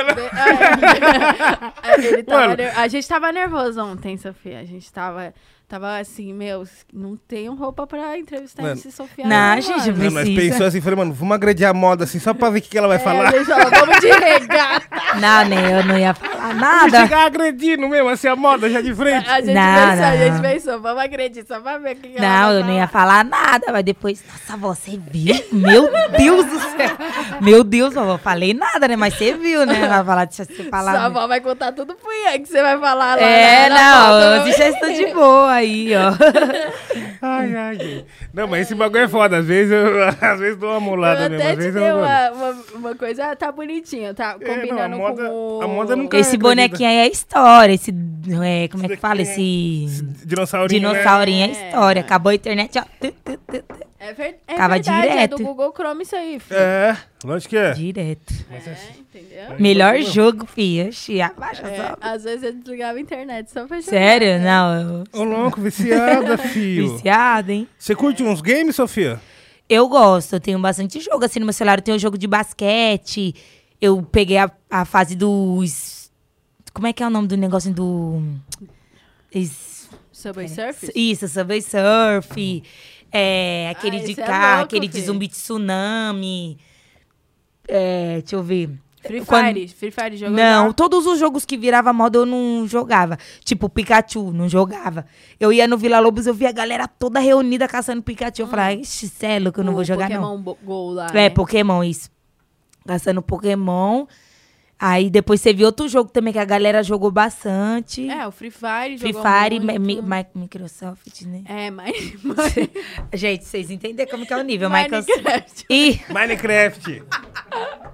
É, ele tava Mano. ner- A gente tava nervoso ontem, Sofia. A gente tava, tava assim, meu, não tenho roupa pra entrevistar Mano. esse Sofia. Não, não, gente, mano. Não, nós Precisa. pensamos assim, falei, mano, vamos agredir a moda assim, só pra ver o que, que ela vai É, falar. a gente falou, vamos de regata. Não, né? Eu não ia falar Vamos nada. chegar agredindo mesmo, assim, a moda já de frente. A gente Não, pensou, a não. gente pensou, vamos acreditar, só pra ver o que, que ela Não, vai eu não ia falar. falar nada, mas depois, nossa, você viu? Meu Deus do céu. Meu Deus, vovó, falei nada, né? Mas você viu, né? Vai falar, deixa você falar. Sua avó vai contar tudo pro Ian, que você vai falar lá. É, na- na não, foto. deixa isso de boa aí, ó. Ai, ai, gente. Não, mas esse bagulho é foda. Às vezes eu às vezes dou uma mulada Eu mesmo. até Às te vezes dei eu. uma, uma, uma coisa, ah, tá bonitinho, tá É, não, a combinando moda- com o... a moda nunca- Esse bonequinho aí é história, esse, é, como é que fala? daqui Esse Dinossaurinho. né? dinossaurinho é É. história. Acabou a internet, ó. Tu, tu, tu, tu. É, ver, é Tava verdade, é direto. do Google Chrome isso aí, filho. É, lógico que é. Direto. É, entendeu? Melhor jogo, filho. Oxi, abaixa É, só. às vezes eu desligava a internet só pra jogar. Sério? né? Não, eu... Ô, louco, viciada, filho. Viciada, hein? Você curte uns games, Sofia? Eu gosto, eu tenho bastante jogo. Assim, no meu celular eu tenho jogo de basquete. Eu peguei a, a fase dos... Como é que é o nome do negócio do... Es- Subway Surf? Isso, Subway Surf. É, aquele Ah, de esse é carro, louco, aquele de filho. zumbi de tsunami. É, deixa eu ver. Free Quando- Fire, Free Fire jogou Não, já? todos os jogos que virava moda eu não jogava. Tipo, Pikachu, não jogava. Eu ia no Vila Lobos, eu via a galera toda reunida caçando Pikachu. Eu falava, ixi, cê é louco, eu não O vou jogar não. Pokémon Bo- Go lá, É, né? Pokémon, isso. Caçando Pokémon. Aí depois você viu outro jogo também que a galera jogou bastante. É, o Free Fire Free jogou Fire, muito. Mi- Mi- Microsoft, né? É, mas... mas- Gente, vocês entenderam como que é o nível. Microsoft. Minecraft. E Minecraft.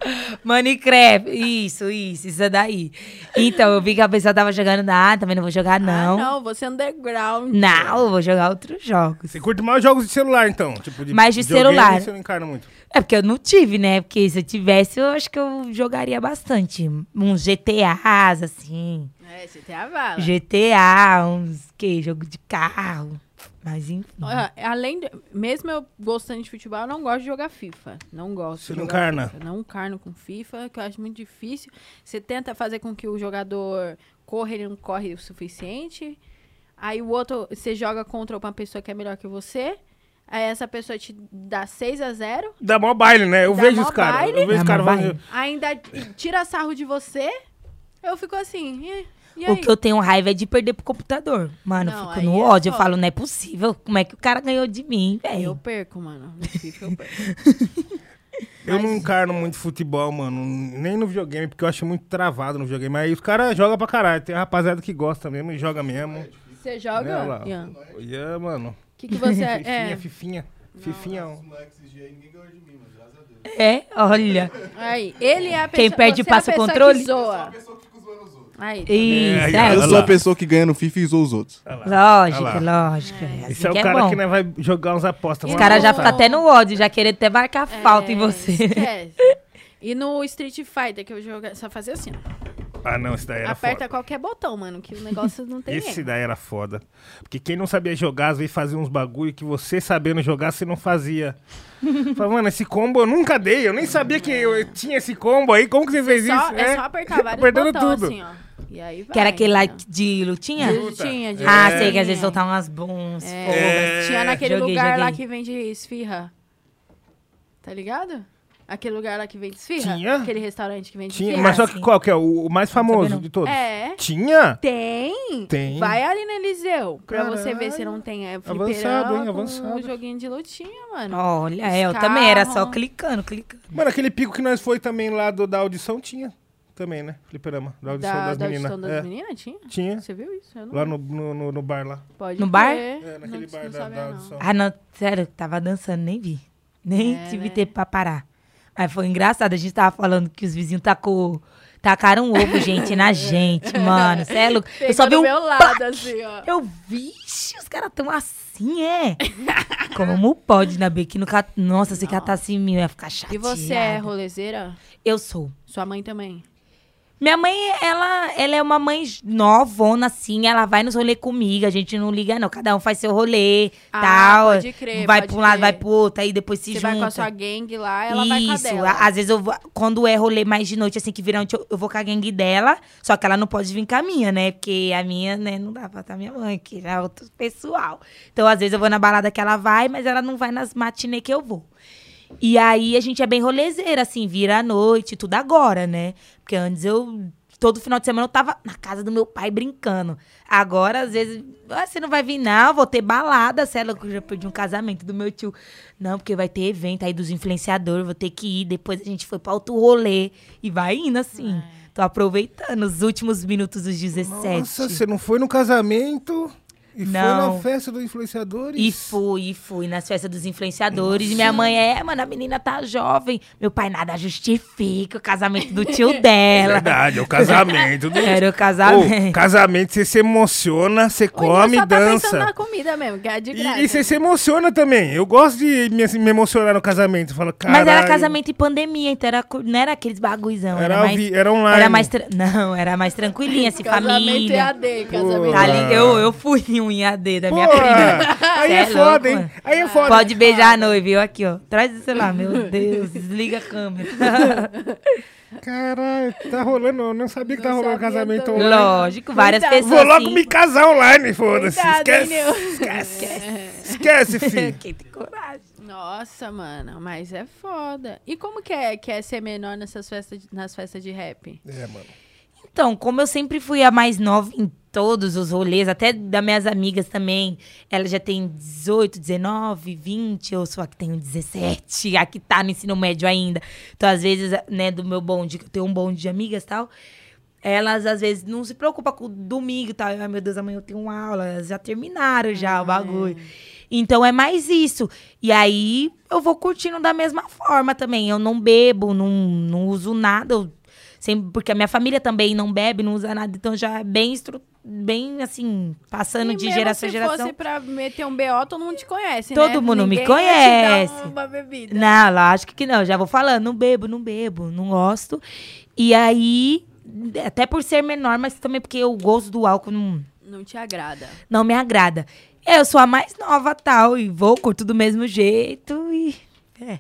Minecraft, isso, isso, isso daí. Então, eu vi que a pessoa tava jogando, ah, também não vou jogar, não. Ah, não, você é underground. Não, eu vou jogar outros jogos. Você curte mais jogos de celular, então? Tipo, de Mais de videogame, celular. Você não encarna muito. É porque eu não tive, né? Porque se eu tivesse, eu acho que eu jogaria bastante. Uns G T As, assim. É, você tem a vala. G T A, uns, que, jogo de carro. Mas enfim. Olha, além de, mesmo eu gostando de futebol, eu não gosto de jogar FIFA. Não gosto. Você de não jogar carna? FIFA. Não carno com FIFA, que eu acho muito difícil. Você tenta fazer com que o jogador corra, ele não corre o suficiente. Aí o outro, você joga contra uma pessoa que é melhor que você. Aí essa pessoa te dá seis a zero. Dá mó baile, né? Eu Dá vejo mó os caras. baile. Eu vejo Dá os mó caras baile. fazendo. Ainda tira sarro de você. Eu fico assim, e, e aí? O que eu tenho raiva é de perder pro computador. Mano, Não, eu fico aí no é ódio. Eu foda. falo, não é possível. Como é que o cara ganhou de mim, Eu velho? perco, mano. No FIFA eu perco. Eu não Mas- encarno muito futebol, mano. Nem no videogame, porque eu acho muito travado no videogame. Aí os caras jogam pra caralho. Tem a rapaziada que gosta mesmo e joga mesmo. Você Né, joga? lá. Ian? Olha, mano. O que, que você é? Fifinha, é. fifinha. Fifinha. Os moleques esses dias aí, ninguém ganhou de mim, mas graças a Deus. É, olha. Aí, ele é a pessoa. Quem perde você passa é a o pessoa controle? Que Eu sou zoa. a pessoa que fica zoando os outros. Aí, Isso, É, é. olha Eu sou lá. a pessoa que ganha no FIFA e zoa os outros. Lógico, Olha lógico. É. Assim Esse é o que cara bom. que né, vai jogar uns apostas. Os E caras já no- ficam até no ódio, já querendo até marcar É, falta em você. Esquece. E no Street Fighter, que eu jogo, só fazia assim, ó. Ah, não, esse daí era Aperta foda. qualquer botão, mano, que o negócio não tem Esse erro. daí era foda. Porque quem não sabia jogar, às vezes fazia uns bagulho que você sabendo jogar, você não fazia. Fala, mano, esse combo eu nunca dei. Eu nem sabia que eu tinha esse combo aí. Como que você fez Só, isso? é só apertar vários Apertando botões, tudo. assim, ó. E aí vai. Que era aquele lá entendeu? de lutinha? De Luta. lutinha, de Ah, lutinha. sei que às vezes soltar umas bons É, fogos. Tinha naquele Joguei, lugar lá joguei. que vende esfirra. Tá ligado? Aquele lugar lá que vende esfirra. Tinha? Aquele restaurante que vende Tinha, esfirra. mas só Ah, que sim. qual que é? O, o mais famoso sabia não. de todos? É. Tinha? Tem. Tem. Vai ali no Eliseu. Pra você ver se Caralho. não tem. É Avançado, fliperama hein? com Avançado. um joguinho de lutinha, mano. Olha, Os é, eu também era só carros. clicando, clicando. Mano, aquele pico que nós foi também lá do, da audição tinha. Também, né? Fliperama. Da audição Da, das da meninas. audição das É, meninas? Tinha? Tinha. Você viu isso? Eu não Lá no, no, no, no bar lá. Pode No bar? crer. É, naquele Não- bar não da, sabia, da não. audição. Ah, não, sério, tava dançando, nem vi. Nem É, tive né? tempo pra parar. Mas foi engraçado, a gente tava falando que os vizinhos tacou, tacaram um ovo, gente, na gente, mano. Cê é louco. Eu só vi Pegou um do meu lado, assim, ó. Eu vi, os caras tão assim, é? Como pode, ainda bem que no cat... Nossa, se catasse em mim, eu ia ficar chateada. E você é rolezeira? Eu sou. Sua mãe também? Minha mãe, ela, ela é uma mãe novona, assim, ela vai nos rolês comigo, a gente não liga, não. Cada um faz seu rolê, Ah, tal. pode crer, Vai pode pra um lado, crer. vai pro outro, aí depois se Você junta. vai com a sua gangue lá, ela vai com a Isso, dela. às vezes eu vou, quando é rolê mais de noite, assim, que vira noite, eu, eu vou com a gangue dela, só que ela não pode vir com a minha, né? Porque a minha, né, não dá pra estar minha mãe, que já é outro pessoal. Então, às vezes eu vou na balada que ela vai, mas ela não vai nas matinê que eu vou. E aí a gente é bem rolezeira, assim, vira à noite, tudo agora, né? Porque antes eu, todo final de semana eu tava na casa do meu pai brincando. Agora, às vezes, ah, você não vai vir não, vou ter balada, sei lá, eu já perdi um casamento do meu tio. Não, porque vai ter evento aí dos influenciadores, vou ter que ir. Depois a gente foi pra outro rolê e vai indo, assim. Tô aproveitando os últimos minutos dos dezessete. Nossa, você não foi no casamento e foi Não. na festa dos influenciadores? E fui, e fui nas festas dos influenciadores. E minha mãe é, mano, a menina tá jovem. Meu pai nada justifica o casamento do tio dela. Verdade, é o casamento. Do... Era o Ô, casamento. casamento, você se emociona, você O Ian come e só tá pensando dança. na comida mesmo, que é de graça. E, e você se emociona também. Eu gosto de me, me emocionar no casamento. Falo, Mas era caralho. casamento e pandemia, então era, cu- não era aqueles bagulhão. Era, Era, mais, vi- era online. era mais tra- Não, era mais tranquilinha, assim, Casamento família. E A D, casamento Tá E A D. ali, eu, eu fui em um I A D da minha Pô, prima. aí Cê é, é foda, louco, hein? mano. Aí é foda. Pode beijar a noiva, eu aqui, ó. Traz o celular, meu Deus, desliga a câmera. Caralho, tá rolando. Eu não sabia que tá Não rolando sabia casamento também. online. Lógico, várias Cuidado. pessoas Vou logo assim. me casar online, foda-se. Cuidado, Esquece, hein, Nil? esquece, esquece, filho. Quem tem coragem. Nossa, mano, mas é foda. E como que é, que é ser menor nessas festas, de- nas festas de rap? É, mano. Então, como eu sempre fui a mais nova em todos os rolês, até das minhas amigas também, ela já tem dezoito, dezenove, vinte, eu sou a que tenho dezessete, a que tá no ensino médio ainda. Então, às vezes, né, do meu bonde, que eu tenho um bonde de amigas e tal, elas, às vezes, não se preocupam com o domingo e tal. Ai, meu Deus, amanhã eu tenho uma aula. Elas já terminaram já o bagulho. Então é mais isso. E aí eu vou curtindo da mesma forma também. Eu não bebo, não, não uso nada. Eu sempre, porque a minha família também não bebe, não usa nada. Então já é bem, estru, bem assim, passando E de mesmo geração em se geração. fosse pra meter um B O, todo mundo te conhece, Todo né? mundo me Ninguém ia te conhece. dar uma bebida. Não, lógico que não. Já vou falando, não bebo, não bebo, não gosto. E aí, até por ser menor, mas também porque o gosto do álcool não, Não te agrada. não me agrada. Eu sou a mais nova tal, e vou, curto do mesmo jeito e... É,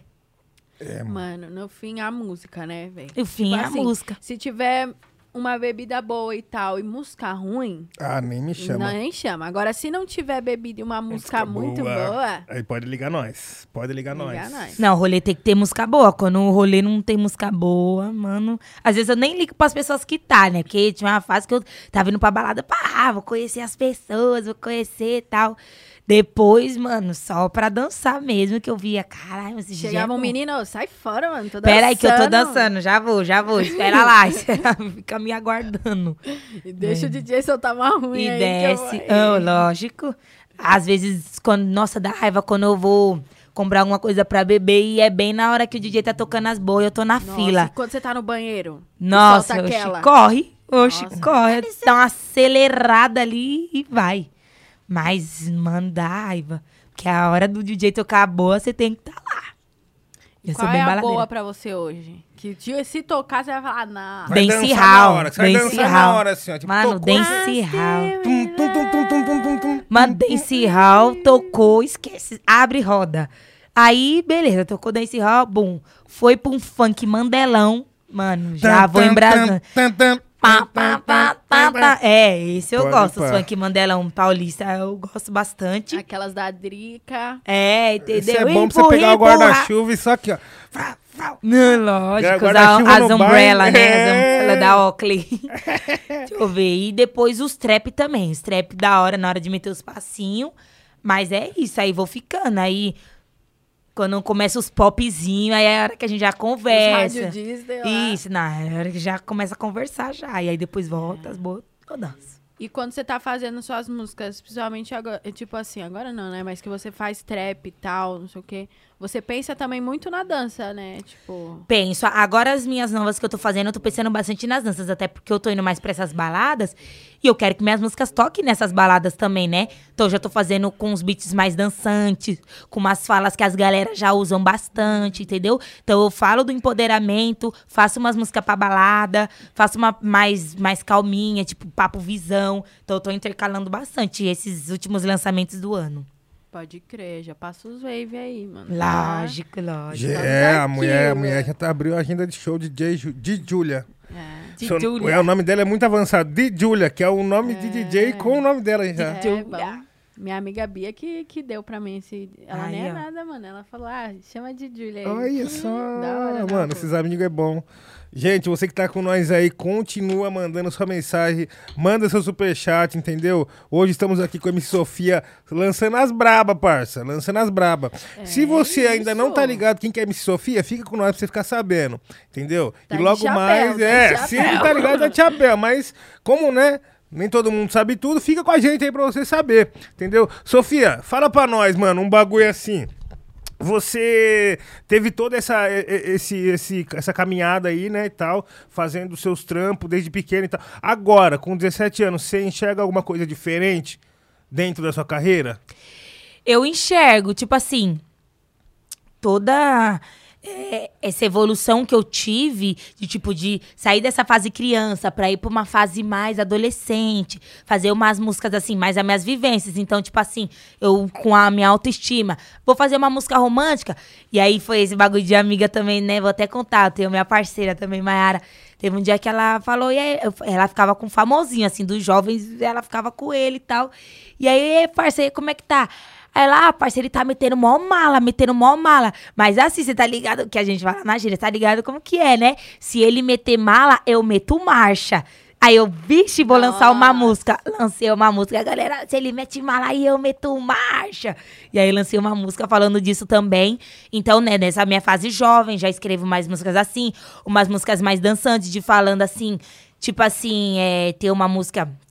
É, mano. Mano, no fim, a música, né, velho? o fim é a assim, música. Se tiver uma bebida boa e tal, e música ruim, Ah, nem me chama. não, nem chama. Agora, se não tiver bebida e uma música muito boa, Aí pode ligar nós. Pode ligar, liga nós. nós. Não, o rolê tem que ter música boa. Quando o rolê não tem música boa, mano... Às vezes eu nem ligo pras pessoas que tá, né? Porque tinha uma fase que eu tava indo pra balada, pá, vou conhecer as pessoas, vou conhecer e tal. Depois, mano, só pra dançar mesmo, que eu via, caralho, esse dia é Chegava um bom. menino, ô, sai fora, mano, tô dançando. Pera aí que eu tô dançando, já vou, já vou. Espera lá, fica me aguardando. E deixa o D J soltar uma ruim E aí. desce, Que eu... oh, lógico. Às vezes, quando, nossa, dá raiva quando eu vou comprar alguma coisa pra beber e é bem na hora que o D J tá tocando as boas, eu tô na Nossa, fila. e quando você tá no banheiro, Nossa, solta oxi, aquela. corre, oxi, Nossa. corre. Dá uma acelerada ali e vai. Mas, mano, dá raiva. Porque a hora do D J tocar a boa, você tem que estar tá lá. Eu Qual sou bem é a baladeira. boa pra você hoje? Que dia, se tocar, você vai falar, não. Vai Dance dançar na hall, hora, você vai dance dançar na hall. hora, assim, ó. Tipo, Mano, tocou, dance hall. tum, tum, tum, tum, tum, tum, tum, tum. Mano, dance hall, tocou, esquece, abre e roda. Aí, beleza, tocou dance hall, bum. Foi pra um funk mandelão. Mano, já Tan, vou tan, embrasando. tan, tan, Pá, tan, pá, tan, pá, tan, pá, tan. pá. É, esse eu Pode gosto. pá. Os funk mandelão paulista, eu gosto bastante. Aquelas da Drica. É, entendeu? Isso é bom pra você Empurra, pegar o empurra. guarda-chuva e só aqui, ó. Frau, frau. Não, lógico, as, Guarda-chuva as no umbrella, baile. né? As É. umbrella da Oakley. Deixa eu ver. E depois os trap também. Os trap da hora, na hora de meter os passinhos. Mas é isso, aí vou ficando. Aí, quando começa os popzinhos, aí é a hora que a gente já Os conversa. rádio Disney lá. Isso, não, é a hora que já começa a conversar já. E aí depois volta as boas, eu danço. E quando você tá fazendo suas músicas, principalmente agora, é tipo assim, agora não, né? Mas que você faz trap e tal, não sei o quê. Você pensa também muito na dança, né? Tipo... Penso, agora as minhas novas que eu tô fazendo, eu tô pensando bastante nas danças, até porque eu tô indo mais pra essas baladas e eu quero que minhas músicas toquem nessas baladas também, né? Então eu já tô fazendo com os beats mais dançantes, com umas falas que as galera já usam bastante, entendeu? Então eu falo do empoderamento, faço umas músicas pra balada, faço uma mais, mais calminha, tipo papo visão. Então eu tô intercalando bastante esses últimos lançamentos do ano. Pode crer, já passa os wave aí, mano. Lógico, lógico. É, a daqui, mulher, a né? mulher já tá, abriu a agenda de show de D J Ju- de Julia. É. De Seu- Julia. é, o nome dela é muito avançado. De Julia, que é o nome de D J com o nome dela já. É, Julia. bom. Minha amiga Bia que, que deu pra mim esse... Ela Aí, nem é ó. nada, mano. Ela falou, ah, chama de Julia aí. Olha só. Da hora, não, Mano, pô. esses amigos é bom. Gente, você que tá com nós aí, continua mandando sua mensagem, manda seu superchat, entendeu? Hoje estamos aqui com a M C Sofia lançando as braba, parça, lançando as braba. Se você ainda não tá isso. ligado quem que é a M C Sofia, fica com nós pra você ficar sabendo, entendeu? Tá e de logo chapéu, mais, tá de é, chapéu. se não tá ligado, tá de chapéu, mas como, né? Nem todo mundo sabe tudo, fica com a gente aí pra você saber, entendeu? Sofia, fala pra nós, mano, um bagulho assim. Você teve toda essa, e- e- esse, esse, essa caminhada aí, né, e tal, fazendo seus trampos desde pequeno e tal. Agora, com dezessete anos, você enxerga alguma coisa diferente dentro da sua carreira? Eu enxergo, tipo assim, toda é, essa evolução que eu tive, de tipo, de sair dessa fase criança pra ir pra uma fase mais adolescente, fazer umas músicas assim, mais as minhas vivências. Então, tipo assim, eu com a minha autoestima, vou fazer uma música romântica, e aí foi esse bagulho de amiga também, né, vou até contar, eu tenho minha parceira também, Mayara. Teve um dia que ela falou, e aí, eu- ela ficava com um famosinho, assim, dos jovens, ela ficava com ele e tal. E aí, parceiro, como é que tá? Aí lá, parceiro, ele tá metendo mó mala, metendo mó mala. Mas assim, você tá ligado, que a gente fala na gíria, tá ligado como que é, né? Se ele meter mala, eu meto marcha. Aí eu, vixe, vou lançar uma Nossa. música. Lancei uma música, galera, se ele mete mala aí, eu meto marcha. E aí lancei uma música falando disso também. Então, né, nessa minha fase jovem, já escrevo mais músicas assim, umas músicas mais dançantes, de falando assim, tipo assim, é, tem uma música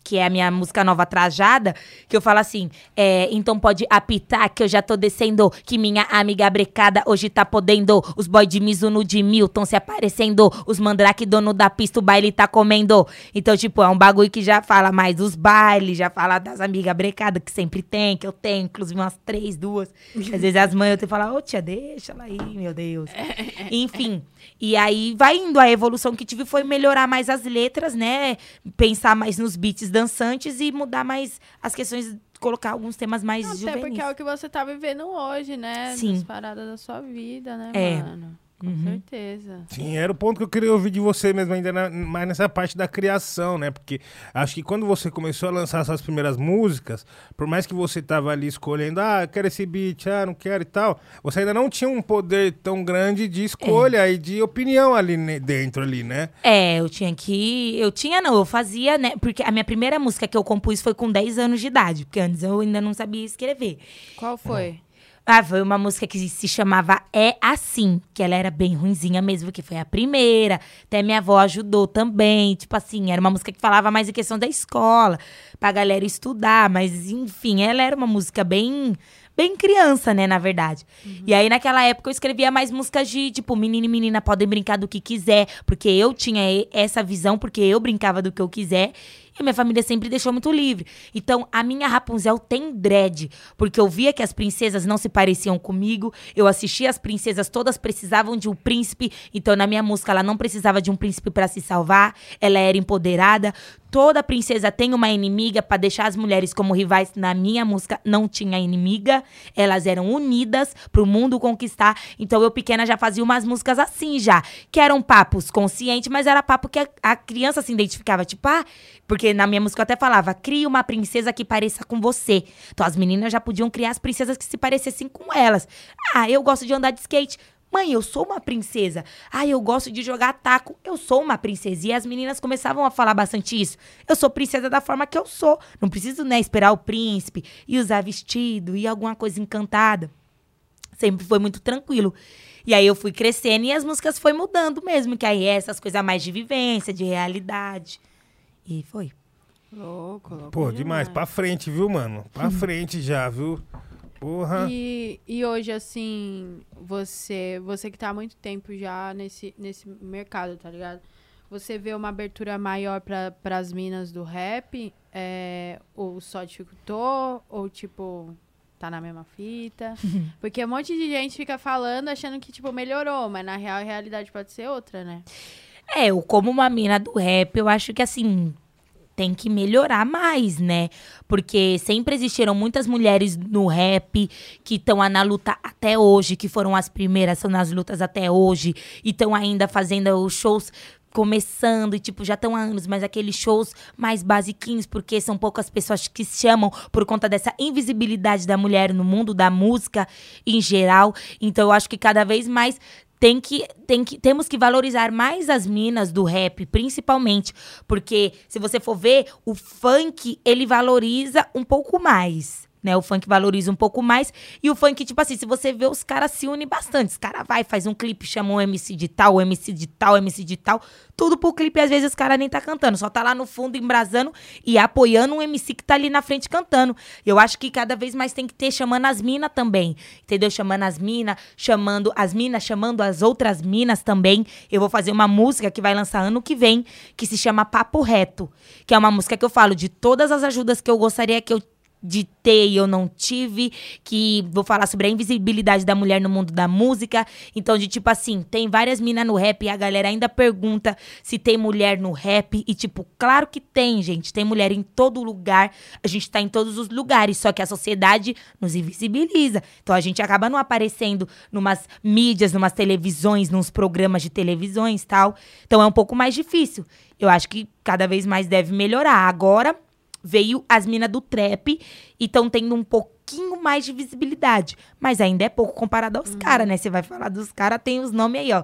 que é a minha música nova Trajada, que eu falo assim, é, então pode apitar que eu já tô descendo, que minha amiga brecada hoje tá podendo, os boy de Mizuno de Milton se aparecendo, os mandrake dono da pista, o baile tá comendo. Então, tipo, é um bagulho que já fala mais dos bailes, já fala das amigas brecadas, que sempre tem, que eu tenho, inclusive umas três, duas. Às vezes as mães eu tenho que falar, ô tia, deixa ela aí, meu Deus. Enfim, e aí vai indo, a evolução que tive foi melhorar mais as letras, né, pensar mais nos beats dançantes e mudar mais as questões, colocar alguns temas mais Até juvenis. porque é o que você tá vivendo hoje, né? Sim. As paradas da sua vida, né, É. mano? Com Uhum. certeza. Sim, era o ponto que eu queria ouvir de você mesmo, ainda na- mais nessa parte da criação, né? Porque acho que quando você começou a lançar suas primeiras músicas, por mais que você tava ali escolhendo, ah, eu quero esse beat, ah, não quero e tal, você ainda não tinha um poder tão grande de escolha e de opinião ali ne- dentro ali, né? É, eu tinha que... Eu tinha, não, eu fazia, né? Porque a minha primeira música que eu compus foi com dez anos de idade. Porque antes eu ainda não sabia escrever. Qual foi? Ah, foi uma música que se chamava É Assim. Que ela era bem ruinzinha mesmo, que foi a primeira. Até minha avó ajudou também. Tipo assim, era uma música que falava mais em questão da escola. Pra galera estudar. Mas, enfim, ela era uma música bem... Bem criança, né, na verdade. Uhum. E aí, naquela época, eu escrevia mais músicas de, tipo, menino e menina podem brincar do que quiser. Porque eu tinha essa visão, porque eu brincava do que eu quiser. E a minha família sempre deixou muito livre. Então, a minha Rapunzel tem dread. Porque eu via que as princesas não se pareciam comigo. Eu assistia as princesas, todas precisavam de um príncipe. Então, na minha música, ela não precisava de um príncipe pra se salvar. Ela era empoderada. Toda princesa tem uma inimiga pra deixar as mulheres como rivais. Na minha música, não tinha inimiga. Elas eram unidas pro mundo conquistar. Então, eu pequena já fazia umas músicas assim já. Que eram papos conscientes, mas era papo que a, a criança se identificava. Tipo, ah... Porque na minha música eu até falava, crie uma princesa que pareça com você. Então as meninas já podiam criar as princesas que se parecessem com elas. Ah, eu gosto de andar de skate. Mãe, eu sou uma princesa. Ah, eu gosto de jogar taco. Eu sou uma princesa. E as meninas começavam a falar bastante isso. Eu sou princesa da forma que eu sou. Não preciso, né, esperar o príncipe e usar vestido e alguma coisa encantada. Sempre foi muito tranquilo. E aí eu fui crescendo e as músicas foi mudando mesmo. Que aí é essas coisas mais de vivência, de realidade. E foi. Louco, louco. Pô, demais. Pra frente, viu, mano? Pra frente já, viu? Porra. E, e hoje, assim, você, você que tá há muito tempo já nesse, nesse mercado, tá ligado? Você vê uma abertura maior pra, pras minas do rap? É, ou só dificultou? Ou, tipo, tá na mesma fita? Porque um monte de gente fica falando, achando que, tipo, melhorou. Mas, na real, a realidade pode ser outra, né? É, eu como uma mina do rap, eu acho que, assim, tem que melhorar mais, né? Porque sempre existiram muitas mulheres no rap que estão na luta até hoje, que foram as primeiras, são nas lutas até hoje, e estão ainda fazendo os shows começando, e tipo, já estão há anos, mas aqueles shows mais basiquinhos, porque são poucas pessoas que se chamam por conta dessa invisibilidade da mulher no mundo da música em geral. Então, eu acho que cada vez mais... Tem que, tem que, temos que valorizar mais as minas do rap, principalmente. Porque, se você for ver, o funk, ele valoriza um pouco mais. Né? O funk valoriza um pouco mais. E o funk, tipo assim, se você vê, os caras se unem bastante. Os caras vai, faz um clipe, chama um M C de tal, um M C de tal, M C de tal. Tudo pro clipe, às vezes os caras nem tá cantando. Só tá lá no fundo, embrasando e apoiando um M C que tá ali na frente cantando. Eu acho que cada vez mais tem que ter chamando as minas também. Entendeu? Chamando as minas, chamando as minas, chamando as outras minas também. Eu vou fazer uma música que vai lançar ano que vem, que se chama Papo Reto. Que é uma música que eu falo de todas as ajudas que eu gostaria que eu de ter e eu não tive, que vou falar sobre a invisibilidade da mulher no mundo da música. Então, de tipo assim, tem várias minas no rap e a galera ainda pergunta se tem mulher no rap. E tipo, claro que tem, gente. Tem mulher em todo lugar. A gente tá em todos os lugares, só que a sociedade nos invisibiliza. Então, a gente acaba não aparecendo numas mídias, numas televisões, nos programas de televisões e tal. Então, é um pouco mais difícil. Eu acho que cada vez mais deve melhorar. Agora... Veio as minas do trap e estão tendo um pouquinho mais de visibilidade. Mas ainda é pouco comparado aos uhum. caras, né? Você vai falar dos caras, tem os nomes aí, ó.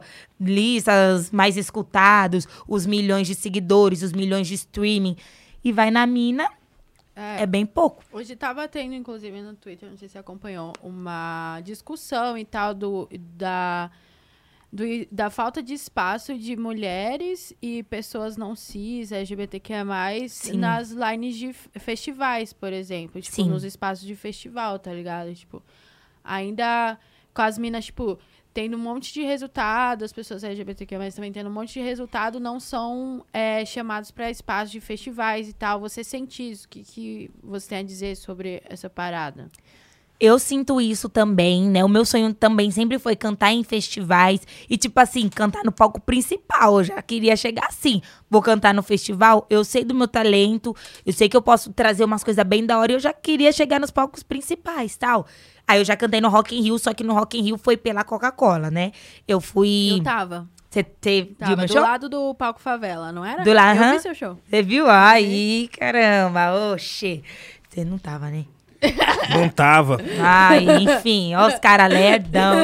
Listas mais escutados, os milhões de seguidores, os milhões de streaming. E vai na mina, é, é bem pouco. Hoje tava tendo, inclusive, no Twitter, não sei se você acompanhou, uma discussão e tal do, da... do, da falta de espaço de mulheres e pessoas não cis, L G B T Q I mais, Sim. nas lines de f- festivais, por exemplo. Tipo, Sim. nos espaços de festival, tá ligado? Tipo, ainda com as minas, tipo, tendo um monte de resultado, as pessoas L G B T Q I mais também tendo um monte de resultado, não são é, chamados para espaços de festivais e tal. Você sente isso? O que, que você tem a dizer sobre essa parada? Eu sinto isso também, né? O meu sonho também sempre foi cantar em festivais e, tipo assim, cantar no palco principal. Eu já queria chegar assim. Vou cantar no festival, eu sei do meu talento, eu sei que eu posso trazer umas coisas bem da hora e eu já queria chegar nos palcos principais, tal. Aí eu já cantei no Rock in Rio, só que no Rock in Rio foi pela Coca-Cola, né? Eu fui... Eu tava. Você teve Tava meu do show? lado do palco Favela, não era? Do lado, Eu aham. vi seu show. Você viu? Aí, caramba, oxê. Você não tava, né? Não tava. Ai, enfim, ó os caras lerdão.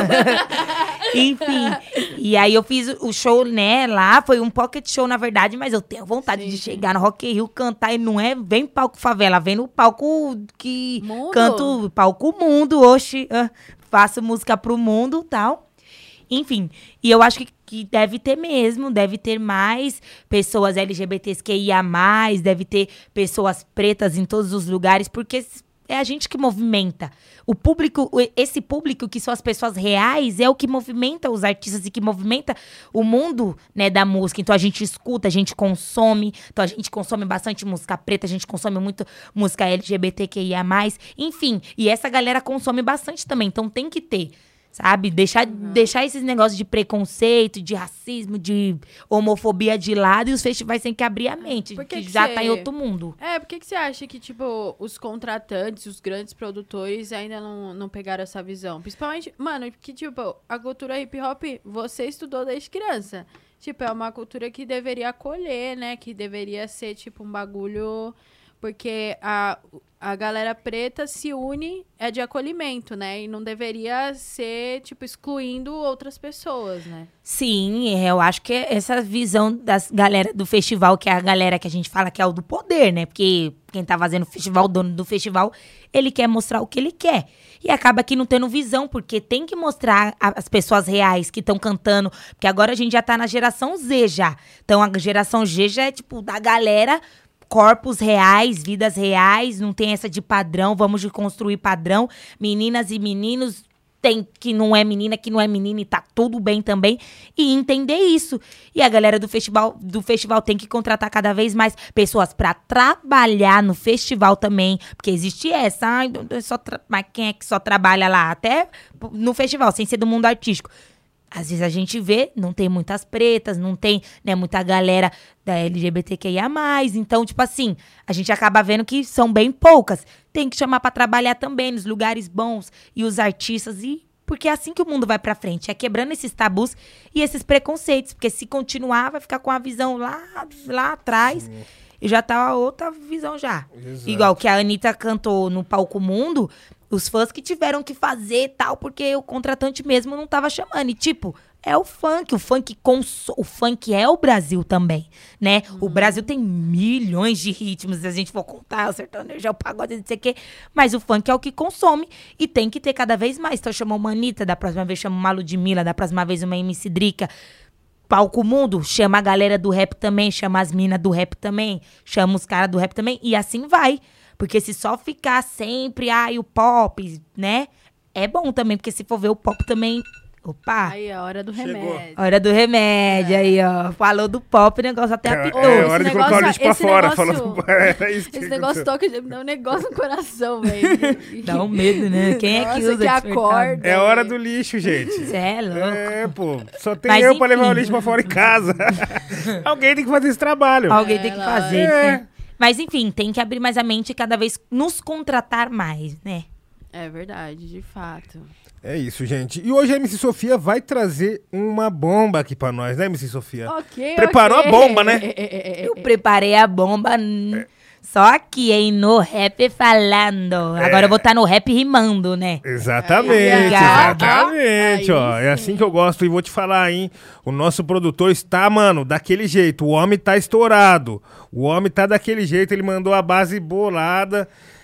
Enfim, e aí eu fiz o show, né, lá, foi um pocket show, na verdade, mas eu tenho vontade Sim, de sim. chegar no Rock in Rio, cantar, e não é vem palco favela, vem no palco que Mundo? canto, palco mundo, oxe, ah, faço música pro mundo e tal. Enfim, e eu acho que, que deve ter mesmo, deve ter mais pessoas L G B T Q I A mais, deve ter pessoas pretas em todos os lugares, porque é a gente que movimenta. O público, o- esse público que são as pessoas reais, é o que movimenta os artistas e que movimenta o mundo, né, da música. Então a gente escuta, a gente consome. Então a gente consome bastante música preta, a gente consome muito música L G B T Q I A mais. Enfim, e essa galera consome bastante também. Então tem que ter, sabe? Deixar, deixar esses negócios de preconceito, de racismo, de homofobia de lado. E os festivais têm que abrir a mente, Por que que, que já cê- tá em outro mundo. É, por que, que você acha que, tipo, os contratantes, os grandes produtores ainda não, não pegaram essa visão? Principalmente, mano, que, tipo, a cultura hip hop, você estudou desde criança. Tipo, é uma cultura que deveria acolher, né? Que deveria ser, tipo, um bagulho... Porque a, a galera preta se une, é de acolhimento, né? E não deveria ser, tipo, excluindo outras pessoas, né? Sim, é, eu acho que é essa visão das galera do festival, que é a galera que a gente fala que é o do poder, né? Porque quem tá fazendo o festival, o dono do festival, ele quer mostrar o que ele quer. E acaba aqui não tendo visão, porque tem que mostrar a- as pessoas reais que estão cantando. Porque agora a gente já tá na geração Z já. Então a geração G já é, tipo, da galera... Corpos reais, vidas reais, não tem essa de padrão, vamos de construir padrão. Meninas e meninos, tem que não é menina, que não é menina e tá tudo bem também. E entender isso. E a galera do festival, do festival tem que contratar cada vez mais pessoas pra trabalhar no festival também. Porque existe essa, ai, eu só tra- mas quem é que só trabalha lá? Até no festival, sem ser do mundo artístico. Às vezes a gente vê, não tem muitas pretas, não tem, né, muita galera da L G B T Q I A mais. Então, tipo assim, a gente acaba vendo que são bem poucas. Tem que chamar pra trabalhar também nos lugares bons e os artistas. E porque é assim que o mundo vai pra frente. É quebrando esses tabus e esses preconceitos. Porque se continuar, vai ficar com a visão lá, lá atrás. E já tá outra visão já. Exato. Igual que a Anitta cantou no Palco Mundo, os fãs que tiveram que fazer tal, porque o contratante mesmo não tava chamando. E, tipo, é o funk. O funk, conso- o funk é o Brasil também, né? O Brasil tem milhões de ritmos, se a gente for contar, o sertanejo, é o pagode, não sei o quê. Mas o funk é o que consome e tem que ter cada vez mais. Então, chamou uma Anitta, da próxima vez chama uma Ludmilla, da próxima vez uma M C Drica. Palco Mundo, chama a galera do rap também, chama as minas do rap também, chama os caras do rap também, e assim vai. Porque se só ficar sempre, ai, o pop, né? É bom também, porque se for ver o pop também... Opa! Aí, a hora do Chegou. remédio. Hora do remédio, aí, ó. Falou do pop, o negócio até É, apitou. é Esse hora de colocar o negócio- lixo pra esse fora. negócio- Falando... É isso que Esse negócio aconteceu. toca, dá um negócio no coração, velho. Dá um medo, né? Quem é que Nossa, usa que despertador? acorda. É hora do lixo, gente. Cê é louco. É, pô. Só tem Mas eu pra levar o enfim. lixo pra fora em casa. Alguém tem que fazer esse trabalho. Alguém tem que Ela- fazer, É. né? Mas enfim, tem que abrir mais a mente e cada vez nos contratar mais, né? É verdade, de fato. É isso, gente. E hoje a M C Sofia vai trazer uma bomba aqui pra nós, né, M C Sofia? Ok, Preparou ok. a bomba, né? Eu preparei a bomba n- só aqui, hein, no rap falando. Agora eu vou estar no rap rimando, né? Exatamente, Aí, exatamente, aí ó. É sim. assim que eu gosto. E vou te falar, hein? O nosso produtor está, mano, daquele jeito. O homem tá estourado. O homem tá daquele jeito. Ele mandou a base bolada.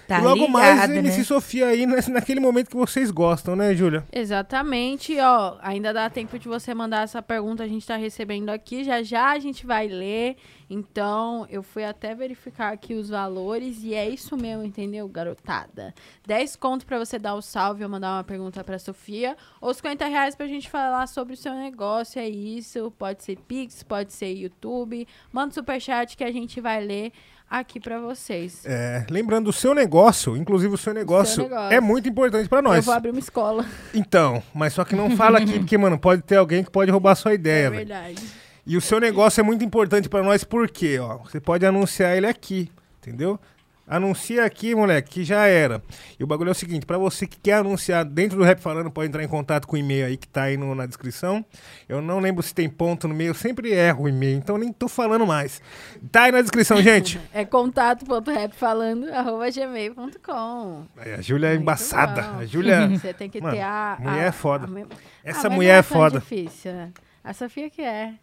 Tá e logo mais ligado, M C né? Sofia aí nesse- naquele momento que vocês gostam, né, Júlia? Exatamente, ó, ainda dá tempo de você mandar essa pergunta, a gente tá recebendo aqui, já já a gente vai ler, então eu fui até verificar aqui os valores e é isso mesmo, entendeu, garotada? dez conto pra você dar o salve ou mandar uma pergunta pra Sofia, ou cinquenta reais pra gente falar sobre o seu negócio, é isso, pode ser Pix, pode ser YouTube, manda um superchat que a gente vai ler aqui pra vocês. É, lembrando, o seu negócio, inclusive o seu negócio, negócio. é muito importante pra Eu nós. vou abrir uma escola, Então, mas só que não fala aqui, porque, mano, pode ter alguém que pode roubar a sua ideia, é velho. verdade. E o seu negócio é muito importante pra nós, porque, ó, você pode anunciar ele aqui, entendeu? Anuncia aqui, moleque, que já era. E o bagulho é o seguinte, pra você que quer anunciar dentro do Rap Falando, pode entrar em contato com o e-mail aí que tá aí no- na descrição. Eu não lembro se tem ponto no meio, eu sempre erro o e-mail, então nem tô falando mais. Tá aí na descrição, gente. É contato ponto rap falando arroba gmail ponto com. Aí, a Júlia é Muito embaçada. bom. A Júlia... Você tem que Mano, ter a... mulher a- é foda. a mem- Essa Ah, mas mulher não é tão foda. difícil, né? A Sofia que é.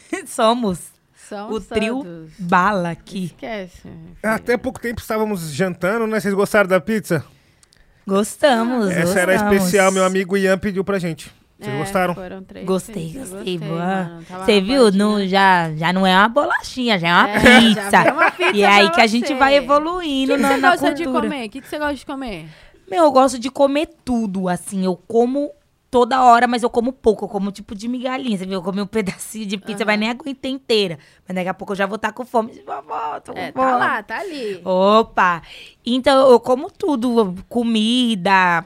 Somos São o trio todos. bala aqui. Esquece. minha filha. Até pouco tempo estávamos jantando, né? Vocês gostaram da pizza? Gostamos, Essa era gostamos. especial, meu amigo Ian pediu pra gente. Vocês É, gostaram? Foram três Gostei, pizzas. gostei. Gostei, boa. mano. Tava Você na viu? bordinha. Não, já, já não é uma bolachinha, já é uma É, já pizza. foi uma pizza E é aí pra que a gente você. vai O evoluindo que, que na, você na gosta de cultura. comer? O que, que você gosta de comer? Meu, eu gosto de comer tudo, assim, eu como toda hora, mas eu como pouco, eu como tipo de migalhinha, você viu? Eu comi um pedacinho de pizza, mas nem aguenta inteira. Mas daqui a pouco eu já vou estar com fome. Vovó, tô com É, fome. tá lá, tá ali. Opa! Então eu como tudo, comida,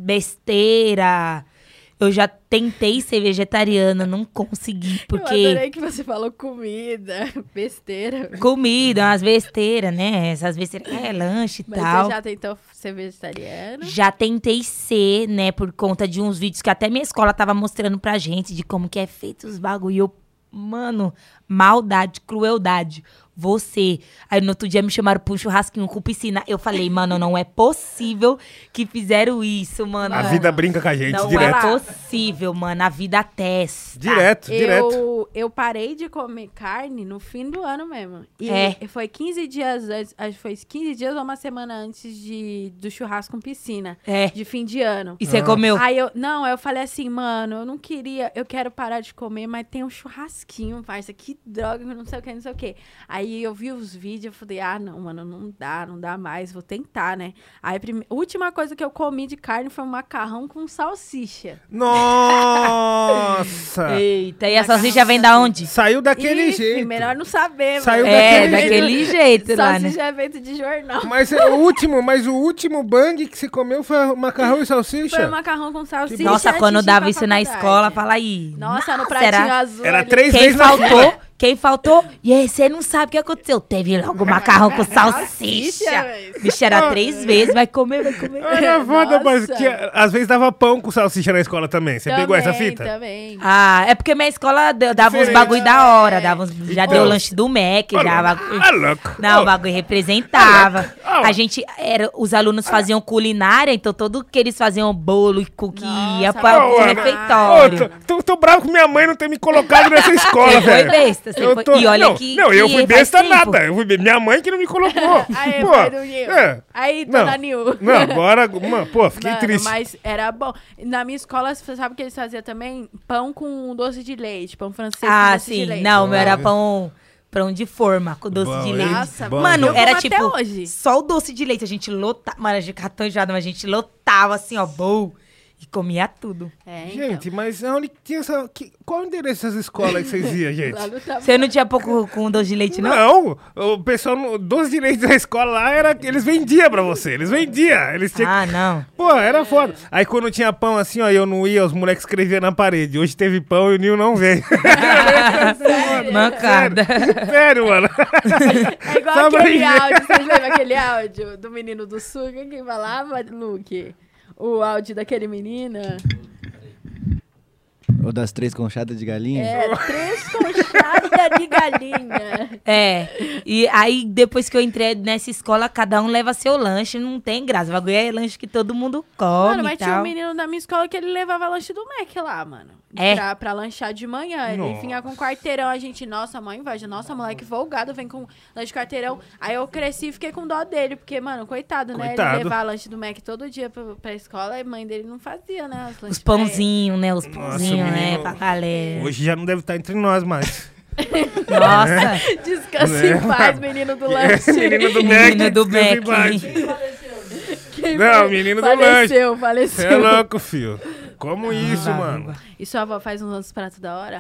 besteira. Eu já tentei ser vegetariana, não consegui, Eu porque adorei que você falou comida, besteira. comida, umas besteiras, né? Essas besteiras, é lanche e Mas tal. você já tentou ser vegetariano? Já tentei ser, né, por conta de uns vídeos que até minha escola tava mostrando pra gente de como que é feito os bagulho. E eu, mano, maldade, crueldade. Você. Aí no outro dia me chamaram pra um churrasquinho com piscina. Eu falei, mano, não é possível que fizeram isso, mano. A vida brinca com a gente, não direto. é possível, mano. A vida testa. Direto, direto. Eu, eu parei de comer carne no fim do ano mesmo. E É. foi quinze dias antes, acho que foi quinze dias ou uma semana antes de, do churrasco com piscina. É. De fim de ano. E você comeu? Aí eu, não, eu falei assim, mano, eu não queria, eu quero parar de comer, mas tem um churrasquinho, parça, que droga, não sei o que, não sei o que. Aí eu vi os vídeos, eu falei, ah, não, mano, não dá, não dá mais, vou tentar, né? Aí a última coisa que eu comi de carne foi um macarrão com salsicha. Nossa! Eita, e a salsicha vem da onde? Saiu daquele Ixi, jeito. melhor não saber, Saiu mano. É, daquele daquele jeito lá, né? Salsicha é feito de jornal. Mas é o último, mas o último bang que você comeu foi macarrão e salsicha? Foi um macarrão com salsicha. Nossa, quando antes de ir dava pra isso na faculdade. escola, fala aí. Nossa, no Nossa, pratinho era- azul. Era ali. três Quem vezes na faltou, quem faltou, e aí você não sabe o que aconteceu. Teve logo macarrão com Salsicha, salsicha. velho. Bicho, era três vezes, vai comer, vai comer. Era foda, Nossa. mas que, às vezes dava pão com salsicha na escola também. Você pegou essa Também, fita? Também. Ah, é porque minha escola deu- dava uns Diferente. bagulho da hora, dava uns, já Então. deu lanche do Mac, já bagulho. Ah, louco. Não, o Ô, bagulho representava. Ah, A gente era, os alunos faziam culinária, então tudo que eles faziam bolo e cookie ia Nossa, para ô, o Ana. refeitório. Ô, tô, tô, tô bravo com minha mãe não ter me colocado nessa escola, Você foi velho. besta, você Eu foi- tô- E olha não, que. Não, eu que fui faz besta tempo. nada. Eu fui be- Minha mãe que não me colocou. Aí, Pô, pai do Nil. é. Aí, Não. dona Nil. Não, agora, mano, pô, fiquei Mano, triste. mas era bom. Na minha escola, você sabe que eles faziam também pão com doce de leite, pão francês com Ah, doce de sim. leite. Não, o meu era Bom. pão, pão de forma, com doce Bom, de hein? leite. Nossa, Bom. Mano, eu como era até tipo hoje. só o doce de leite. A gente lotava. Mano, a gente ficava tão enjoada, mas a gente lotava assim, ó, bom. E comia tudo. É, então. Gente, mas onde que tinha essa. Que, qual o endereço dessas escolas que vocês iam, gente? Lá no Taboão. Você não tinha pouco com doce de leite, não? Não, o pessoal, no- dos direitos da escola lá, era, eles vendiam pra você, eles vendiam. Eles tinham, Ah, não. Pô, era foda. Aí quando tinha pão assim, ó, eu não ia, os moleques escreviam na parede. Hoje teve pão e o Nil não veio. Mancada. Sério, mano. É igual Só pra aquele ver. áudio, vocês lembram aquele áudio do menino do sul? Quem que falava, Luke? O áudio daquele menino? Ou das três conchadas de galinha? É, três conchadas de galinha. É. E aí, depois que eu entrei nessa escola, cada um leva seu lanche. Não tem graça. O bagulho é lanche que todo mundo come Mano, mas e tinha um tal. menino da minha escola que ele levava lanche do Mac lá, mano. É. Pra, pra lanchar de manhã. Ele Nossa. vinha com quarteirão, a gente, nossa, mãe inveja, nossa, moleque folgado, vem com lanche de quarteirão. Aí eu cresci e fiquei com dó dele, porque, mano, coitado, né? Coitado. Ele levar lanche do Mac todo dia pra, pra escola, e a mãe dele não fazia, né? Os, Os lanches pra ele. pãozinhos, né? Os Nossa, pãozinhos, né? menino. Pra galera. Hoje já não deve estar entre nós mais. Nossa. Descansa Né? em paz, menino do lanche. Menino do Menino Mac. do descansa em Mac. paz. Quem Não, fa- menino do lanche. faleceu, Você faleceu. é louco, filho. Como isso, vai, mano? vai. E sua avó faz uns outros pratos da hora?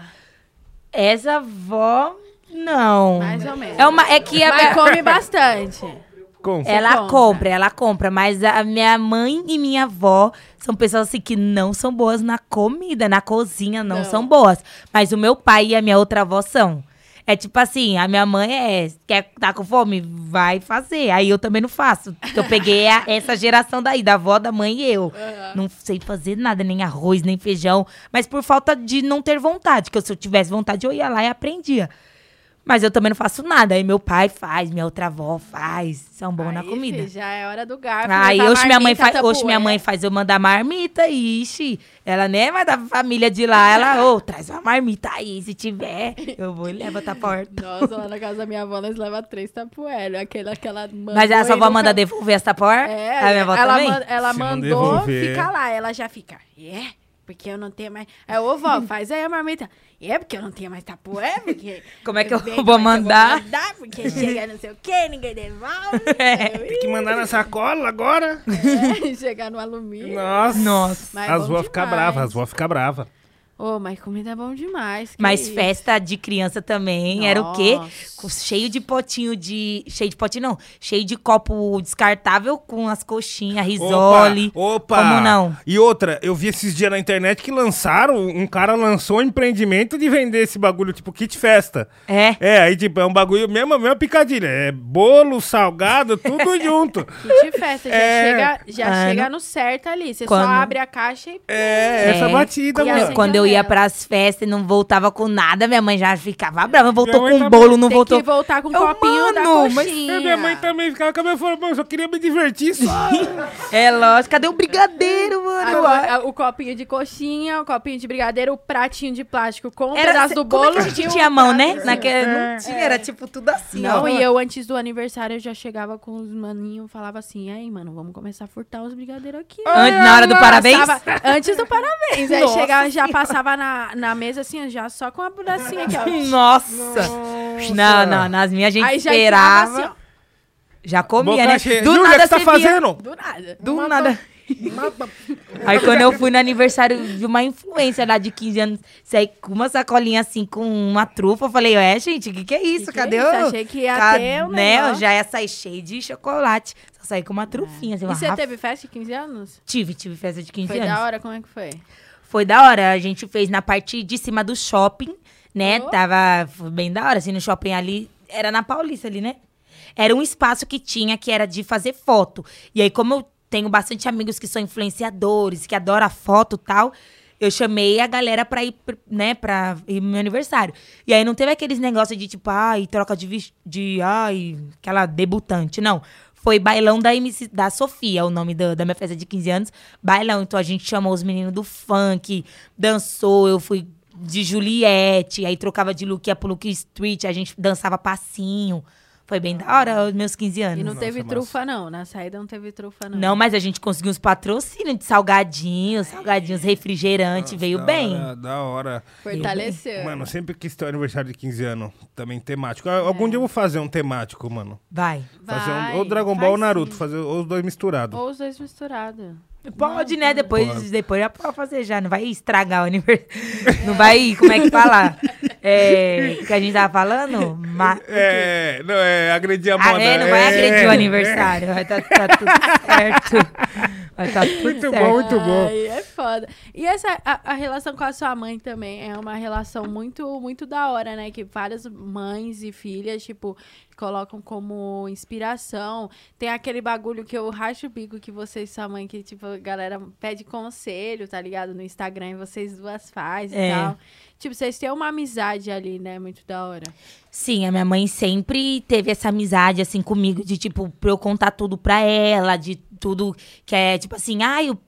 Essa avó, não. Mais ou menos. É, uma, é que a Mas minha- come bastante. Como? ela compra. compra, ela compra. Mas a minha mãe e minha avó são pessoas assim que não são boas na comida, na cozinha, não, Não. são boas. Mas o meu pai e a minha outra avó são. É tipo assim, a minha mãe é, quer tá com fome? Vai fazer. Aí eu também não faço. Eu peguei a- essa geração daí, da avó, da mãe e eu. Não sei fazer nada, nem arroz, nem feijão. Mas por falta de não ter vontade. Que se eu tivesse vontade, eu ia lá e aprendia. Mas eu também não faço nada. Aí meu pai faz, minha outra avó faz. São bons na Aí, comida. filho, já é hora do garfo. Aí levar hoje minha mãe marmita, faz, hoje minha tapué. mãe faz eu mandar marmita, ixi, ela nem é mais da família de lá, ela, ô, traz uma marmita aí, se tiver, eu vou e levo a porta. Nossa, lá na casa da minha avó, nós levamos três tapuério. Aquela, aquela Mas a sua avó manda devolver essa porta? É, A minha avó ela, também? man- ela Se não mandou, devolver. fica lá. Ela já fica, é, porque eu não tenho mais... Aí, ô, vó, faz aí a marmita. É, porque eu não tenho mais tapué, porque... Como é que eu Bem, vou como é que eu mandar? mandar, porque chega não sei o quê, ninguém devolve. Tem que mandar na sacola agora? É, chegar no alumínio. Nossa. Nossa. Mas As bom vó ficam demais. bravas, as vó ficam bravas. Ô, mas comida é bom demais. que Mas isso. festa de criança também era o quê? Nossa. Com- Cheio de potinho de... Cheio de potinho, não. Cheio de copo descartável com as coxinhas, risole. Opa, opa! Como não? E outra, eu vi esses dias na internet que lançaram, um cara lançou um empreendimento de vender esse bagulho, tipo kit festa. É. É, aí tipo, é um bagulho, mesmo, mesma picadilha. É bolo, salgado, tudo junto. Kit festa, já, É. chega, já Ah, chega não- no certo ali. Você Quando- só abre a caixa e... É, essa É. batida, E mano. assim- Quando eu ia Ela. pras festas e não voltava com nada, minha mãe já ficava brava. Voltou mãe com um também. bolo, não Tem voltou. que voltar com um Eu, copinho da mano, mas- coxinha. E minha mãe também ficava com a minha falando, eu só queria me divertir só. É lógico, cadê o brigadeiro, mano? Agora, o copinho de coxinha, o copinho de brigadeiro, o pratinho de plástico com um Era, pedaço do como bolo. é que a gente e um tinha a mão, né? prato assim. Naquela, não tinha, era tipo tudo assim, Não, ó. e eu antes do aniversário eu já chegava com os maninhos, falava assim, aí, mano, vamos começar a furtar os brigadeiros aqui. ó." An- na hora do parabéns? Passava- antes do parabéns. Aí Nossa chegava, já Senhora. passava na, na mesa assim, ó, já só com a bracinha aqui, ó. Nossa. Não, não, nas minhas a gente Aí já esperava. entrava assim, Já comia, Boca né? cheia. Do Júlia, o nada que você tá você via- fazendo? ó, do nada. Do nada. Aí quando eu fui no aniversário de uma influência lá de quinze anos, saí com uma sacolinha assim, com uma trufa, eu falei, ué, gente, o que que é isso? Que que Cadê é o... isso? Achei que ia Ca- ter um né? Eu negócio. já ia sair cheio de chocolate. Só saí com uma trufinha, assim, E uma você Rafa- teve festa de quinze anos? Tive, tive festa de quinze Foi anos. da hora? Como é que foi? Foi da hora. A gente fez na parte de cima do shopping, né? Oh. Tava foi bem da hora, assim, no shopping ali. Era na Paulista ali, né? Era um espaço que tinha, que era de fazer foto. E aí, como eu tenho bastante amigos que são influenciadores, que adoram foto e tal, eu chamei a galera pra ir, pr- né, pra ir no meu aniversário. E aí, não teve aqueles negócios de, tipo, ai, troca de, vis- de ai, aquela debutante, não. Foi bailão da M C, da Sofia, o nome da, da minha festa de quinze anos. Bailão, então a gente chamou os meninos do funk, dançou, eu fui de Juliette, aí trocava de look, ia pro look street, a gente dançava passinho. Foi bem da hora os meus quinze anos. E não Nossa, teve massa. trufa, não. Na saída não teve trufa, não. Não, mas a gente conseguiu uns patrocínios de salgadinhos, salgadinhos, refrigerante, veio Da bem. hora, da hora. Fortaleceu. Mano, eu sempre quis ter um aniversário de quinze anos também temático. Ah, Algum dia eu vou fazer um temático, mano. Vai. Fazer um, Vai, ou Dragon faz Ball ou Naruto, sim. fazer ou os dois misturados. Ou os dois misturados. Pode, né? Depois, Pode. depois já pode fazer já. Não vai estragar o aniversário. Não vai, como é que fala? É, que a gente tava falando? Ma- É, não, é agredir a Ah, moda. é, não vai é, agredir o aniversário. Vai tá, tá tudo certo. Vai tá tudo Muito certo. bom, muito bom. Ai, é foda. E essa, a, a relação com a sua mãe também é uma relação muito, muito da hora, né? Que várias mães e filhas, tipo, colocam como inspiração. Tem aquele bagulho que eu racho o bico que vocês e sua mãe, que, tipo, a galera pede conselho, tá ligado? No Instagram, e vocês duas fazem É. e tal. Tipo, vocês têm uma amizade ali, né? Muito da hora. Sim, a minha mãe sempre teve essa amizade, assim, comigo, de, tipo, pra eu contar tudo pra ela, de tudo que é, tipo assim, ai, o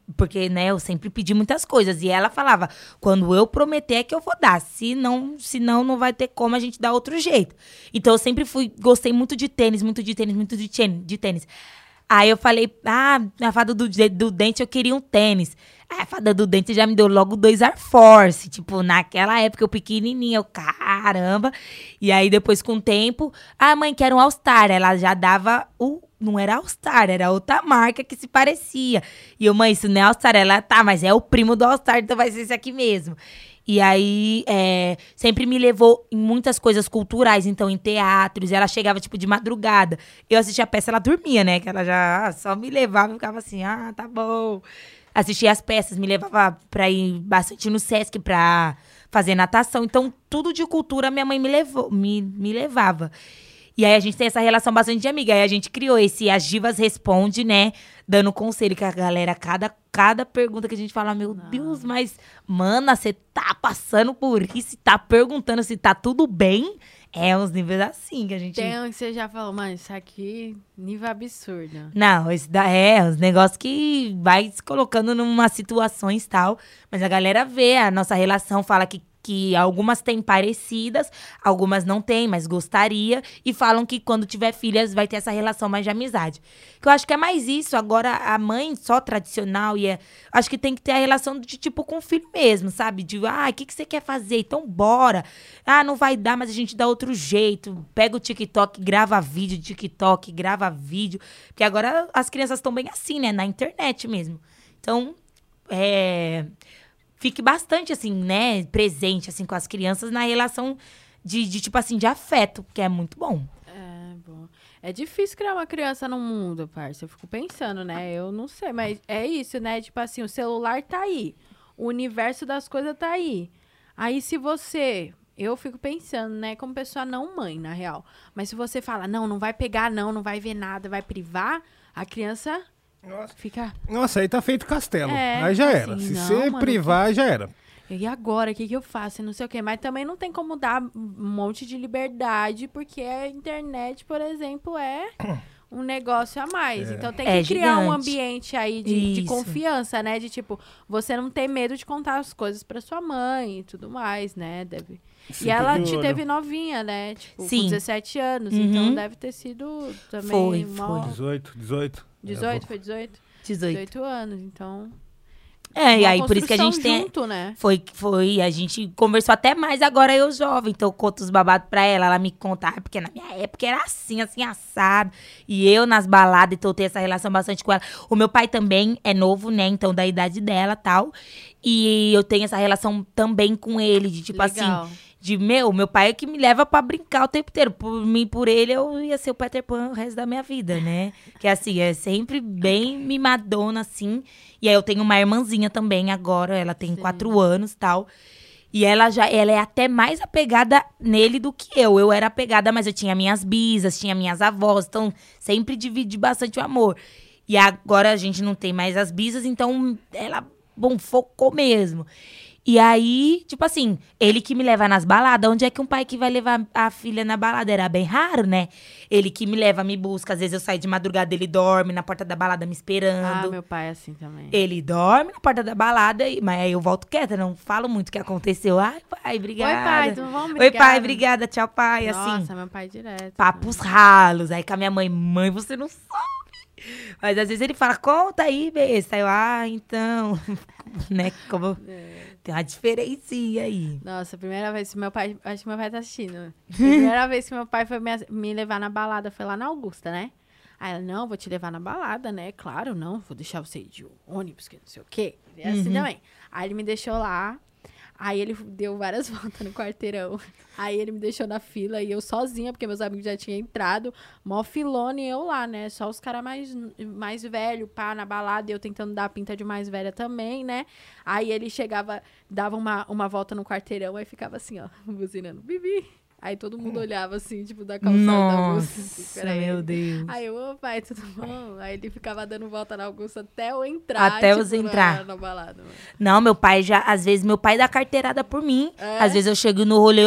porque, né, eu sempre pedi muitas coisas. E ela falava, quando eu prometer é que eu vou dar. Se não, se não, não vai ter como a gente dar outro jeito. Então, eu sempre fui, gostei muito de tênis, muito de tênis, muito de tênis. De tênis. Aí eu falei, ah, na fada do, do dente eu queria um tênis. Aí a fada do dente já me deu logo dois Air Force. Tipo, naquela época eu pequenininha, eu, caramba. E aí depois com o tempo, ah, mãe, quero um All Star. Ela já dava o... Não era All Star, era outra marca que se parecia. E eu, mãe, isso não é All Star. Ela, tá, mas é o primo do All Star, então vai ser esse aqui mesmo. E aí, é, sempre me levou em muitas coisas culturais, então em teatros. Ela chegava, tipo, de madrugada. Eu assistia a peça, ela dormia, né? Que ela já ah, só me levava e ficava assim, ah, tá bom. Assistia as peças, me levava pra ir bastante no Sesc pra fazer natação. Então, tudo de cultura minha mãe me, levou, me, me levava. E aí a gente tem essa relação bastante de amiga. Aí a gente criou esse As Divas Responde, né? Dando conselho que a galera, cada, cada pergunta que a gente fala, meu Não. Deus, mas, mana, você tá passando por isso, tá perguntando se tá tudo bem? É uns níveis assim que a gente... Tem um que você já falou, mano, isso aqui, nível absurdo. Não, esse da, é, os negócios que vai se colocando numa situações e tal. Mas a galera vê a nossa relação, fala que, que algumas têm parecidas, algumas não têm, mas gostaria. E falam que quando tiver filhas vai ter essa relação mais de amizade. Que eu acho que é mais isso. Agora, a mãe só tradicional, e é, acho que tem que ter a relação de tipo com o filho mesmo, sabe? De, ah, o que, que você quer fazer? Então, bora. Ah, não vai dar, mas a gente dá outro jeito. Pega o TikTok, grava vídeo, TikTok, grava vídeo. Porque agora as crianças estão bem assim, né? Na internet mesmo. Então, é... fique bastante, assim, né? Presente, assim, com as crianças na relação de, de tipo assim, de afeto, que é muito bom. É, bom. É difícil criar uma criança no mundo, parça. Eu fico pensando, né? Eu não sei, mas é isso, né? Tipo assim, o celular tá aí. O universo das coisas tá aí. Aí, se você... Eu fico pensando, né? Como pessoa não mãe, na real. Mas se você fala, não, não vai pegar, não, não vai ver nada, vai privar, a criança Nossa. fica... Nossa, aí tá feito castelo. É, aí já assim, era. Se não, você mano, privar, já era. E agora, o que, que eu faço? Não sei o quê. Mas também não tem como dar um monte de liberdade, porque a internet, por exemplo, é um negócio a mais. Então tem que É criar um gigante. ambiente aí de, de Isso. confiança, né? De tipo, você não ter medo de contar as coisas pra sua mãe e tudo mais, né? Deve... Sim, E ela de te olho. teve novinha, né? Tipo, Sim. com dezessete anos. Uhum. Então deve ter sido também... Foi, mó- foi. dezoito, dezoito. dezoito, foi dezoito? dezoito. dezoito anos, então... É, e uma aí por isso que a gente construção tem... junto, né? Foi, foi, a gente conversou até mais agora eu jovem, então eu conto os babados pra ela, ela me conta, ah, porque na minha época era assim, assim, assado, e eu nas baladas, então eu tenho essa relação bastante com ela. O meu pai também é novo, né, então da idade dela e tal, e eu tenho essa relação também com ele, de tipo Legal. assim, de meu, meu pai é que me leva pra brincar o tempo inteiro, por mim, por ele, eu ia ser o Peter Pan o resto da minha vida, né, que assim, é sempre bem mimadona, assim. E aí eu tenho uma irmãzinha também agora, ela tem Sim. quatro anos e tal. E ela já ela é até mais apegada nele do que eu. Eu era apegada, mas eu tinha minhas bisas, tinha minhas avós, então sempre dividi bastante o amor. E agora a gente não tem mais as bisas, então ela, bom, focou mesmo. E aí, tipo assim, ele que me leva nas baladas. Onde é que um pai que vai levar a filha na balada? Era bem raro, né? Ele que me leva, me busca. Às vezes eu saio de madrugada, ele dorme na porta da balada me Ah, esperando. meu pai é assim também. Ele dorme na porta da balada, e- mas aí eu volto quieta, não falo muito o que aconteceu. Ai, pai, obrigada. Oi, pai, tudo bom? Oi, Obrigada. pai, obrigada. Tchau, pai. Nossa, Assim, meu pai direto. papos ralos. Aí com a minha mãe, mãe, você não sabe. Mas às vezes ele fala, conta aí, besta. Aí eu, ah, então. né, como... É. Tem uma diferencinha aí. Nossa, a primeira vez que meu pai... Acho que meu pai tá assistindo. A primeira vez que meu pai foi me, me levar na balada foi lá na Augusta, né? Aí ela, não, vou te levar na balada, né? Claro, não, vou deixar você ir de ônibus, que não sei o quê. É assim também. Aí ele me deixou lá. Aí ele deu várias voltas no quarteirão. Aí ele me deixou na fila e eu sozinha, porque meus amigos já tinham entrado. Mó filona e eu lá, né? Só os caras mais, mais velhos, pá, na balada. E eu tentando dar a pinta de mais velha também, né? Aí ele chegava, dava uma, uma volta no quarteirão, aí ficava assim, ó, buzinando. Bibi. Aí todo mundo olhava assim, tipo, da calçada da Augusta. Assim, Nossa, pra meu ele. Deus. Aí eu, ô pai, tudo bom? Aí ele ficava dando volta na Augusta até eu entrar. Até tipo, os entrar. Na, na balada, mano. Não, meu pai já... Às vezes meu pai dá carteirada por mim. É? Às vezes eu chego no rolê, eu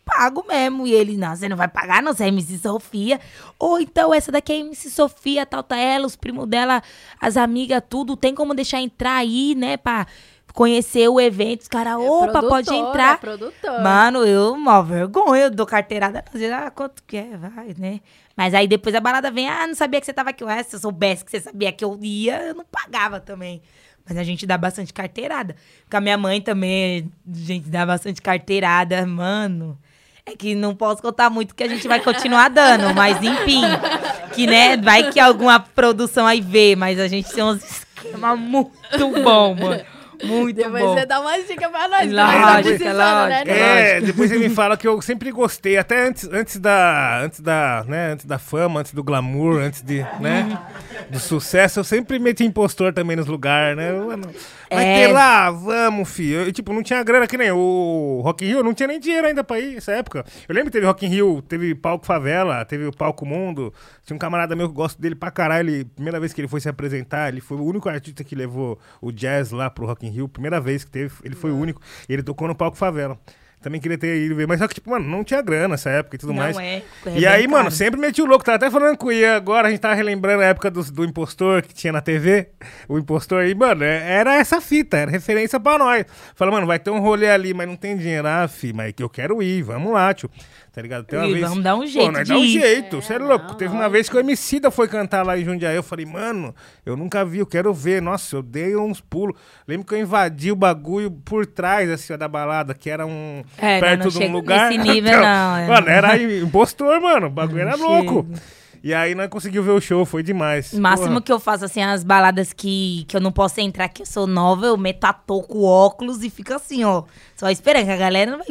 pago mesmo. E ele, não, você não vai pagar, não, você é M C Sofia. Ou então, essa daqui é M C Sofia, tal, tá ela, os primos dela, as amigas, tudo. Tem como deixar entrar aí, né, pra conhecer o evento. Os caras, opa, pode entrar. É produtor. Mano, eu, mó vergonha, eu dou carteirada. Às vezes, ah, quanto que é? Vai, né? Mas aí depois a balada vem, ah, não sabia que você tava aqui. Ué, se eu soubesse que você sabia que eu ia, eu não pagava também. Mas a gente dá bastante carteirada. Com a minha mãe também, a gente dá bastante carteirada, mano. É que não posso contar muito que a gente vai continuar dando, mas enfim. Que, né, vai que alguma produção aí vê, mas a gente tem uns esquemas muito bons, mano. Muito Depois bom. você dá uma dica pra nós. Lógico, tá precisando, lógico. né? É, depois você me fala que eu sempre gostei, até antes, antes da, antes da, né, antes da fama, antes do glamour, antes de, né, do sucesso, eu sempre meti impostor também nos lugares, né? Mano, vai É. ter lá, vamos, filho. Eu, tipo, não tinha grana que nem o Rock in Rio, não tinha nem dinheiro ainda pra ir nessa época. Eu lembro que teve Rock in Rio, teve Palco Favela, teve o Palco Mundo. Tinha um camarada meu que gosto dele pra caralho. Ele, primeira vez que ele foi se apresentar, ele foi o único artista que levou o jazz lá pro Rock in Rio. Primeira vez que teve, ele foi o único. E ele tocou no Palco Favela. Também queria ter ido ver, mas só que, tipo, mano, não tinha grana nessa época e tudo Não mais. é, é E bem aí, mano, caro. sempre meti o louco. Tava até falando com o Ian agora, a gente tava relembrando a época do, do impostor que tinha na T V. O impostor aí, mano, é- era essa fita, era referência pra nós. Fala, mano, vai ter um rolê ali, mas não tem dinheiro. Ah, fi, mas que eu quero ir, vamos lá, tio. Tá ligado? Tem uma Ih, vez... vamos dar um Pô, jeito nós de dá um ir. jeito, você é louco. não, Teve uma lógico. vez que o Emicida foi cantar lá em Jundiaí, eu falei, mano, eu nunca vi, eu quero ver. Nossa, eu dei uns pulos. Lembro que eu invadi o bagulho por trás, assim, ó, da balada, que era um... É, não, perto não de um chega lugar. nesse nível, não, é. Mano, era impostor, mano. O bagulho era Não louco. chega. E aí nós conseguimos ver o show, foi demais. O máximo Porra. que eu faço, assim, as baladas que, que eu não posso entrar, que eu sou nova, eu meto a touca, o óculos e fica assim, ó. Só esperando, que a galera não vai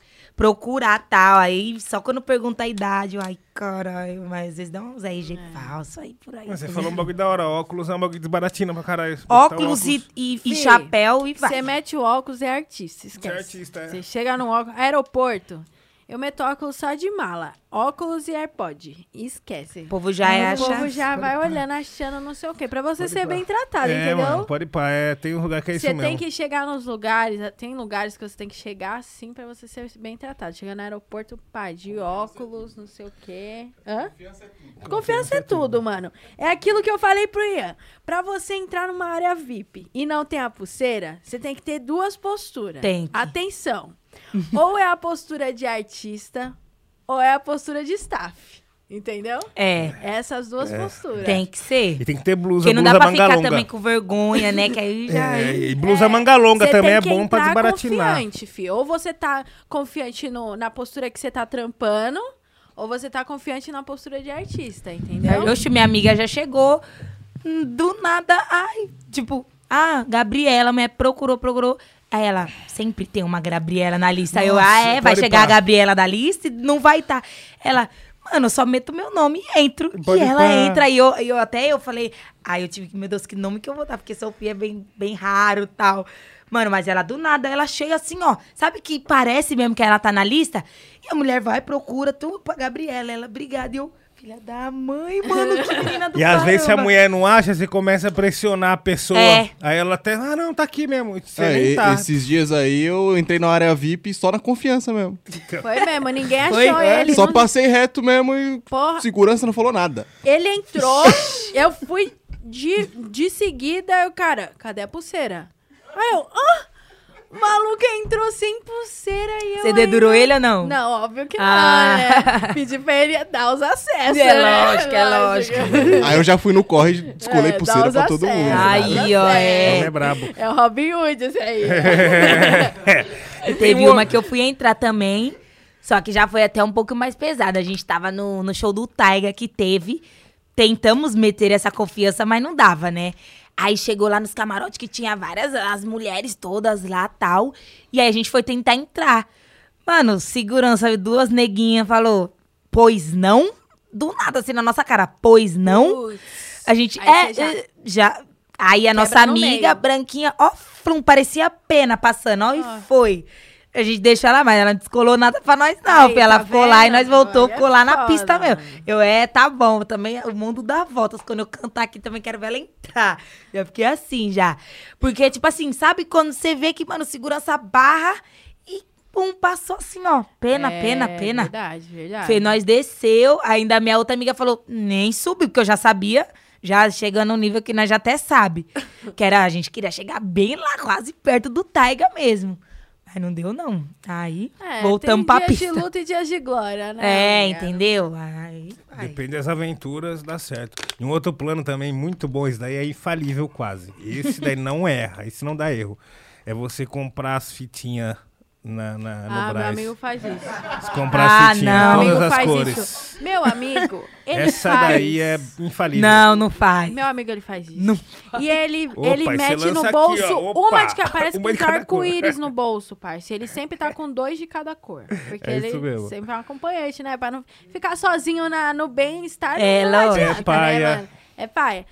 procurar tal. Aí, só quando pergunta a idade, eu, ai, caralho, mas às vezes dá uns R G falso aí por aí. Mas Você tá falou um vendo? bagulho da hora. Óculos é um bagulho desbaratina pra caralho. Óculos e, e, e Fih, chapéu e vai. Você mete o óculos e é artista, esquece. Você é artista, é. Você chega no óculos, aeroporto, eu meto óculos só de mala. Óculos e AirPod. Esquece. O povo já é o povo achar. já vai olhando, achando não sei o quê. Pra você ser bem tratado, É, entendeu? mano, pode ir pra... É, tem um lugar que é isso Você mesmo. tem que chegar nos lugares, tem lugares que você tem que chegar assim pra você ser bem tratado. Chega no aeroporto, pá, de óculos, não sei o quê. Hã? Confiança é tudo, mano. É aquilo que eu falei pro Ian. Pra você entrar numa área V I P e não ter a pulseira, você tem que ter duas posturas. Tem que. Atenção. Ou é a postura de artista, ou é a postura de staff. Entendeu? É, Essas duas posturas. tem que ser. E tem que ter blusa, Porque não dá blusa pra manga ficar longa. também com vergonha, né? Que aí já... É, e blusa manga longa Você também tem é que bom pra entrar desbaratinar. confiante, fi. Ou você tá confiante no- na postura que você tá trampando, ou você tá confiante na postura de artista, entendeu? Oxe, minha amiga já chegou hum, do nada, ai, tipo, ah, Gabriela, me procurou, procurou. Aí ela, sempre tem uma Gabriela na lista. Aí eu, Nossa, ah, é? Vai pode chegar a pá. Gabriela da lista e não vai estar. Tá. Ela, mano, eu só meto meu nome e entro. Pode e ela pá. entra. E eu, e eu até eu falei, ai, eu tive que, meu Deus, que nome que eu vou dar? Porque Sofia é bem, bem raro e tal. Mano, mas ela do nada, ela chega assim, ó. Sabe que parece mesmo que ela tá na lista? E a mulher vai, procura, tu pra Gabriela. Ela, obrigada. E eu, filha da mãe, mano, que menina do E às vezes se a caramba. mulher não acha, você começa a pressionar a pessoa. É. Aí ela até, ah, não, tá aqui mesmo. Você É, nem e- tá. Esses dias aí eu entrei na área V I P só na confiança mesmo. Foi mesmo, ninguém achou Foi? ele. Só não- passei reto mesmo e Porra. segurança não falou nada. Ele entrou, eu fui de, de seguida, eu, cara, cadê a pulseira? Aí eu, ah! O maluco entrou sem pulseira e eu. Você dedurou ainda- ele ou não? Não, óbvio que Ah. não, né? Pedi pra ele dar os acessos. É né? lógico, é lógico. Aí eu já fui no corre e descolei É, pulseira dá os pra todo acessos. mundo. Aí, ó, Ela é. é brabo. É o Robin Hood esse aí. Teve uma que eu fui entrar também, só que já foi até um pouco mais pesada. A gente tava no, no show do Taiga que teve. Tentamos meter essa confiança, mas não dava, né? Aí chegou lá nos camarotes que tinha várias, as mulheres todas lá tal. E aí a gente foi tentar entrar. Mano, segurança, duas neguinhas falou, pois não? Do nada, assim, na nossa cara, pois não? Putz. A gente, Aí é, você já- é, já... Aí a nossa Quebra no amiga, meio. branquinha, ó, flum, parecia pena passando, ó, e foi. A gente deixou ela, mas ela não descolou nada pra nós, não. Aí, filho. Ela tá ficou lá e vendo? nós voltou, Aí é ficou lá na foda, pista mesmo. mano. Eu, é, tá bom, também o mundo dá voltas. Quando eu cantar aqui, também quero ver ela entrar. Já fiquei assim, já. Porque, tipo assim, sabe quando você vê que, mano, segurança barra e pum, passou assim, ó. Pena, É, pena, pena. Verdade, verdade. Fê, nós desceu, ainda a minha outra amiga falou, nem subiu, porque eu já sabia, já chegando no nível que nós já até sabe. Que era, a gente queria chegar bem lá, quase perto do Taiga mesmo. Mas não deu, não. Aí, É, voltamos tem pra dias pista. de luta e dias de glória, né? É, amiga? entendeu? Aí, vai. Depende das aventuras, dá certo. E um outro plano também muito bom, esse daí é infalível quase. Esse daí não erra, esse não dá erro. É você comprar as fitinhas na, na, no Ah, meu Brás. amigo faz isso. Você comprar Ah, as fitinhas, não. Meu todas amigo as faz cores. isso. Meu amigo, ele Essa faz... daí é infalível. Não, não faz. Meu amigo, ele faz isso. Não. E ele, Opa, ele e você mete no lança aqui, bolso ó. Opa, uma de cada... Parece uma que de tem cada cor. arco-íris no bolso, parça. Ele sempre tá com dois de cada cor. Porque É ele isso mesmo. sempre é um acompanhante, né? Pra não ficar sozinho na, no bem-estar. É, não lógico. adianta, É paia. Né, mano? É paia.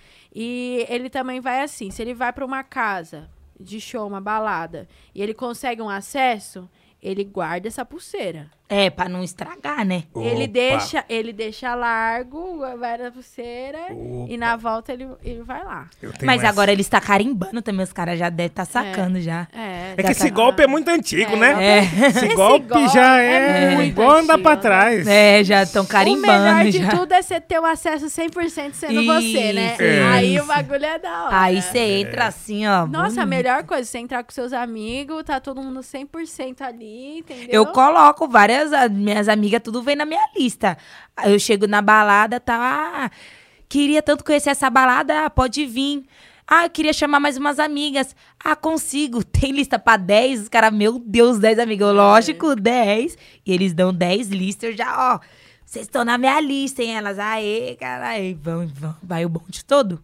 E ele também vai assim, se ele vai pra uma casa de show, uma balada, e ele consegue um acesso, ele guarda essa pulseira. É, pra não estragar, né? Ele Opa. deixa, ele deixa largo, vai na pulseira, e na volta ele, ele vai lá. Eu tenho Mas essa. agora ele está carimbando também, os caras já devem estar sacando já. É, É que esse golpe é muito antigo, É, né? É. Esse, Esse golpe, golpe já é é, muito igual andar antigo, pra né? trás. É, já estão O carimbando melhor de já. tudo é você ter o acesso cem por cento sendo você, né? Isso, É. Aí isso. o bagulho é da hora. Aí você entra assim, ó. Nossa, a bonito. melhor coisa, você entrar com seus amigos, tá todo mundo cem por cento ali, entendeu? Eu coloco várias, as minhas amigas, tudo vem na minha lista. Aí eu chego na balada, tá, ah, queria tanto conhecer essa balada, ah, pode vir. Ah, eu queria chamar mais umas amigas. Ah, consigo. Tem lista pra dez? Os caras, meu Deus, dez amigas. Eu, Lógico, dez. E eles dão dez listas, eu já, ó, vocês estão na minha lista, hein? Elas, aê, caralho, vão, vão. Vai o bonde todo.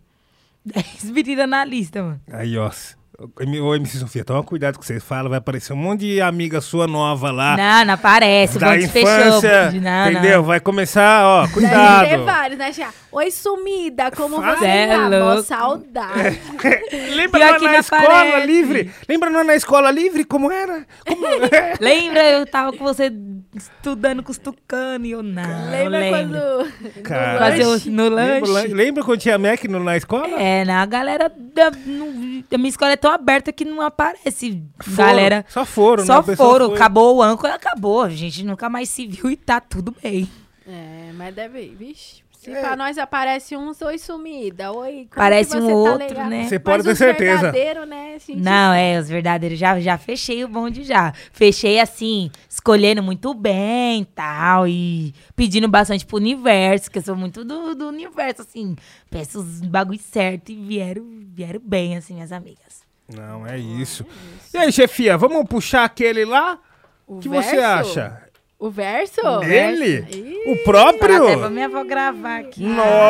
dez meninas na lista, mano. Aí, ó. Ô, M C Sofia, toma cuidado com o que você fala, vai aparecer um monte de amiga sua nova lá. Não, não aparece. O Da bonde fechou. infância, o bonde, não, entendeu? não. Vai começar, ó, Deve ter cuidado. vários, né? Chegar, oi, sumida, como Fala. você É tá? Mó louco. saudade. Lembra Pior nós que na não escola aparece. livre? Lembra nós na escola livre? Como era? Como é? Lembra? Eu tava com você estudando com os tucanos e eu não. Lembra lembro. quando... Cara, Fazer o- lanche? no Lembra, lanche. lembra quando tinha Mac no- na escola? É, não, a galera da, não- a minha escola é tão aberta que não aparece Foram, galera. Só foram, né? Só O pessoal foram, foi. acabou o âncora, acabou. A gente nunca mais se viu e tá tudo bem. É, mas deve... Vixe, se É. pra nós aparece uns, oi, sumida, oi, como Parece que um você tá outro, legal? né? Você pode Mas ter os certeza. verdadeiro, né? a gente Não, é, os verdadeiros. Já, já fechei o bonde já. Fechei assim, escolhendo muito bem e tal. E pedindo bastante pro universo, que eu sou muito do, do universo, assim. Peço os bagulho certo e vieram, vieram bem, assim, minhas amigas. Não, é isso. E aí, chefia, vamos puxar aquele lá? O O que você verso? acha? O verso? Ele? Ih, O próprio? Até pra minha avó gravar aqui.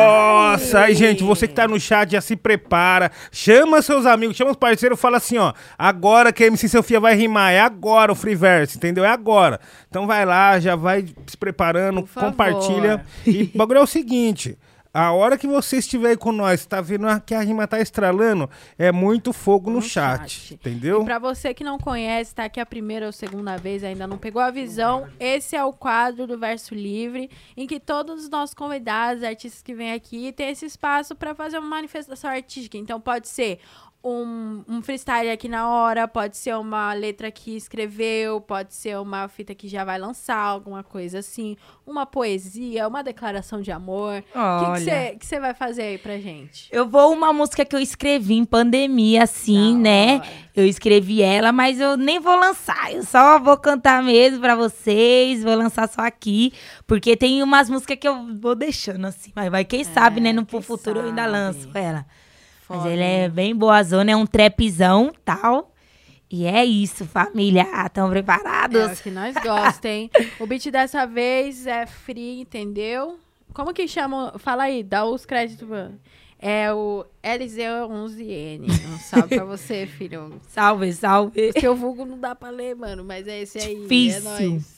Nossa, aí, gente, você que tá no chat já se prepara, chama seus amigos, chama os parceiros, fala assim, ó, agora que a M C Sofia vai rimar, é agora o free verse, entendeu? É agora. Então vai lá, já vai se preparando, Por favor. compartilha. E o bagulho é o seguinte, a hora que você estiver aí com nós, tá vendo que a rima tá estralando, é muito fogo no, No chat, chat. entendeu? E pra você que não conhece, tá aqui a primeira ou segunda vez, ainda não pegou a visão, esse é o quadro do Verso Livre, em que todos os nossos convidados, artistas que vêm aqui, têm esse espaço pra fazer uma manifestação artística. Então pode ser um, um freestyle aqui na hora, pode ser uma letra que escreveu, pode ser uma fita que já vai lançar, alguma coisa assim, uma poesia, uma declaração de amor. O Olha. que você vai fazer aí pra gente? Eu vou uma música que eu escrevi em pandemia, assim, Da né? hora. Eu escrevi ela, mas eu nem vou lançar. Eu só vou cantar mesmo pra vocês, vou lançar só aqui. Porque tem umas músicas que eu vou deixando assim. Mas vai, quem sabe, né? No quem futuro eu ainda sabe. lanço ela. Mas Foda, ele é hein? bem boa zona, é um trapzão, tal. E é isso, família. Estão preparados? É o que nós gostamos, hein? O beat dessa vez é free, entendeu? Como que chama? Fala aí, dá os créditos. Mano. É o L Z onze N. Um salve pra você, filho. Salve, salve. Seu vulgo não dá pra ler, mano, mas é esse aí. Difícil. É nóis.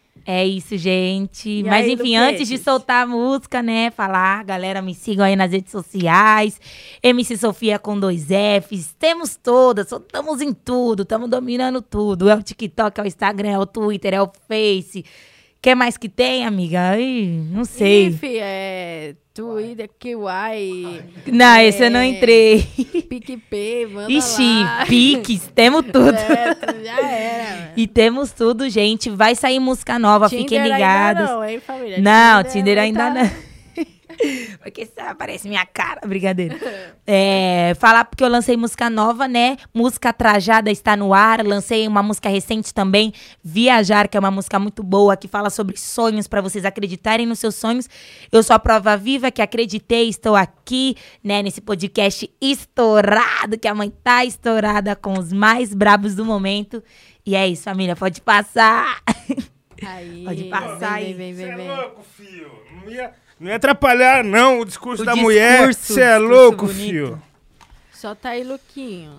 É isso, gente. E Mas aí, enfim, Luquete? antes de soltar a música, né? Falar, galera, me sigam aí nas redes sociais. M C Sofia com dois Fs. Temos todas, estamos em tudo, estamos dominando tudo. É o TikTok, é o Instagram, é o Twitter, é o Face. Quer mais que tem, amiga? Ai, não sei. Enfim, é Twitter, Q I, Não, esse eu não entrei. PicPay, manda Ixi, lá. Pix, temos tudo. É, tu já era, mano. E E temos tudo, gente. Vai sair música nova, Tinder fiquem ainda ligados. não, hein, família? Não, Tinder vai ainda tá- não. Porque isso aparece minha cara, brincadeira. É, falar porque eu lancei música nova, né? Música Trajada está no ar. Lancei uma música recente também, Viajar, que é uma música muito boa, que fala sobre sonhos, pra vocês acreditarem nos seus sonhos. Eu sou a prova viva que acreditei, estou aqui, né? Nesse podcast estourado, que a mãe tá estourada com os mais brabos do momento. E é isso, família, pode passar. Aí, Pode passar vem, aí. vem, Você vem, é vem. louco, filho. Não ia, não ia atrapalhar, não, o discurso O da discurso, mulher. Você é discurso louco, bonito. filho. Solta aí, Luquinho.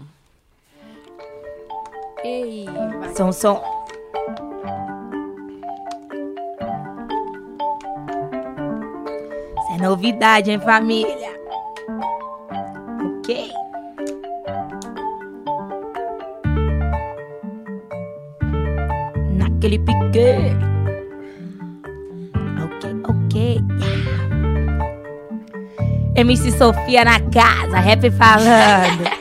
Ei, vai. Som, som. Isso é novidade, hein, família? Ok. Naquele pique. Ok, ok. M C Sofia na casa, rap falando.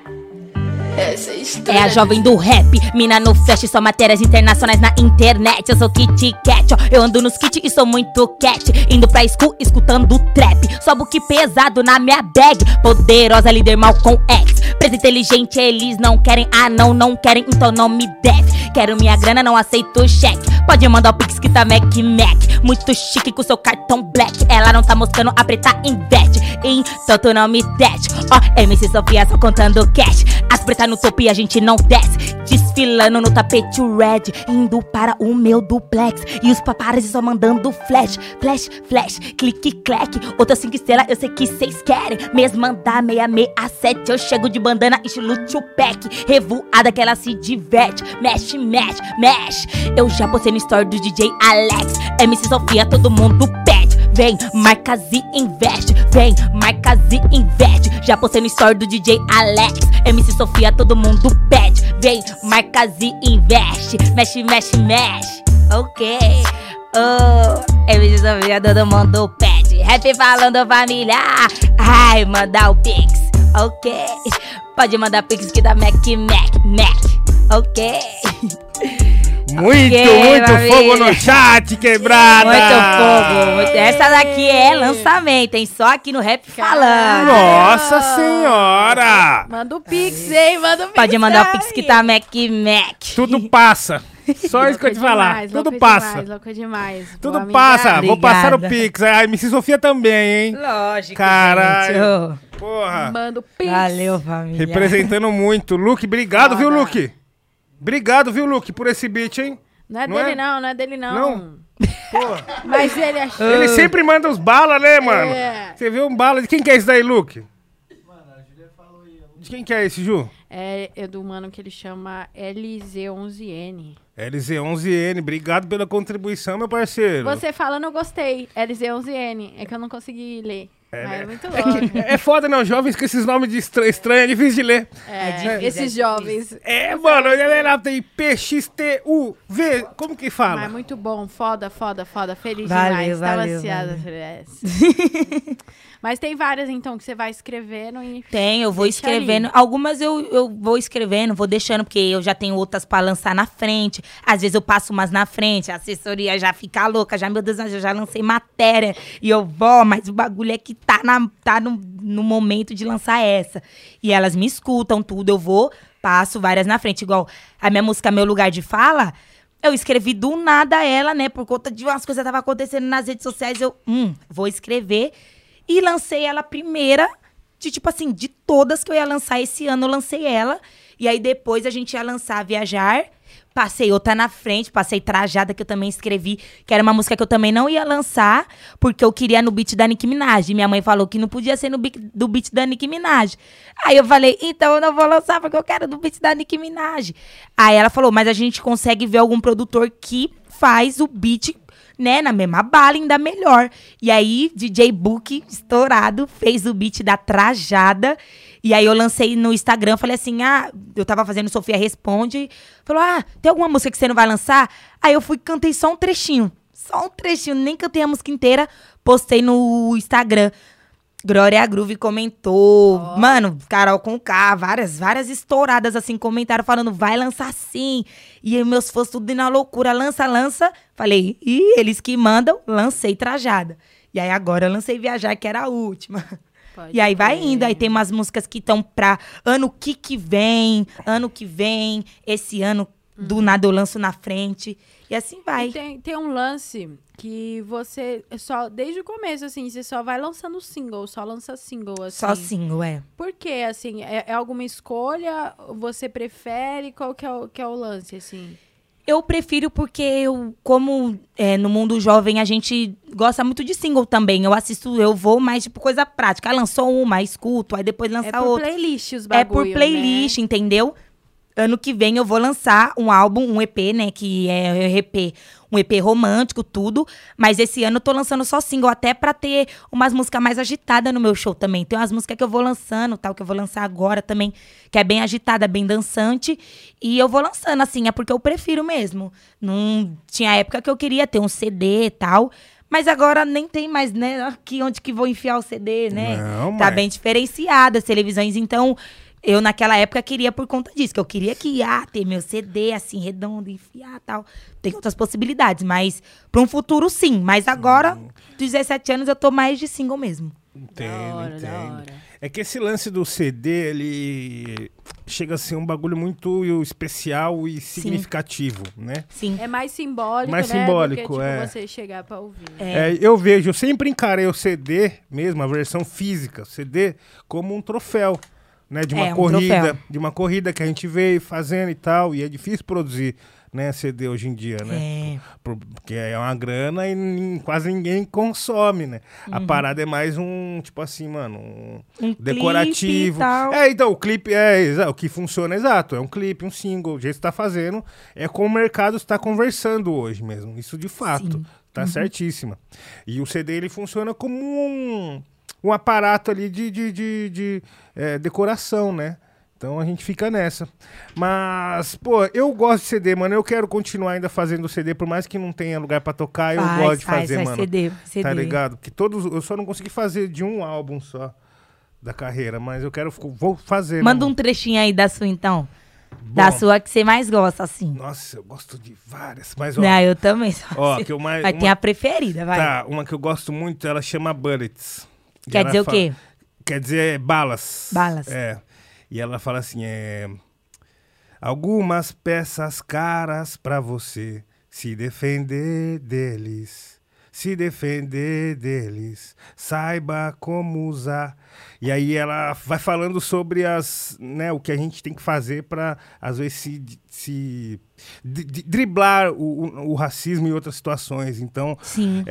É a jovem do rap, mina no flash, só matérias internacionais na internet. Eu sou Kit Kat, ó, eu ando nos kits e sou muito cat. Indo pra school, escutando trap, só book pesado na minha bag. Poderosa líder Malcolm X, presa inteligente, eles não querem. Ah não, não querem, então não me deve. Quero minha grana, não aceito cheque. Pode mandar o pix que tá Mac Mac. Muito chique com seu cartão black. Ela não tá moscando, a preta investe. Então tu não me desce. Ó, M C Sofia só contando cash. As preta no topo e a gente não desce. Desfilando no tapete red, indo para o meu duplex. E os paparazzi só mandando flash, flash, flash, clique, clack. Outra cinco estrelas, eu sei que cês querem. Mesmo mandar meia, meia, sete. Eu chego de bandana, estilo Tupac. Revoada que ela se diverte. Mexe, mexe, mexe. Eu já postei no story do D J Alex. M C Sofia, todo mundo pede. Vem, marcas e investe. Vem, marcas e investe. Já postei no story do D J Alex. M C Sofia, todo mundo pede. Vem, marcas e investe. Mexe, mexe, mexe. Ok. Oh, M C Sofia, todo mundo pede. Rap falando, família. Ai, mandar o pix. Ok. Pode mandar pix que dá Mac, Mac, Mac. Ok. Muito, Ok, muito família. fogo no chat, quebrada. Muito fogo. muito- Essa daqui é lançamento, hein? Só aqui no Rap Falando. Nossa senhora. Manda o pix, hein? Manda o pix. Pode mandar o aí. pix que tá Mac, Mac. Tudo passa. Só isso que eu ia te falar. Demais, Tudo louco passa. Demais, louco demais. Tudo Boa, amiga. passa. Vou passar o Obrigada. pix. A M C Sofia também, hein? Lógico, Caralho. gente. Porra. Manda o pix. Valeu, família. Representando muito. Luke, obrigado, viu, Foda. Luke? Obrigado, viu, Luke, por esse beat, hein? Não é Não dele é? não, não é dele não. Não? Porra. Mas ele achou. Ele sempre manda os balas, né, mano? É. Você viu um bala. De quem que é esse daí, Luke? De quem que é esse, Ju? É, é do mano que ele chama L Z onze N. L Z onze N, obrigado pela contribuição, meu parceiro. Você falando, eu gostei. L Z onze N. É que eu não consegui ler. É, Mas né? é muito É, louco. que- é foda, não, jovens com esses nomes de estra- estranho, é difícil de ler. É, difícil, esses é difícil. jovens. É, mano, ele lá tem P X T U V, como que Mas fala? muito bom. Foda, foda, foda. Feliz Valeu, demais. Tava valeu, ansiada valeu. por essa. Mas tem várias, então, que você vai escrevendo e... Tem, eu vou Deixa escrevendo. ali. Algumas eu, eu vou escrevendo, vou deixando, porque eu já tenho outras pra lançar na frente. Às vezes eu passo umas na frente, a assessoria já fica louca. Já, meu Deus, eu já lancei matéria. E eu vou, mas o bagulho é que tá, na, tá no, no momento de lançar essa. E elas me escutam tudo, eu vou, passo várias na frente. Igual a minha música Meu Lugar de Fala, eu escrevi do nada ela, né? Por conta de umas coisas que estavam acontecendo nas redes sociais. Eu, hum, vou escrever. E lancei ela primeira, de tipo assim, de todas que eu ia lançar esse ano, eu lancei ela. E aí depois a gente ia lançar Viajar. Passei outra na frente, passei Trajada, que eu também escrevi, que era uma música que eu também não ia lançar, porque eu queria no beat da Nicki Minaj. E minha mãe falou que não podia ser no beat, do beat da Nicki Minaj. Aí eu falei, então eu não vou lançar, porque eu quero do beat da Nicki Minaj. Aí ela falou, mas a gente consegue ver algum produtor que faz o beat, né, na mesma bala, ainda melhor. E aí, D J Book, estourado, fez o beat da Trajada. E aí eu lancei no Instagram, falei assim, ah, eu tava fazendo Sofia Responde. Falou, ah, tem alguma música que você não vai lançar? Aí eu fui e cantei só um trechinho. Só um trechinho, nem cantei a música inteira. Postei no Instagram. Glória Groove comentou. Oh. Mano, Carol com K, várias, várias estouradas assim, comentaram falando, vai lançar sim. E aí, meus fãs tudo na loucura, lança, lança. Falei, ih, eles que mandam, lancei Trajada. E aí agora eu lancei Viajar, que era a última. Pode e aí vai ver. Indo, aí tem umas músicas que estão pra ano que que vem, ano que vem, esse ano, hum. do nada eu lanço na frente. E assim vai. E tem, tem um lance que você só, desde o começo, assim, você só vai lançando single, só lança single, assim. Só single, é. Por quê, assim? É, é alguma escolha? Você prefere? Qual que é o, que é o lance, assim? Eu prefiro porque eu, como é, no mundo jovem, a gente gosta muito de single também. Eu assisto, eu vou mais, tipo, coisa prática. Ah, lançou uma, escuto, aí depois lança outra. É por outra. playlist os bagulho, É por playlist, né? Entendeu? Ano que vem eu vou lançar um álbum, um E P, né? Que é um E P, um E P romântico, tudo. Mas esse ano eu tô lançando só single, até pra ter umas músicas mais agitadas no meu show também. Tem umas músicas que eu vou lançando, tal, que eu vou lançar agora também, que é bem agitada, bem dançante. E eu vou lançando, assim, é porque eu prefiro mesmo. Não tinha época que eu queria ter um C D e tal. Mas agora nem tem mais, né? Aqui onde que vou enfiar o C D, né? Não, tá mas... bem diferenciada as televisões, então... Eu, naquela época, queria por conta disso. Que eu queria que, ah, ter meu C D, assim, redondo, enfiar e tal. Tem outras possibilidades, mas para um futuro, sim. Mas agora, dos dezessete anos, eu tô mais de single mesmo. Entendo, da hora, entendo. Da hora. É que esse lance do C D, ele chega a ser um bagulho muito especial e significativo, Sim. né? Sim. É mais simbólico, mais né? simbólico, do que, tipo, é. você chegar pra ouvir. É. É, eu vejo, eu sempre encarei o C D mesmo, a versão física, C D, como um troféu. Né, de uma é, um corrida, troféu. de uma corrida que a gente veio fazendo e tal, e é difícil produzir, né, C D hoje em dia, né? É. Porque é uma grana e n- quase ninguém consome, né? Uhum. A parada é mais um, tipo assim, mano, um, um decorativo. Clipe e tal. É, então, o clipe é exa- o que funciona exato, é um clipe, um single, o jeito que você tá fazendo, é como o mercado está conversando hoje mesmo, isso de fato, Sim. tá Uhum. certíssima. E o C D, ele funciona como um... um aparato ali de, de, de, de é, decoração, né? Então a gente fica nessa. Mas, pô, eu gosto de C D, mano. Eu quero continuar ainda fazendo C D, por mais que não tenha lugar pra tocar, eu Faz, gosto de faz, fazer, faz mano. C D, C D. Tá ligado? Porque todos, eu só não consegui fazer de um álbum só da carreira, mas eu quero, vou fazer. Manda né, um trechinho aí da sua, então. Bom, Da sua que você mais gosta, assim. Nossa, eu gosto de várias, mas ó, Não, eu também. Só ó assim. que eu mais, Mas uma, tem a preferida, vai. tá, uma que eu gosto muito, ela chama Bullets. E Quer ela dizer o fala- quê? Quer dizer balas. Balas. É. E ela fala assim, é... Algumas peças caras pra você se defender deles. Se defender deles. Saiba como usar. E aí ela vai falando sobre as, né, o que a gente tem que fazer pra, às vezes, se, se d- d- driblar o, o, o racismo em outras situações. Então, Sim.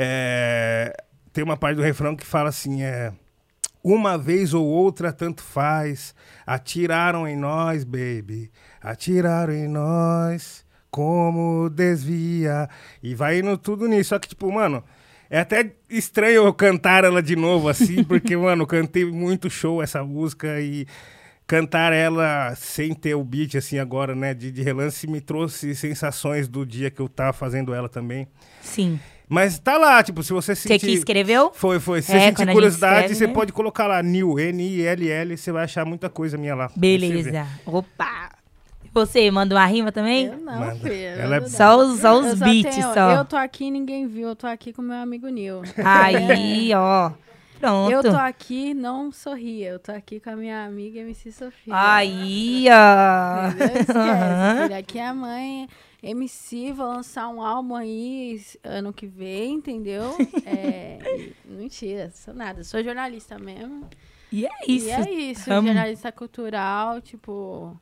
é, tem uma parte do refrão que fala assim, é... Uma vez ou outra, tanto faz. Atiraram em nós, baby. Atiraram em nós. Como desvia. E vai indo tudo nisso. Só que, tipo, mano, é até estranho eu cantar ela de novo, assim, porque, mano, eu cantei muito show essa música e cantar ela sem ter o beat, assim, agora, né, de, de relance, me trouxe sensações do dia que eu tava fazendo ela também. Sim. Mas tá lá, tipo, se você sentir... Você que escreveu? Foi, foi. Se É, você sentir quando a gente curiosidade, escreve, você né? pode colocar lá, Nil, N I L L, você vai achar muita coisa minha lá. Você vê. Beleza. Opa! Você manda uma rima também? Eu não, Manda. filho. Ela é- não dá. Só os, só os Eu só beats, tenho- só. Eu tô aqui e ninguém viu. Eu tô aqui com meu amigo Nil. Aí, ó. Pronto. Eu tô aqui, não sorria. Eu tô aqui com a minha amiga M C Sofia. Aí, ó. Entendeu? Esquece, Aham. filho. Aqui é a mãe M C, vou lançar um álbum aí ano que vem, entendeu? É, e- mentira, sou nada. Sou jornalista mesmo. E é isso. E é isso, Amo. jornalista cultural, tipo...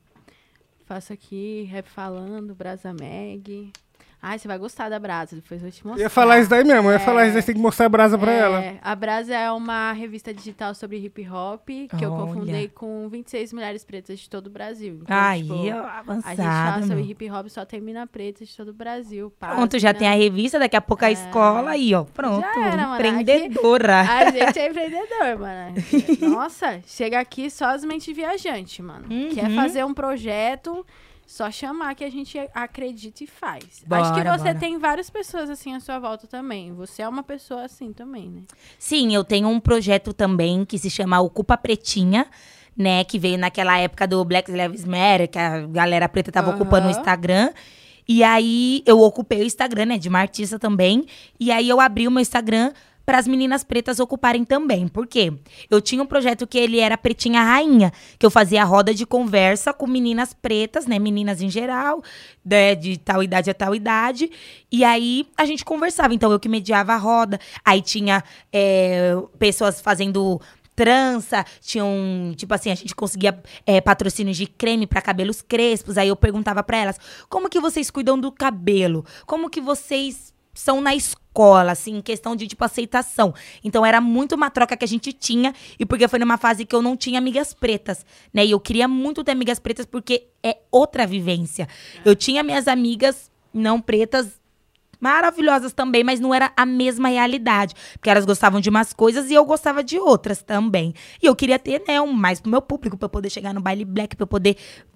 Faço aqui, rap falando, Brasa Mag. Ai, você vai gostar da Brasa, depois eu te mostrar. Eu ia falar isso daí mesmo, eu ia É. falar isso daí, você tem que mostrar a brasa pra É, ela. A Brasa é uma revista digital sobre hip hop que eu Olha. cofundei com vinte e seis mulheres pretas de todo o Brasil. Então, Aí, tipo, ó, a gente avançada, fala sobre meu. hip hop, só tem mina preta de todo o Brasil. Pronto, já tem a revista, daqui a pouco a escola aí, ó. Pronto. Já era, mano. Empreendedora. A gente é empreendedor, mano. Nossa, chega aqui só as mentes viajantes, mano. Uhum. Quer fazer um projeto, Só chamar que a gente acredita e faz. Bora, Acho que você bora. tem várias pessoas assim à sua volta também. Você é uma pessoa assim também, né? Sim, eu tenho um projeto também que se chama Ocupa Pretinha, né? Que veio naquela época do Black Lives Matter, que a galera preta tava Aham. ocupando o Instagram. E aí eu ocupei o Instagram, né? De uma artista também. E aí eu abri o meu Instagram para as meninas pretas ocuparem também. Por quê? Eu tinha um projeto que ele era Pretinha Rainha, que eu fazia roda de conversa com meninas pretas, né? Meninas em geral, né? De tal idade a tal idade. E aí a gente conversava. Então eu que mediava a roda. Aí tinha é, pessoas fazendo trança, tinham, tipo assim, a gente conseguia é, patrocínios de creme para cabelos crespos. Aí eu perguntava para elas, como que vocês cuidam do cabelo? Como que vocês são na escola, assim, em questão de, tipo, aceitação. Então, era muito uma troca que a gente tinha, e porque foi numa fase que eu não tinha amigas pretas, né? E eu queria muito ter amigas pretas, porque é outra vivência. Eu tinha minhas amigas não pretas, maravilhosas também, mas não era a mesma realidade. Porque elas gostavam de umas coisas e eu gostava de outras também. E eu queria ter, né, um mais pro meu público, pra eu poder chegar no baile black, pra eu poder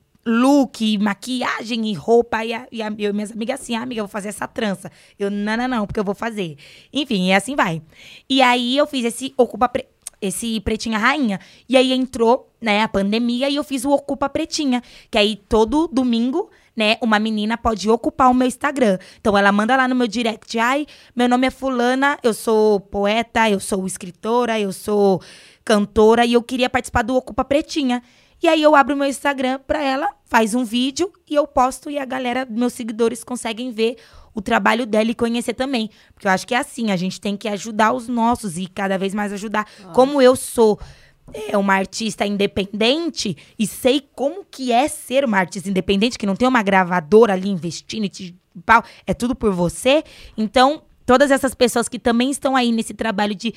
look, maquiagem e roupa. E, a, e, a, eu e minhas amigas assim, ah, amiga, eu vou fazer essa trança. Eu, não, não, não, porque eu vou fazer. Enfim, e assim vai. E aí eu fiz esse Ocupa Pre... esse Pretinha Rainha. E aí entrou, né, a pandemia e eu fiz o Ocupa Pretinha. Que aí todo domingo, né, uma menina pode ocupar o meu Instagram. Então ela manda lá no meu direct, ai, meu nome é fulana, eu sou poeta, eu sou escritora, eu sou cantora e eu queria participar do Ocupa Pretinha. E aí eu abro o meu Instagram pra ela, faz um vídeo e eu posto e a galera, meus seguidores, conseguem ver o trabalho dela e conhecer também. Porque eu acho que é assim, a gente tem que ajudar os nossos e cada vez mais ajudar. Nossa. Como eu sou é, uma artista independente e sei como que é ser uma artista independente, que não tem uma gravadora ali investindo, e te, pau, é tudo por você. Então, todas essas pessoas que também estão aí nesse trabalho de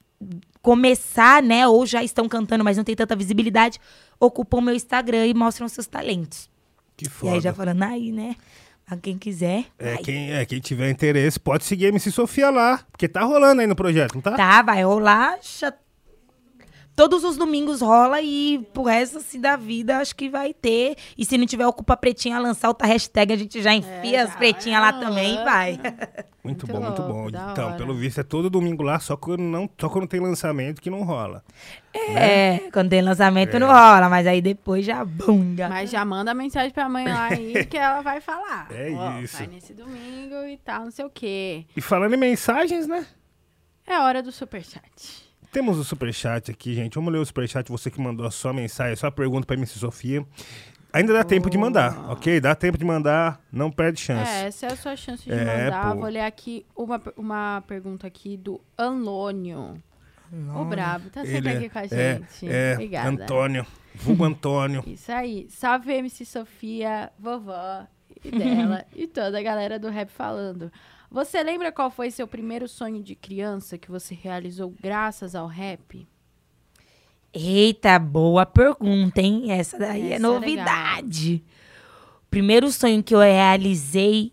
começar, né, ou já estão cantando, mas não tem tanta visibilidade, ocupam meu Instagram e mostram seus talentos. Que foda. E aí já falando aí, né, a quem quiser. É quem, é, quem tiver interesse, pode seguir a M C Sofia lá, porque tá rolando aí no projeto, não tá? Tá, vai rolar. Já... Todos os domingos rola e pro resto assim, da vida acho que vai ter. E se não tiver Ocupa Pretinha, lançar outra hashtag, a gente já enfia É, as pretinhas lá também e vai. Muito, Muito bom, muito louco, bom. da Então, hora. pelo visto, é todo domingo lá, só quando, não, só quando tem lançamento que não rola. É, quando tem lançamento não rola, mas aí depois já bunga. Mas já manda mensagem pra mãe lá aí que ela vai falar. É Ó, isso. vai nesse domingo e tal, não sei o quê. E falando em mensagens, né? É hora do superchat. Temos o superchat aqui, gente. Vamos ler o superchat, você que mandou a sua mensagem, a sua pergunta pra M C Sofia. Ainda dá tempo de mandar, ok? Dá tempo de mandar, não perde chance. É, essa é a sua chance de É, mandar. pô. Vou ler aqui uma, uma pergunta aqui do Anlônio. O Brabo, tá sempre Ele aqui com a é, gente. é, Obrigada. Antônio, vulgo Antônio. Isso aí. Salve M C Sofia, vovó e dela e toda a galera do Rap Falando. Você lembra qual foi seu primeiro sonho de criança que você realizou graças ao rap? Eita, boa pergunta, hein? Essa daí Essa é é novidade. O primeiro sonho que eu realizei...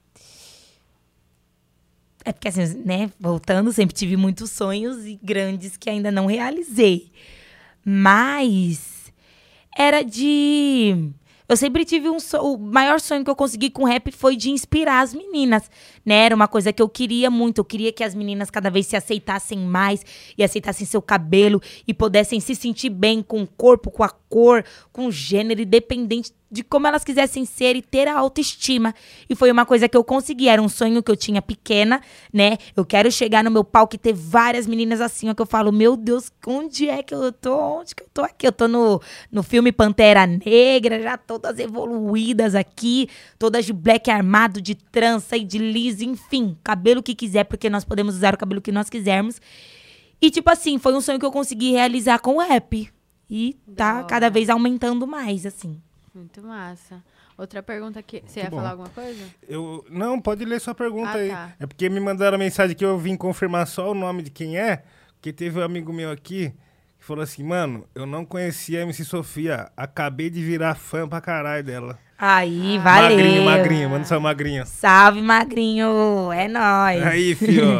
É porque, assim, né? Voltando, sempre tive muitos sonhos e grandes que ainda não realizei. Mas era de... Eu sempre tive um sonho... O maior sonho que eu consegui com rap foi de inspirar as meninas, né? Era uma coisa que eu queria muito. Eu queria que as meninas cada vez se aceitassem mais e aceitassem seu cabelo e pudessem se sentir bem com o corpo, com a cor, com o gênero, independente de como elas quisessem ser e ter a autoestima. E foi uma coisa que eu consegui. Era um sonho que eu tinha pequena, né? Eu quero chegar no meu palco e ter várias meninas assim, ó, que eu falo, meu Deus, onde é que eu tô? Onde que eu tô aqui? Eu tô no, no filme Pantera Negra, já todas evoluídas aqui, todas de black armado, de trança e de liso, enfim, cabelo que quiser, porque nós podemos usar o cabelo que nós quisermos. E, tipo assim, foi um sonho que eu consegui realizar com o rap. E tá cada vez aumentando mais, assim. Muito massa. Outra pergunta aqui. Você Muito ia bom. falar alguma coisa? Eu, não, pode ler sua pergunta Ah, aí. tá. É porque me mandaram a mensagem que eu vim confirmar só o nome de quem é, porque teve um amigo meu aqui que falou assim, mano, eu não conhecia a M C Sofia, acabei de virar fã pra caralho dela. Aí, valeu. Magrinho, magrinho, manda só magrinho. Salve, magrinho. É nóis. Aí, fio,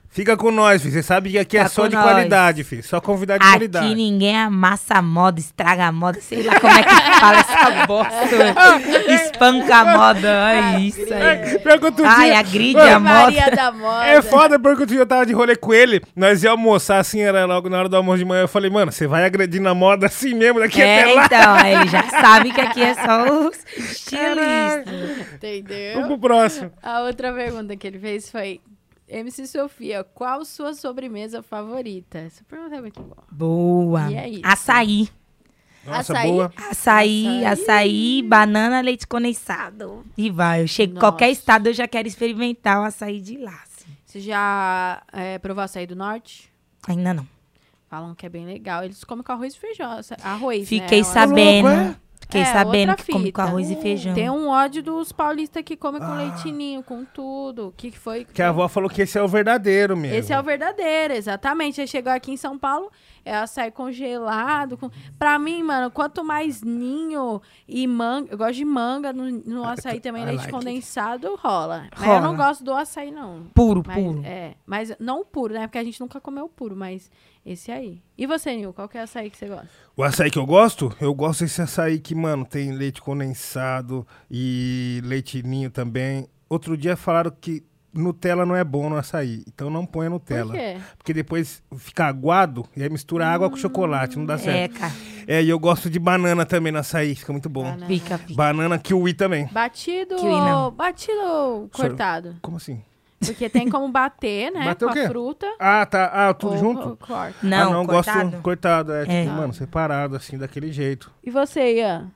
Fica com nós, filho. Você sabe que aqui é Fica só com de nós. qualidade, filho. Só convidado de Aqui qualidade. ninguém amassa a moda, estraga a moda, sei lá como é que fala essa bosta. Espanca a moda, olha isso aí. Pior que outro Ai, dia- agride Mano, a moda. Maria da moda. É foda, porque outro dia eu tava de rolê com ele, nós ia almoçar assim, era logo na hora do almoço de manhã. Eu falei, mano, você vai agredir na moda assim mesmo daqui É, até lá? então, aí ele já sabe que aqui é só os estilistas. Entendeu? Vamos pro próximo. A outra pergunta que ele fez foi: M C Sofia, qual sua sobremesa favorita? Essa pergunta é muito boa. Boa. E é isso. Açaí. Nossa, Açaí? boa. Açaí, Açaí. açaí, banana, leite condensado. E vai, eu chego em Nossa. qualquer estado, eu já quero experimentar o açaí de lá. assim. Você já é, provou açaí do norte? Ainda não. Falam que é bem legal. Eles comem com arroz e feijão. aça- Arroz, Fiquei né? sabendo. louco, é? Fiquei É, sabendo outra que come com fita. arroz e feijão. Tem um ódio dos paulistas que comem com Ah. leitinho, com tudo. O que, que foi? Que a avó falou que esse é o verdadeiro mesmo. Esse é o verdadeiro, exatamente. Aí chegou aqui em São Paulo, é açaí congelado. Com... Pra mim, mano, quanto mais ninho e manga... Eu gosto de manga no, no açaí também, I leite like condensado rola. Mas eu Rola. não gosto do açaí, não. Puro, Mas, puro. é, mas não o puro, né? Porque a gente nunca comeu o puro, mas esse aí. E você, Nil, qual que é o açaí que você gosta? O açaí que eu gosto, eu gosto desse açaí que, mano, tem leite condensado e leite ninho também. Outro dia falaram que Nutella não é bom no açaí, então não ponha Nutella. Por quê? Porque depois fica aguado e aí mistura água com chocolate, não dá É, certo. cara. É, e eu gosto de banana também no açaí, fica muito bom. Banana. Fica, fica. Banana kiwi também. Batido Kiwi não. batido ou cortado? Como assim? Porque tem como bater, né? Bater com o quê? a fruta. Ah, tá. Ah, tudo ou junto? co- corta. Não, ah, não, cortado. gosto cortado. É, tipo, É. mano, separado, assim, daquele jeito. E você, Ian?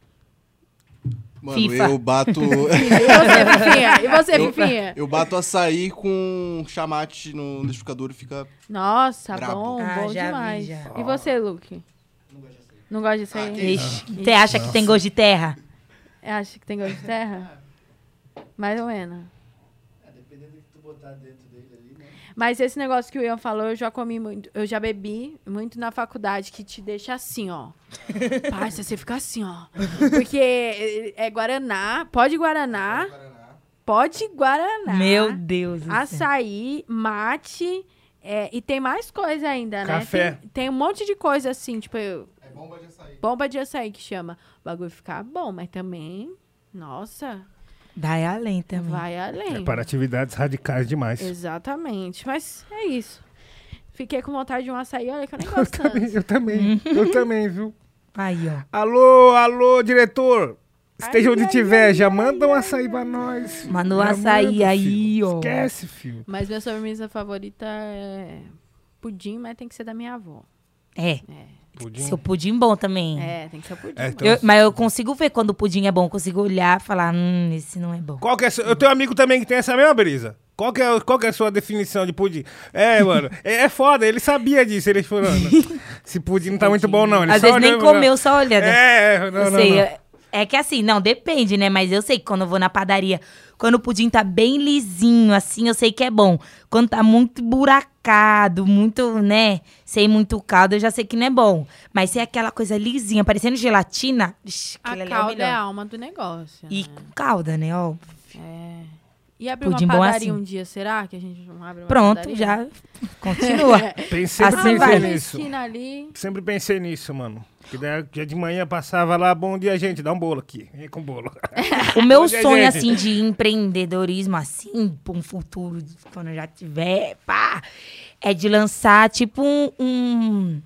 Mano, FIFA. eu bato. E você, Fifinha? E você, eu, Fifinha? eu bato açaí com chamate no liquidificador e fica. Nossa, Brabo. bom, Ah, bom já vi, demais. já. E você, Luke? Não gosta de açaí? Ah, Ixi, você acha que tem gosto de terra? Acha que tem gosto de terra? Mais ou menos. Dependendo do que tu botar dentro dele ali, né? Mas esse negócio que o Ian falou, eu já comi muito, eu já bebi muito na faculdade, que te deixa assim, ó. Parça, você fica assim, ó. Porque é é Guaraná, pode Guaraná, pode Guaraná. Meu Deus do céu. Açaí, mate, é, e tem mais coisa ainda, né? Café. Tem, tem um monte de coisa assim, tipo, eu- É bomba de açaí. bomba de açaí que chama. O bagulho ficar bom, mas também, nossa, Vai além também. vai além. É para atividades radicais demais. Exatamente, mas é isso. Fiquei com vontade de um açaí, olha que eu nem Eu gosto também, tanto. eu também, eu também, viu? Aí, ó. Alô, alô, diretor! Esteja Ai, onde ai, tiver, ai, já ai, manda um ai, açaí ai. pra nós. Manda um Já açaí manda, aí, filho. ó. Esquece, filho. Mas minha sobremesa favorita é pudim, mas tem que ser da minha avó. É, Pudim. seu pudim bom também. É, tem que ser o pudim. É, mano. então- Eu- mas eu consigo ver quando o pudim é bom, consigo olhar e falar, hum, esse não é bom. Qual que é, a sua- eu tenho um amigo também que tem essa mesma brisa. Qual que é, qual que é a sua definição de pudim? É, mano, é, é foda, ele sabia disso. Ele falou, não, esse pudim não tá muito bom, não. Ele Às só vezes nem olhou e falou, comeu, só olhando. É, não, Eu não, sei, não. é- é que assim, não, depende, né? Mas eu sei que quando eu vou na padaria, quando o pudim tá bem lisinho, assim, eu sei que é bom. Quando tá muito buracado, muito, né, sem muito caldo, eu já sei que não é bom. Mas se é aquela coisa lisinha, parecendo gelatina, vixi, A aquilo ali é o calda é a melhor. alma do negócio. E né? com calda, né, ó. É. E abrir Pudim uma bom padaria assim. um dia, será? Que a gente não abre uma Pronto, padaria? já continua. Pense- sempre Assim pensei vai. Na nisso. esquina ali. Sempre pensei nisso, mano. Que daí, dia de manhã passava lá, bom dia, gente, dá um bolo aqui. Vem com bolo. O meu Bom dia, sonho, gente. assim, de empreendedorismo, assim, pra um futuro, de quando eu já tiver, pá, é de lançar, tipo, um, um,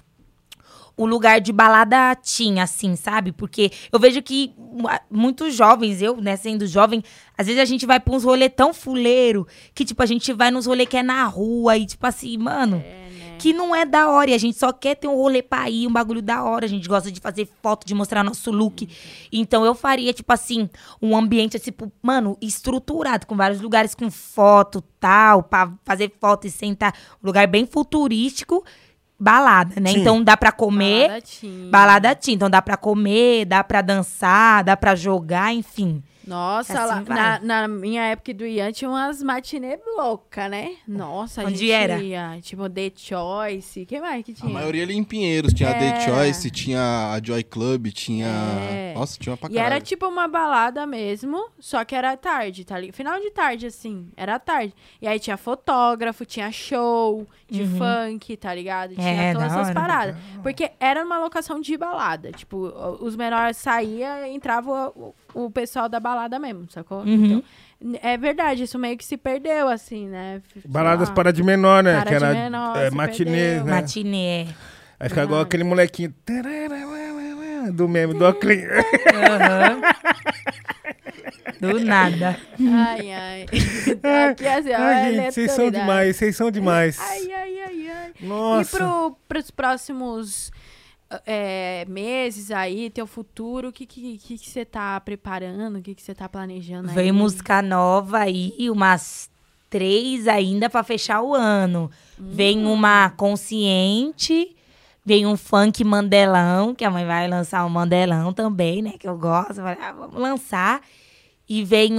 um lugar de balada teen, assim, sabe? Porque eu vejo que mu- muitos jovens, eu, né, sendo jovem, às vezes a gente vai pra uns rolê tão fuleiro, que, tipo, a gente vai nos rolê que é na rua e, tipo assim, mano... Que não é da hora, e a gente só quer ter um rolê pra ir, um bagulho da hora. A gente gosta de fazer foto, de mostrar nosso look. Então eu faria, tipo assim, um ambiente, tipo, mano, estruturado, com vários lugares com foto, tal, pra fazer foto e sentar. Um lugar bem futurístico, balada, né? Sim. Então dá pra comer. Balada teen. Balada teen. Então dá pra comer, dá pra dançar, dá pra jogar, enfim. Nossa, Assim lá, vai. na, na minha época do Ian tinha umas matinê louca, né? Nossa, a Onde gente era? ia, tipo, The Choice, que mais que A tinha? maioria ali em Pinheiros. Tinha a The É. Choice, tinha a Joy Club, tinha... É. Nossa, tinha uma pra E caralho. era tipo uma balada mesmo, só que era tarde, tá ligado? Final de tarde, assim, era tarde. E aí tinha fotógrafo, tinha show de funk, tá ligado? Tinha É, todas da essas hora. paradas. Porque era uma locação de balada. Tipo, o- os menores saíam, entrava o, o pessoal da balada mesmo, sacou? Uhum. Então, é verdade, isso meio que se perdeu, assim, né? Sei Baladas lá. para de menor, né? Para que de era menor, é, se matinê, perdeu. né? Matinê. Aí fica igual aquele molequinho do meme do Oclean. Aham. Do nada. Ai, ai. Tô aqui assim, ó, Ai, ele é gente, vocês são autoridade. demais, vocês são demais. Ai, ai, ai, ai. Nossa. E pro, pros próximos é, meses aí, teu futuro, o que que que que você tá preparando? O que que você tá planejando aí? Vem música nova aí, umas três ainda pra fechar o ano. Vem uma consciente, vem um funk mandelão, que a mãe vai lançar um mandelão também, né? Que eu gosto. Eu falei, ah, vamos lançar. E vem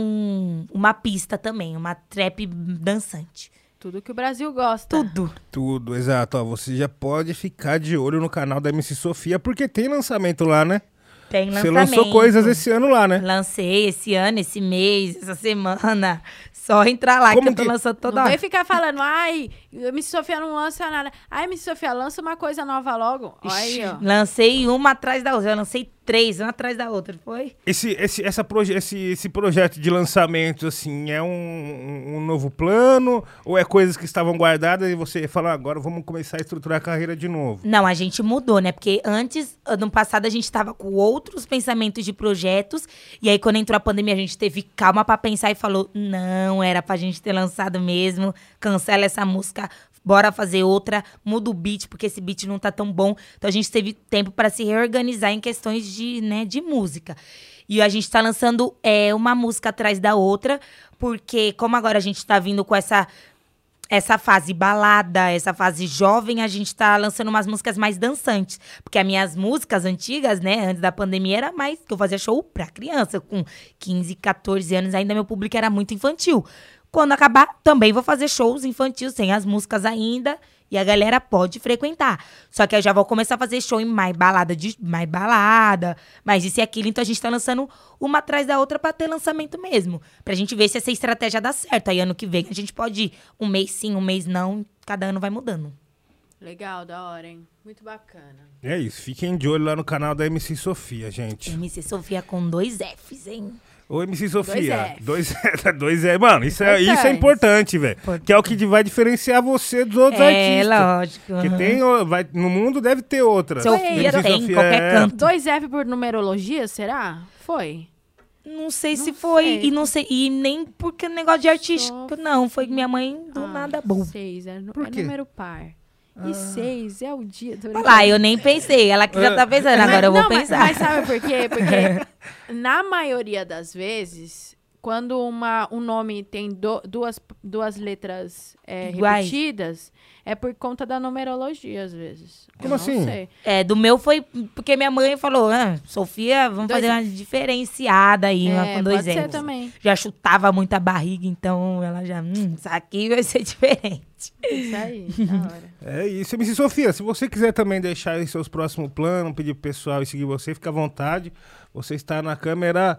um, uma pista também, uma trap dançante. Tudo que o Brasil gosta. Tudo. Tudo, exato. Ó, você já pode ficar de olho no canal da M C Sofia, porque tem lançamento lá, né? Tem Você lançamento. lançou coisas esse ano lá, né? Lancei esse ano, esse mês, essa semana. Só entrar lá Como que eu tô que- lançando toda Não hora. vai ficar falando, ai, M C Sofia não lança nada. Ai, M C Sofia, lança uma coisa nova logo. Olha aí, ó. Lancei uma atrás da outra. Eu lancei três, uma atrás da outra, foi? Esse, esse, essa proje esse, esse projeto de lançamento, assim, é um, um- um novo plano? Ou é coisas que estavam guardadas e você fala, "Ah, agora vamos começar a estruturar a carreira de novo"? Não, a gente mudou, né? Porque antes, ano passado, a gente tava com outros pensamentos de projetos. E aí, quando entrou a pandemia, a gente teve calma pra pensar e falou: não, era pra gente ter lançado mesmo. Cancela essa música, bora fazer outra. Muda o beat, porque esse beat não tá tão bom. Então, a gente teve tempo pra se reorganizar em questões de, né, de música. E a gente tá lançando é, uma música atrás da outra. Porque, como agora a gente tá vindo com essa... Essa fase balada, essa fase jovem, a gente tá lançando umas músicas mais dançantes. Porque as minhas músicas antigas, né, antes da pandemia, era mais que eu fazia show pra criança. Com quinze, catorze anos, ainda meu público era muito infantil. Quando acabar, também vou fazer shows infantis, sem as músicas ainda. E a galera pode frequentar. Só que eu já vou começar a fazer show em mais balada, de, mais balada, mais isso e aquilo. Então a gente tá lançando uma atrás da outra pra ter lançamento mesmo. Pra gente ver se essa estratégia dá certo. Aí ano que vem a gente pode ir um mês sim, um mês não. Cada ano vai mudando. Legal, da hora, hein? Muito bacana. É isso, fiquem de olho lá no canal da M C Sofia, gente. M C Sofia com dois Fs, hein? Ô, M C Sofia. Dois Dois, dois é, mano, isso é, isso é Importante. importante, velho. Que é o que vai diferenciar você dos outros É, artistas. lógico. Porque aham. tem, o- vai, no mundo deve ter outras. Sofia M C tem, Sofia qualquer é- canto. Dois F por numerologia, será? Foi? Não sei Não se foi. sei. E não sei. E nem porque negócio de artístico, não. Foi minha mãe do Ah, nada bom. Seis, é, nu- Por é quê? número par. E seis é o dia... Tô Olha lá, eu nem pensei. Ela que já tá pensando, agora eu vou Não, mas- pensar. Mas, sabe por quê? Porque na maioria das vezes, quando uma, um nome tem do- duas, duas letras é, Iguais. repetidas, é por conta da numerologia, às vezes. Eu Como não assim? sei. É, do meu foi porque minha mãe falou, ah, Sofia, vamos Dois fazer uma diferenciada aí, uma É, com dois pode ser Fs. também. Já chutava muito a barriga, então ela já, hum, isso aqui vai ser diferente. Isso aí, da hora. É isso, M C Sofia. Se você quiser também deixar aí seus próximos planos, pedir pro pessoal e seguir você, fica à vontade. Você está na câmera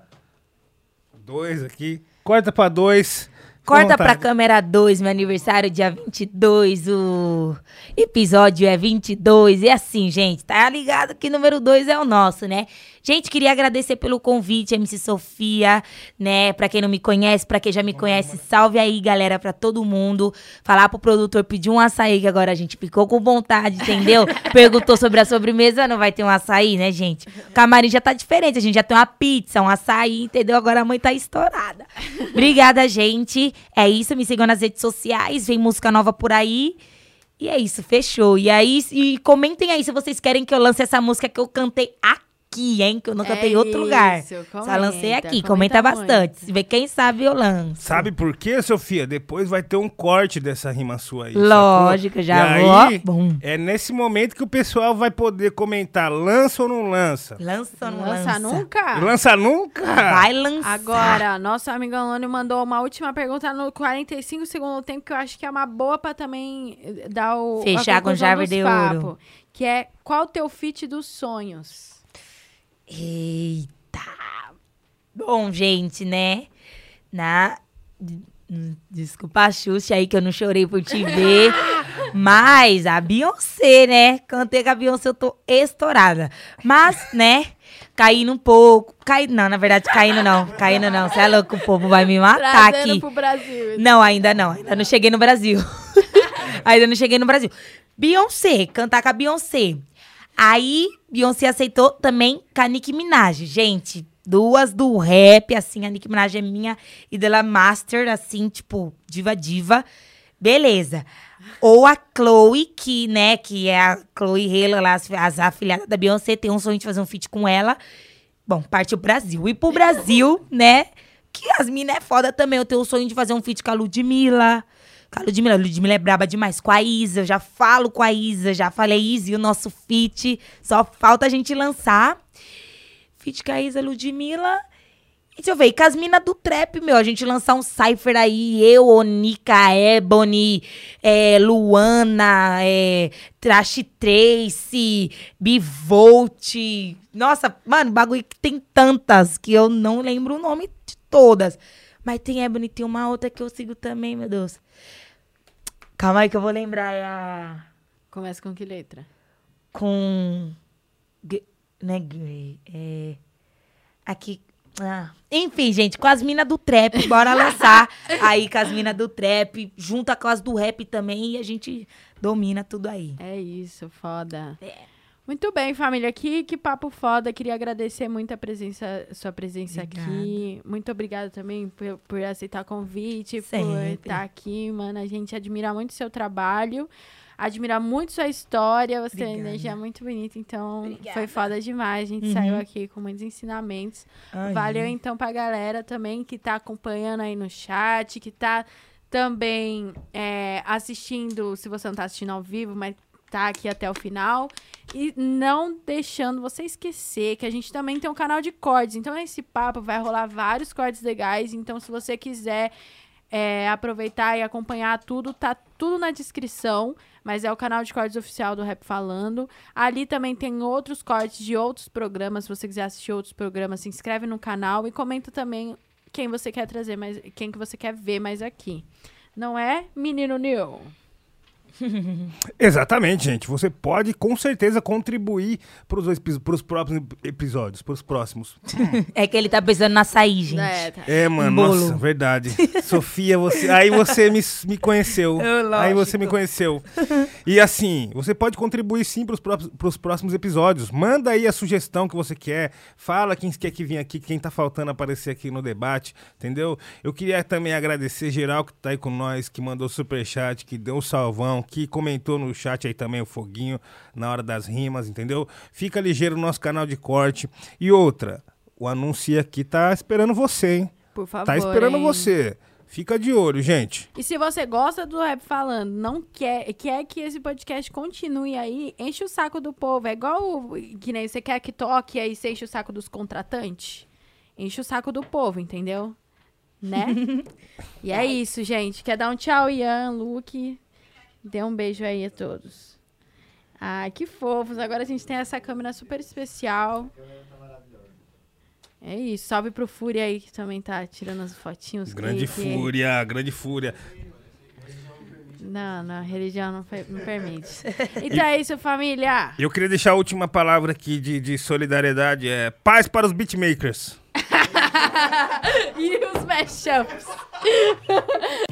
dois aqui. Corta pra dois. Fica à Corta pra vontade. câmera dois, meu aniversário dia vinte e dois, o episódio é vinte e dois. E assim, gente, tá ligado que número dois é o nosso, né? Gente, queria agradecer pelo convite, M C Sofia, né? Pra quem não me conhece, pra quem já me conhece, salve aí, galera, pra todo mundo. Falar pro produtor pedir um açaí, que agora a gente ficou com vontade, entendeu? Perguntou sobre a sobremesa, não vai ter um açaí, né, gente? O camarim já tá diferente, a gente já tem uma pizza, um açaí, entendeu? Agora a mãe tá estourada. Obrigada, gente. É isso, me sigam nas redes sociais, vem música nova por aí. E é isso, fechou. E aí, e comentem aí se vocês querem que eu lance essa música que eu cantei aqui aqui, hein? Que eu não É cantei em outro lugar. isso, Só comenta, lancei aqui. comenta Comenta bastante. muito. Se vê quem sabe, eu lanço. Sabe por quê, Sofia? Depois vai ter um corte dessa rima sua aí. Lógico, sacou? já e vou. aí, Bum. é nesse momento que o pessoal vai poder comentar, lança ou não lança? Lança ou não Lança lança? nunca? Lança nunca? Vai lançar. Agora, nosso amigo Alônio mandou uma última pergunta no quarenta e cinco segundos do tempo, que eu acho que é uma boa pra também eh, dar o Fechar a com conclusão chave dos de papo, ouro. que é, qual o teu feat dos sonhos? Eita. Bom, gente, né? Na... Desculpa a Xuxa aí que eu não chorei por te ver. Mas a Beyoncé, né? Cantei com a Beyoncé, eu tô estourada. Mas, né? Caindo um pouco. Cai... Não, na verdade, caindo não. Caindo não. Você é louco, o povo vai me matar Trazendo aqui. pro Brasil. Não, ainda não. Ainda não cheguei no Brasil. Ainda não cheguei no Brasil. Beyoncé, cantar com a Beyoncé. Aí, Beyoncé aceitou também com a Nicki Minaj. Gente, duas do rap, assim. A Nicki Minaj é minha ídola master, assim, tipo, diva diva. Beleza. Ou a Chloe, que, né, que é a Chloe Hale, lá, as, as afilhadas da Beyoncé, tem um sonho de fazer um feat com ela. Bom, parte o Brasil. E pro Brasil, né, que as minas é foda também. Eu tenho o sonho de fazer um feat com a Ludmilla. Com a Ludmilla. A Ludmilla é braba demais. Com a Isa, eu já falo com a Isa. Já falei, Isa, o nosso feat. Só falta a gente lançar. Feat com a Isa, Ludmilla. E deixa eu ver, e com as minas do trap, meu, a gente lançar um cypher aí, eu, Onika, Ebony, é, Luana, é, Trash Trace, Bivolt. Nossa, mano, bagulho que tem tantas que eu não lembro o nome de todas. Mas tem Ebony, tem uma outra que eu sigo também, meu Deus. Calma aí que eu vou lembrar. É a... Começa com que letra? Com... G- Não é Grey, é... Aqui... Ah. Enfim, gente, com as minas do trap, bora lançar aí com as minas do trap, junta com as do rap também e a gente domina tudo aí. É isso, foda. É. Muito bem, família. Que, que papo foda. Queria agradecer muito a presença, sua presença Obrigada. aqui. Muito obrigada também por, por aceitar o convite, por Sempre. estar aqui, mano. A gente admira muito o seu trabalho, admira muito sua história. Você tem uma Obrigada. energia muito bonita, então Obrigada. foi foda demais. A gente Uhum. saiu aqui com muitos ensinamentos. Ai. Valeu, então, pra galera também que tá acompanhando aí no chat, que tá também é, assistindo, se você não tá assistindo ao vivo, mas tá aqui até o final. E não deixando você esquecer que a gente também tem um canal de cortes. Então, esse papo vai rolar vários cortes legais. Então, se você quiser é, aproveitar e acompanhar tudo, tá tudo na descrição. Mas é o canal de cortes oficial do Rap Falando. Ali também tem outros cortes de outros programas. Se você quiser assistir outros programas, se inscreve no canal e comenta também quem você quer trazer mais, quem que você quer ver mais aqui. Não é, menino Nil? Exatamente, gente. Você pode, com certeza, contribuir pros, dois, pros próximos episódios, pros próximos. É que ele tá pensando na açaí, gente. É, tá. É, mano, Bolo. nossa, verdade. Sofia, você, aí você me, me conheceu. É, lógico. Aí você me conheceu. E assim, você pode contribuir sim pros, pró- pros próximos episódios. Manda aí a sugestão que você quer. Fala quem quer que venha aqui, quem tá faltando aparecer aqui no debate, entendeu? Eu queria também agradecer geral que tá aí com nós, que mandou superchat, que deu um salvão, que comentou no chat aí também o foguinho na hora das rimas, entendeu? Fica ligeiro no nosso canal de corte. E outra, o anúncio aqui tá esperando você, hein? Por favor. Tá esperando hein? você. Fica de olho, gente. E se você gosta do Rap Falando, não quer, quer que esse podcast continue aí, enche o saco do povo. É igual o- que nem você quer que toque aí, você enche o saco dos contratantes. Enche o saco do povo, entendeu? Né? E é isso, gente. Quer dar um tchau, Ian, Luke? Dê um beijo aí a todos. Ai, que fofos. Agora a gente tem essa câmera super especial. É isso. Salve pro Fúria aí, que também tá tirando as fotinhos. Grande que- que- fúria, grande fúria. Não, não, a religião não, pe- não permite. Então é isso, família. Eu queria deixar a última palavra aqui de, de solidariedade. É paz para os beatmakers. E os mashups.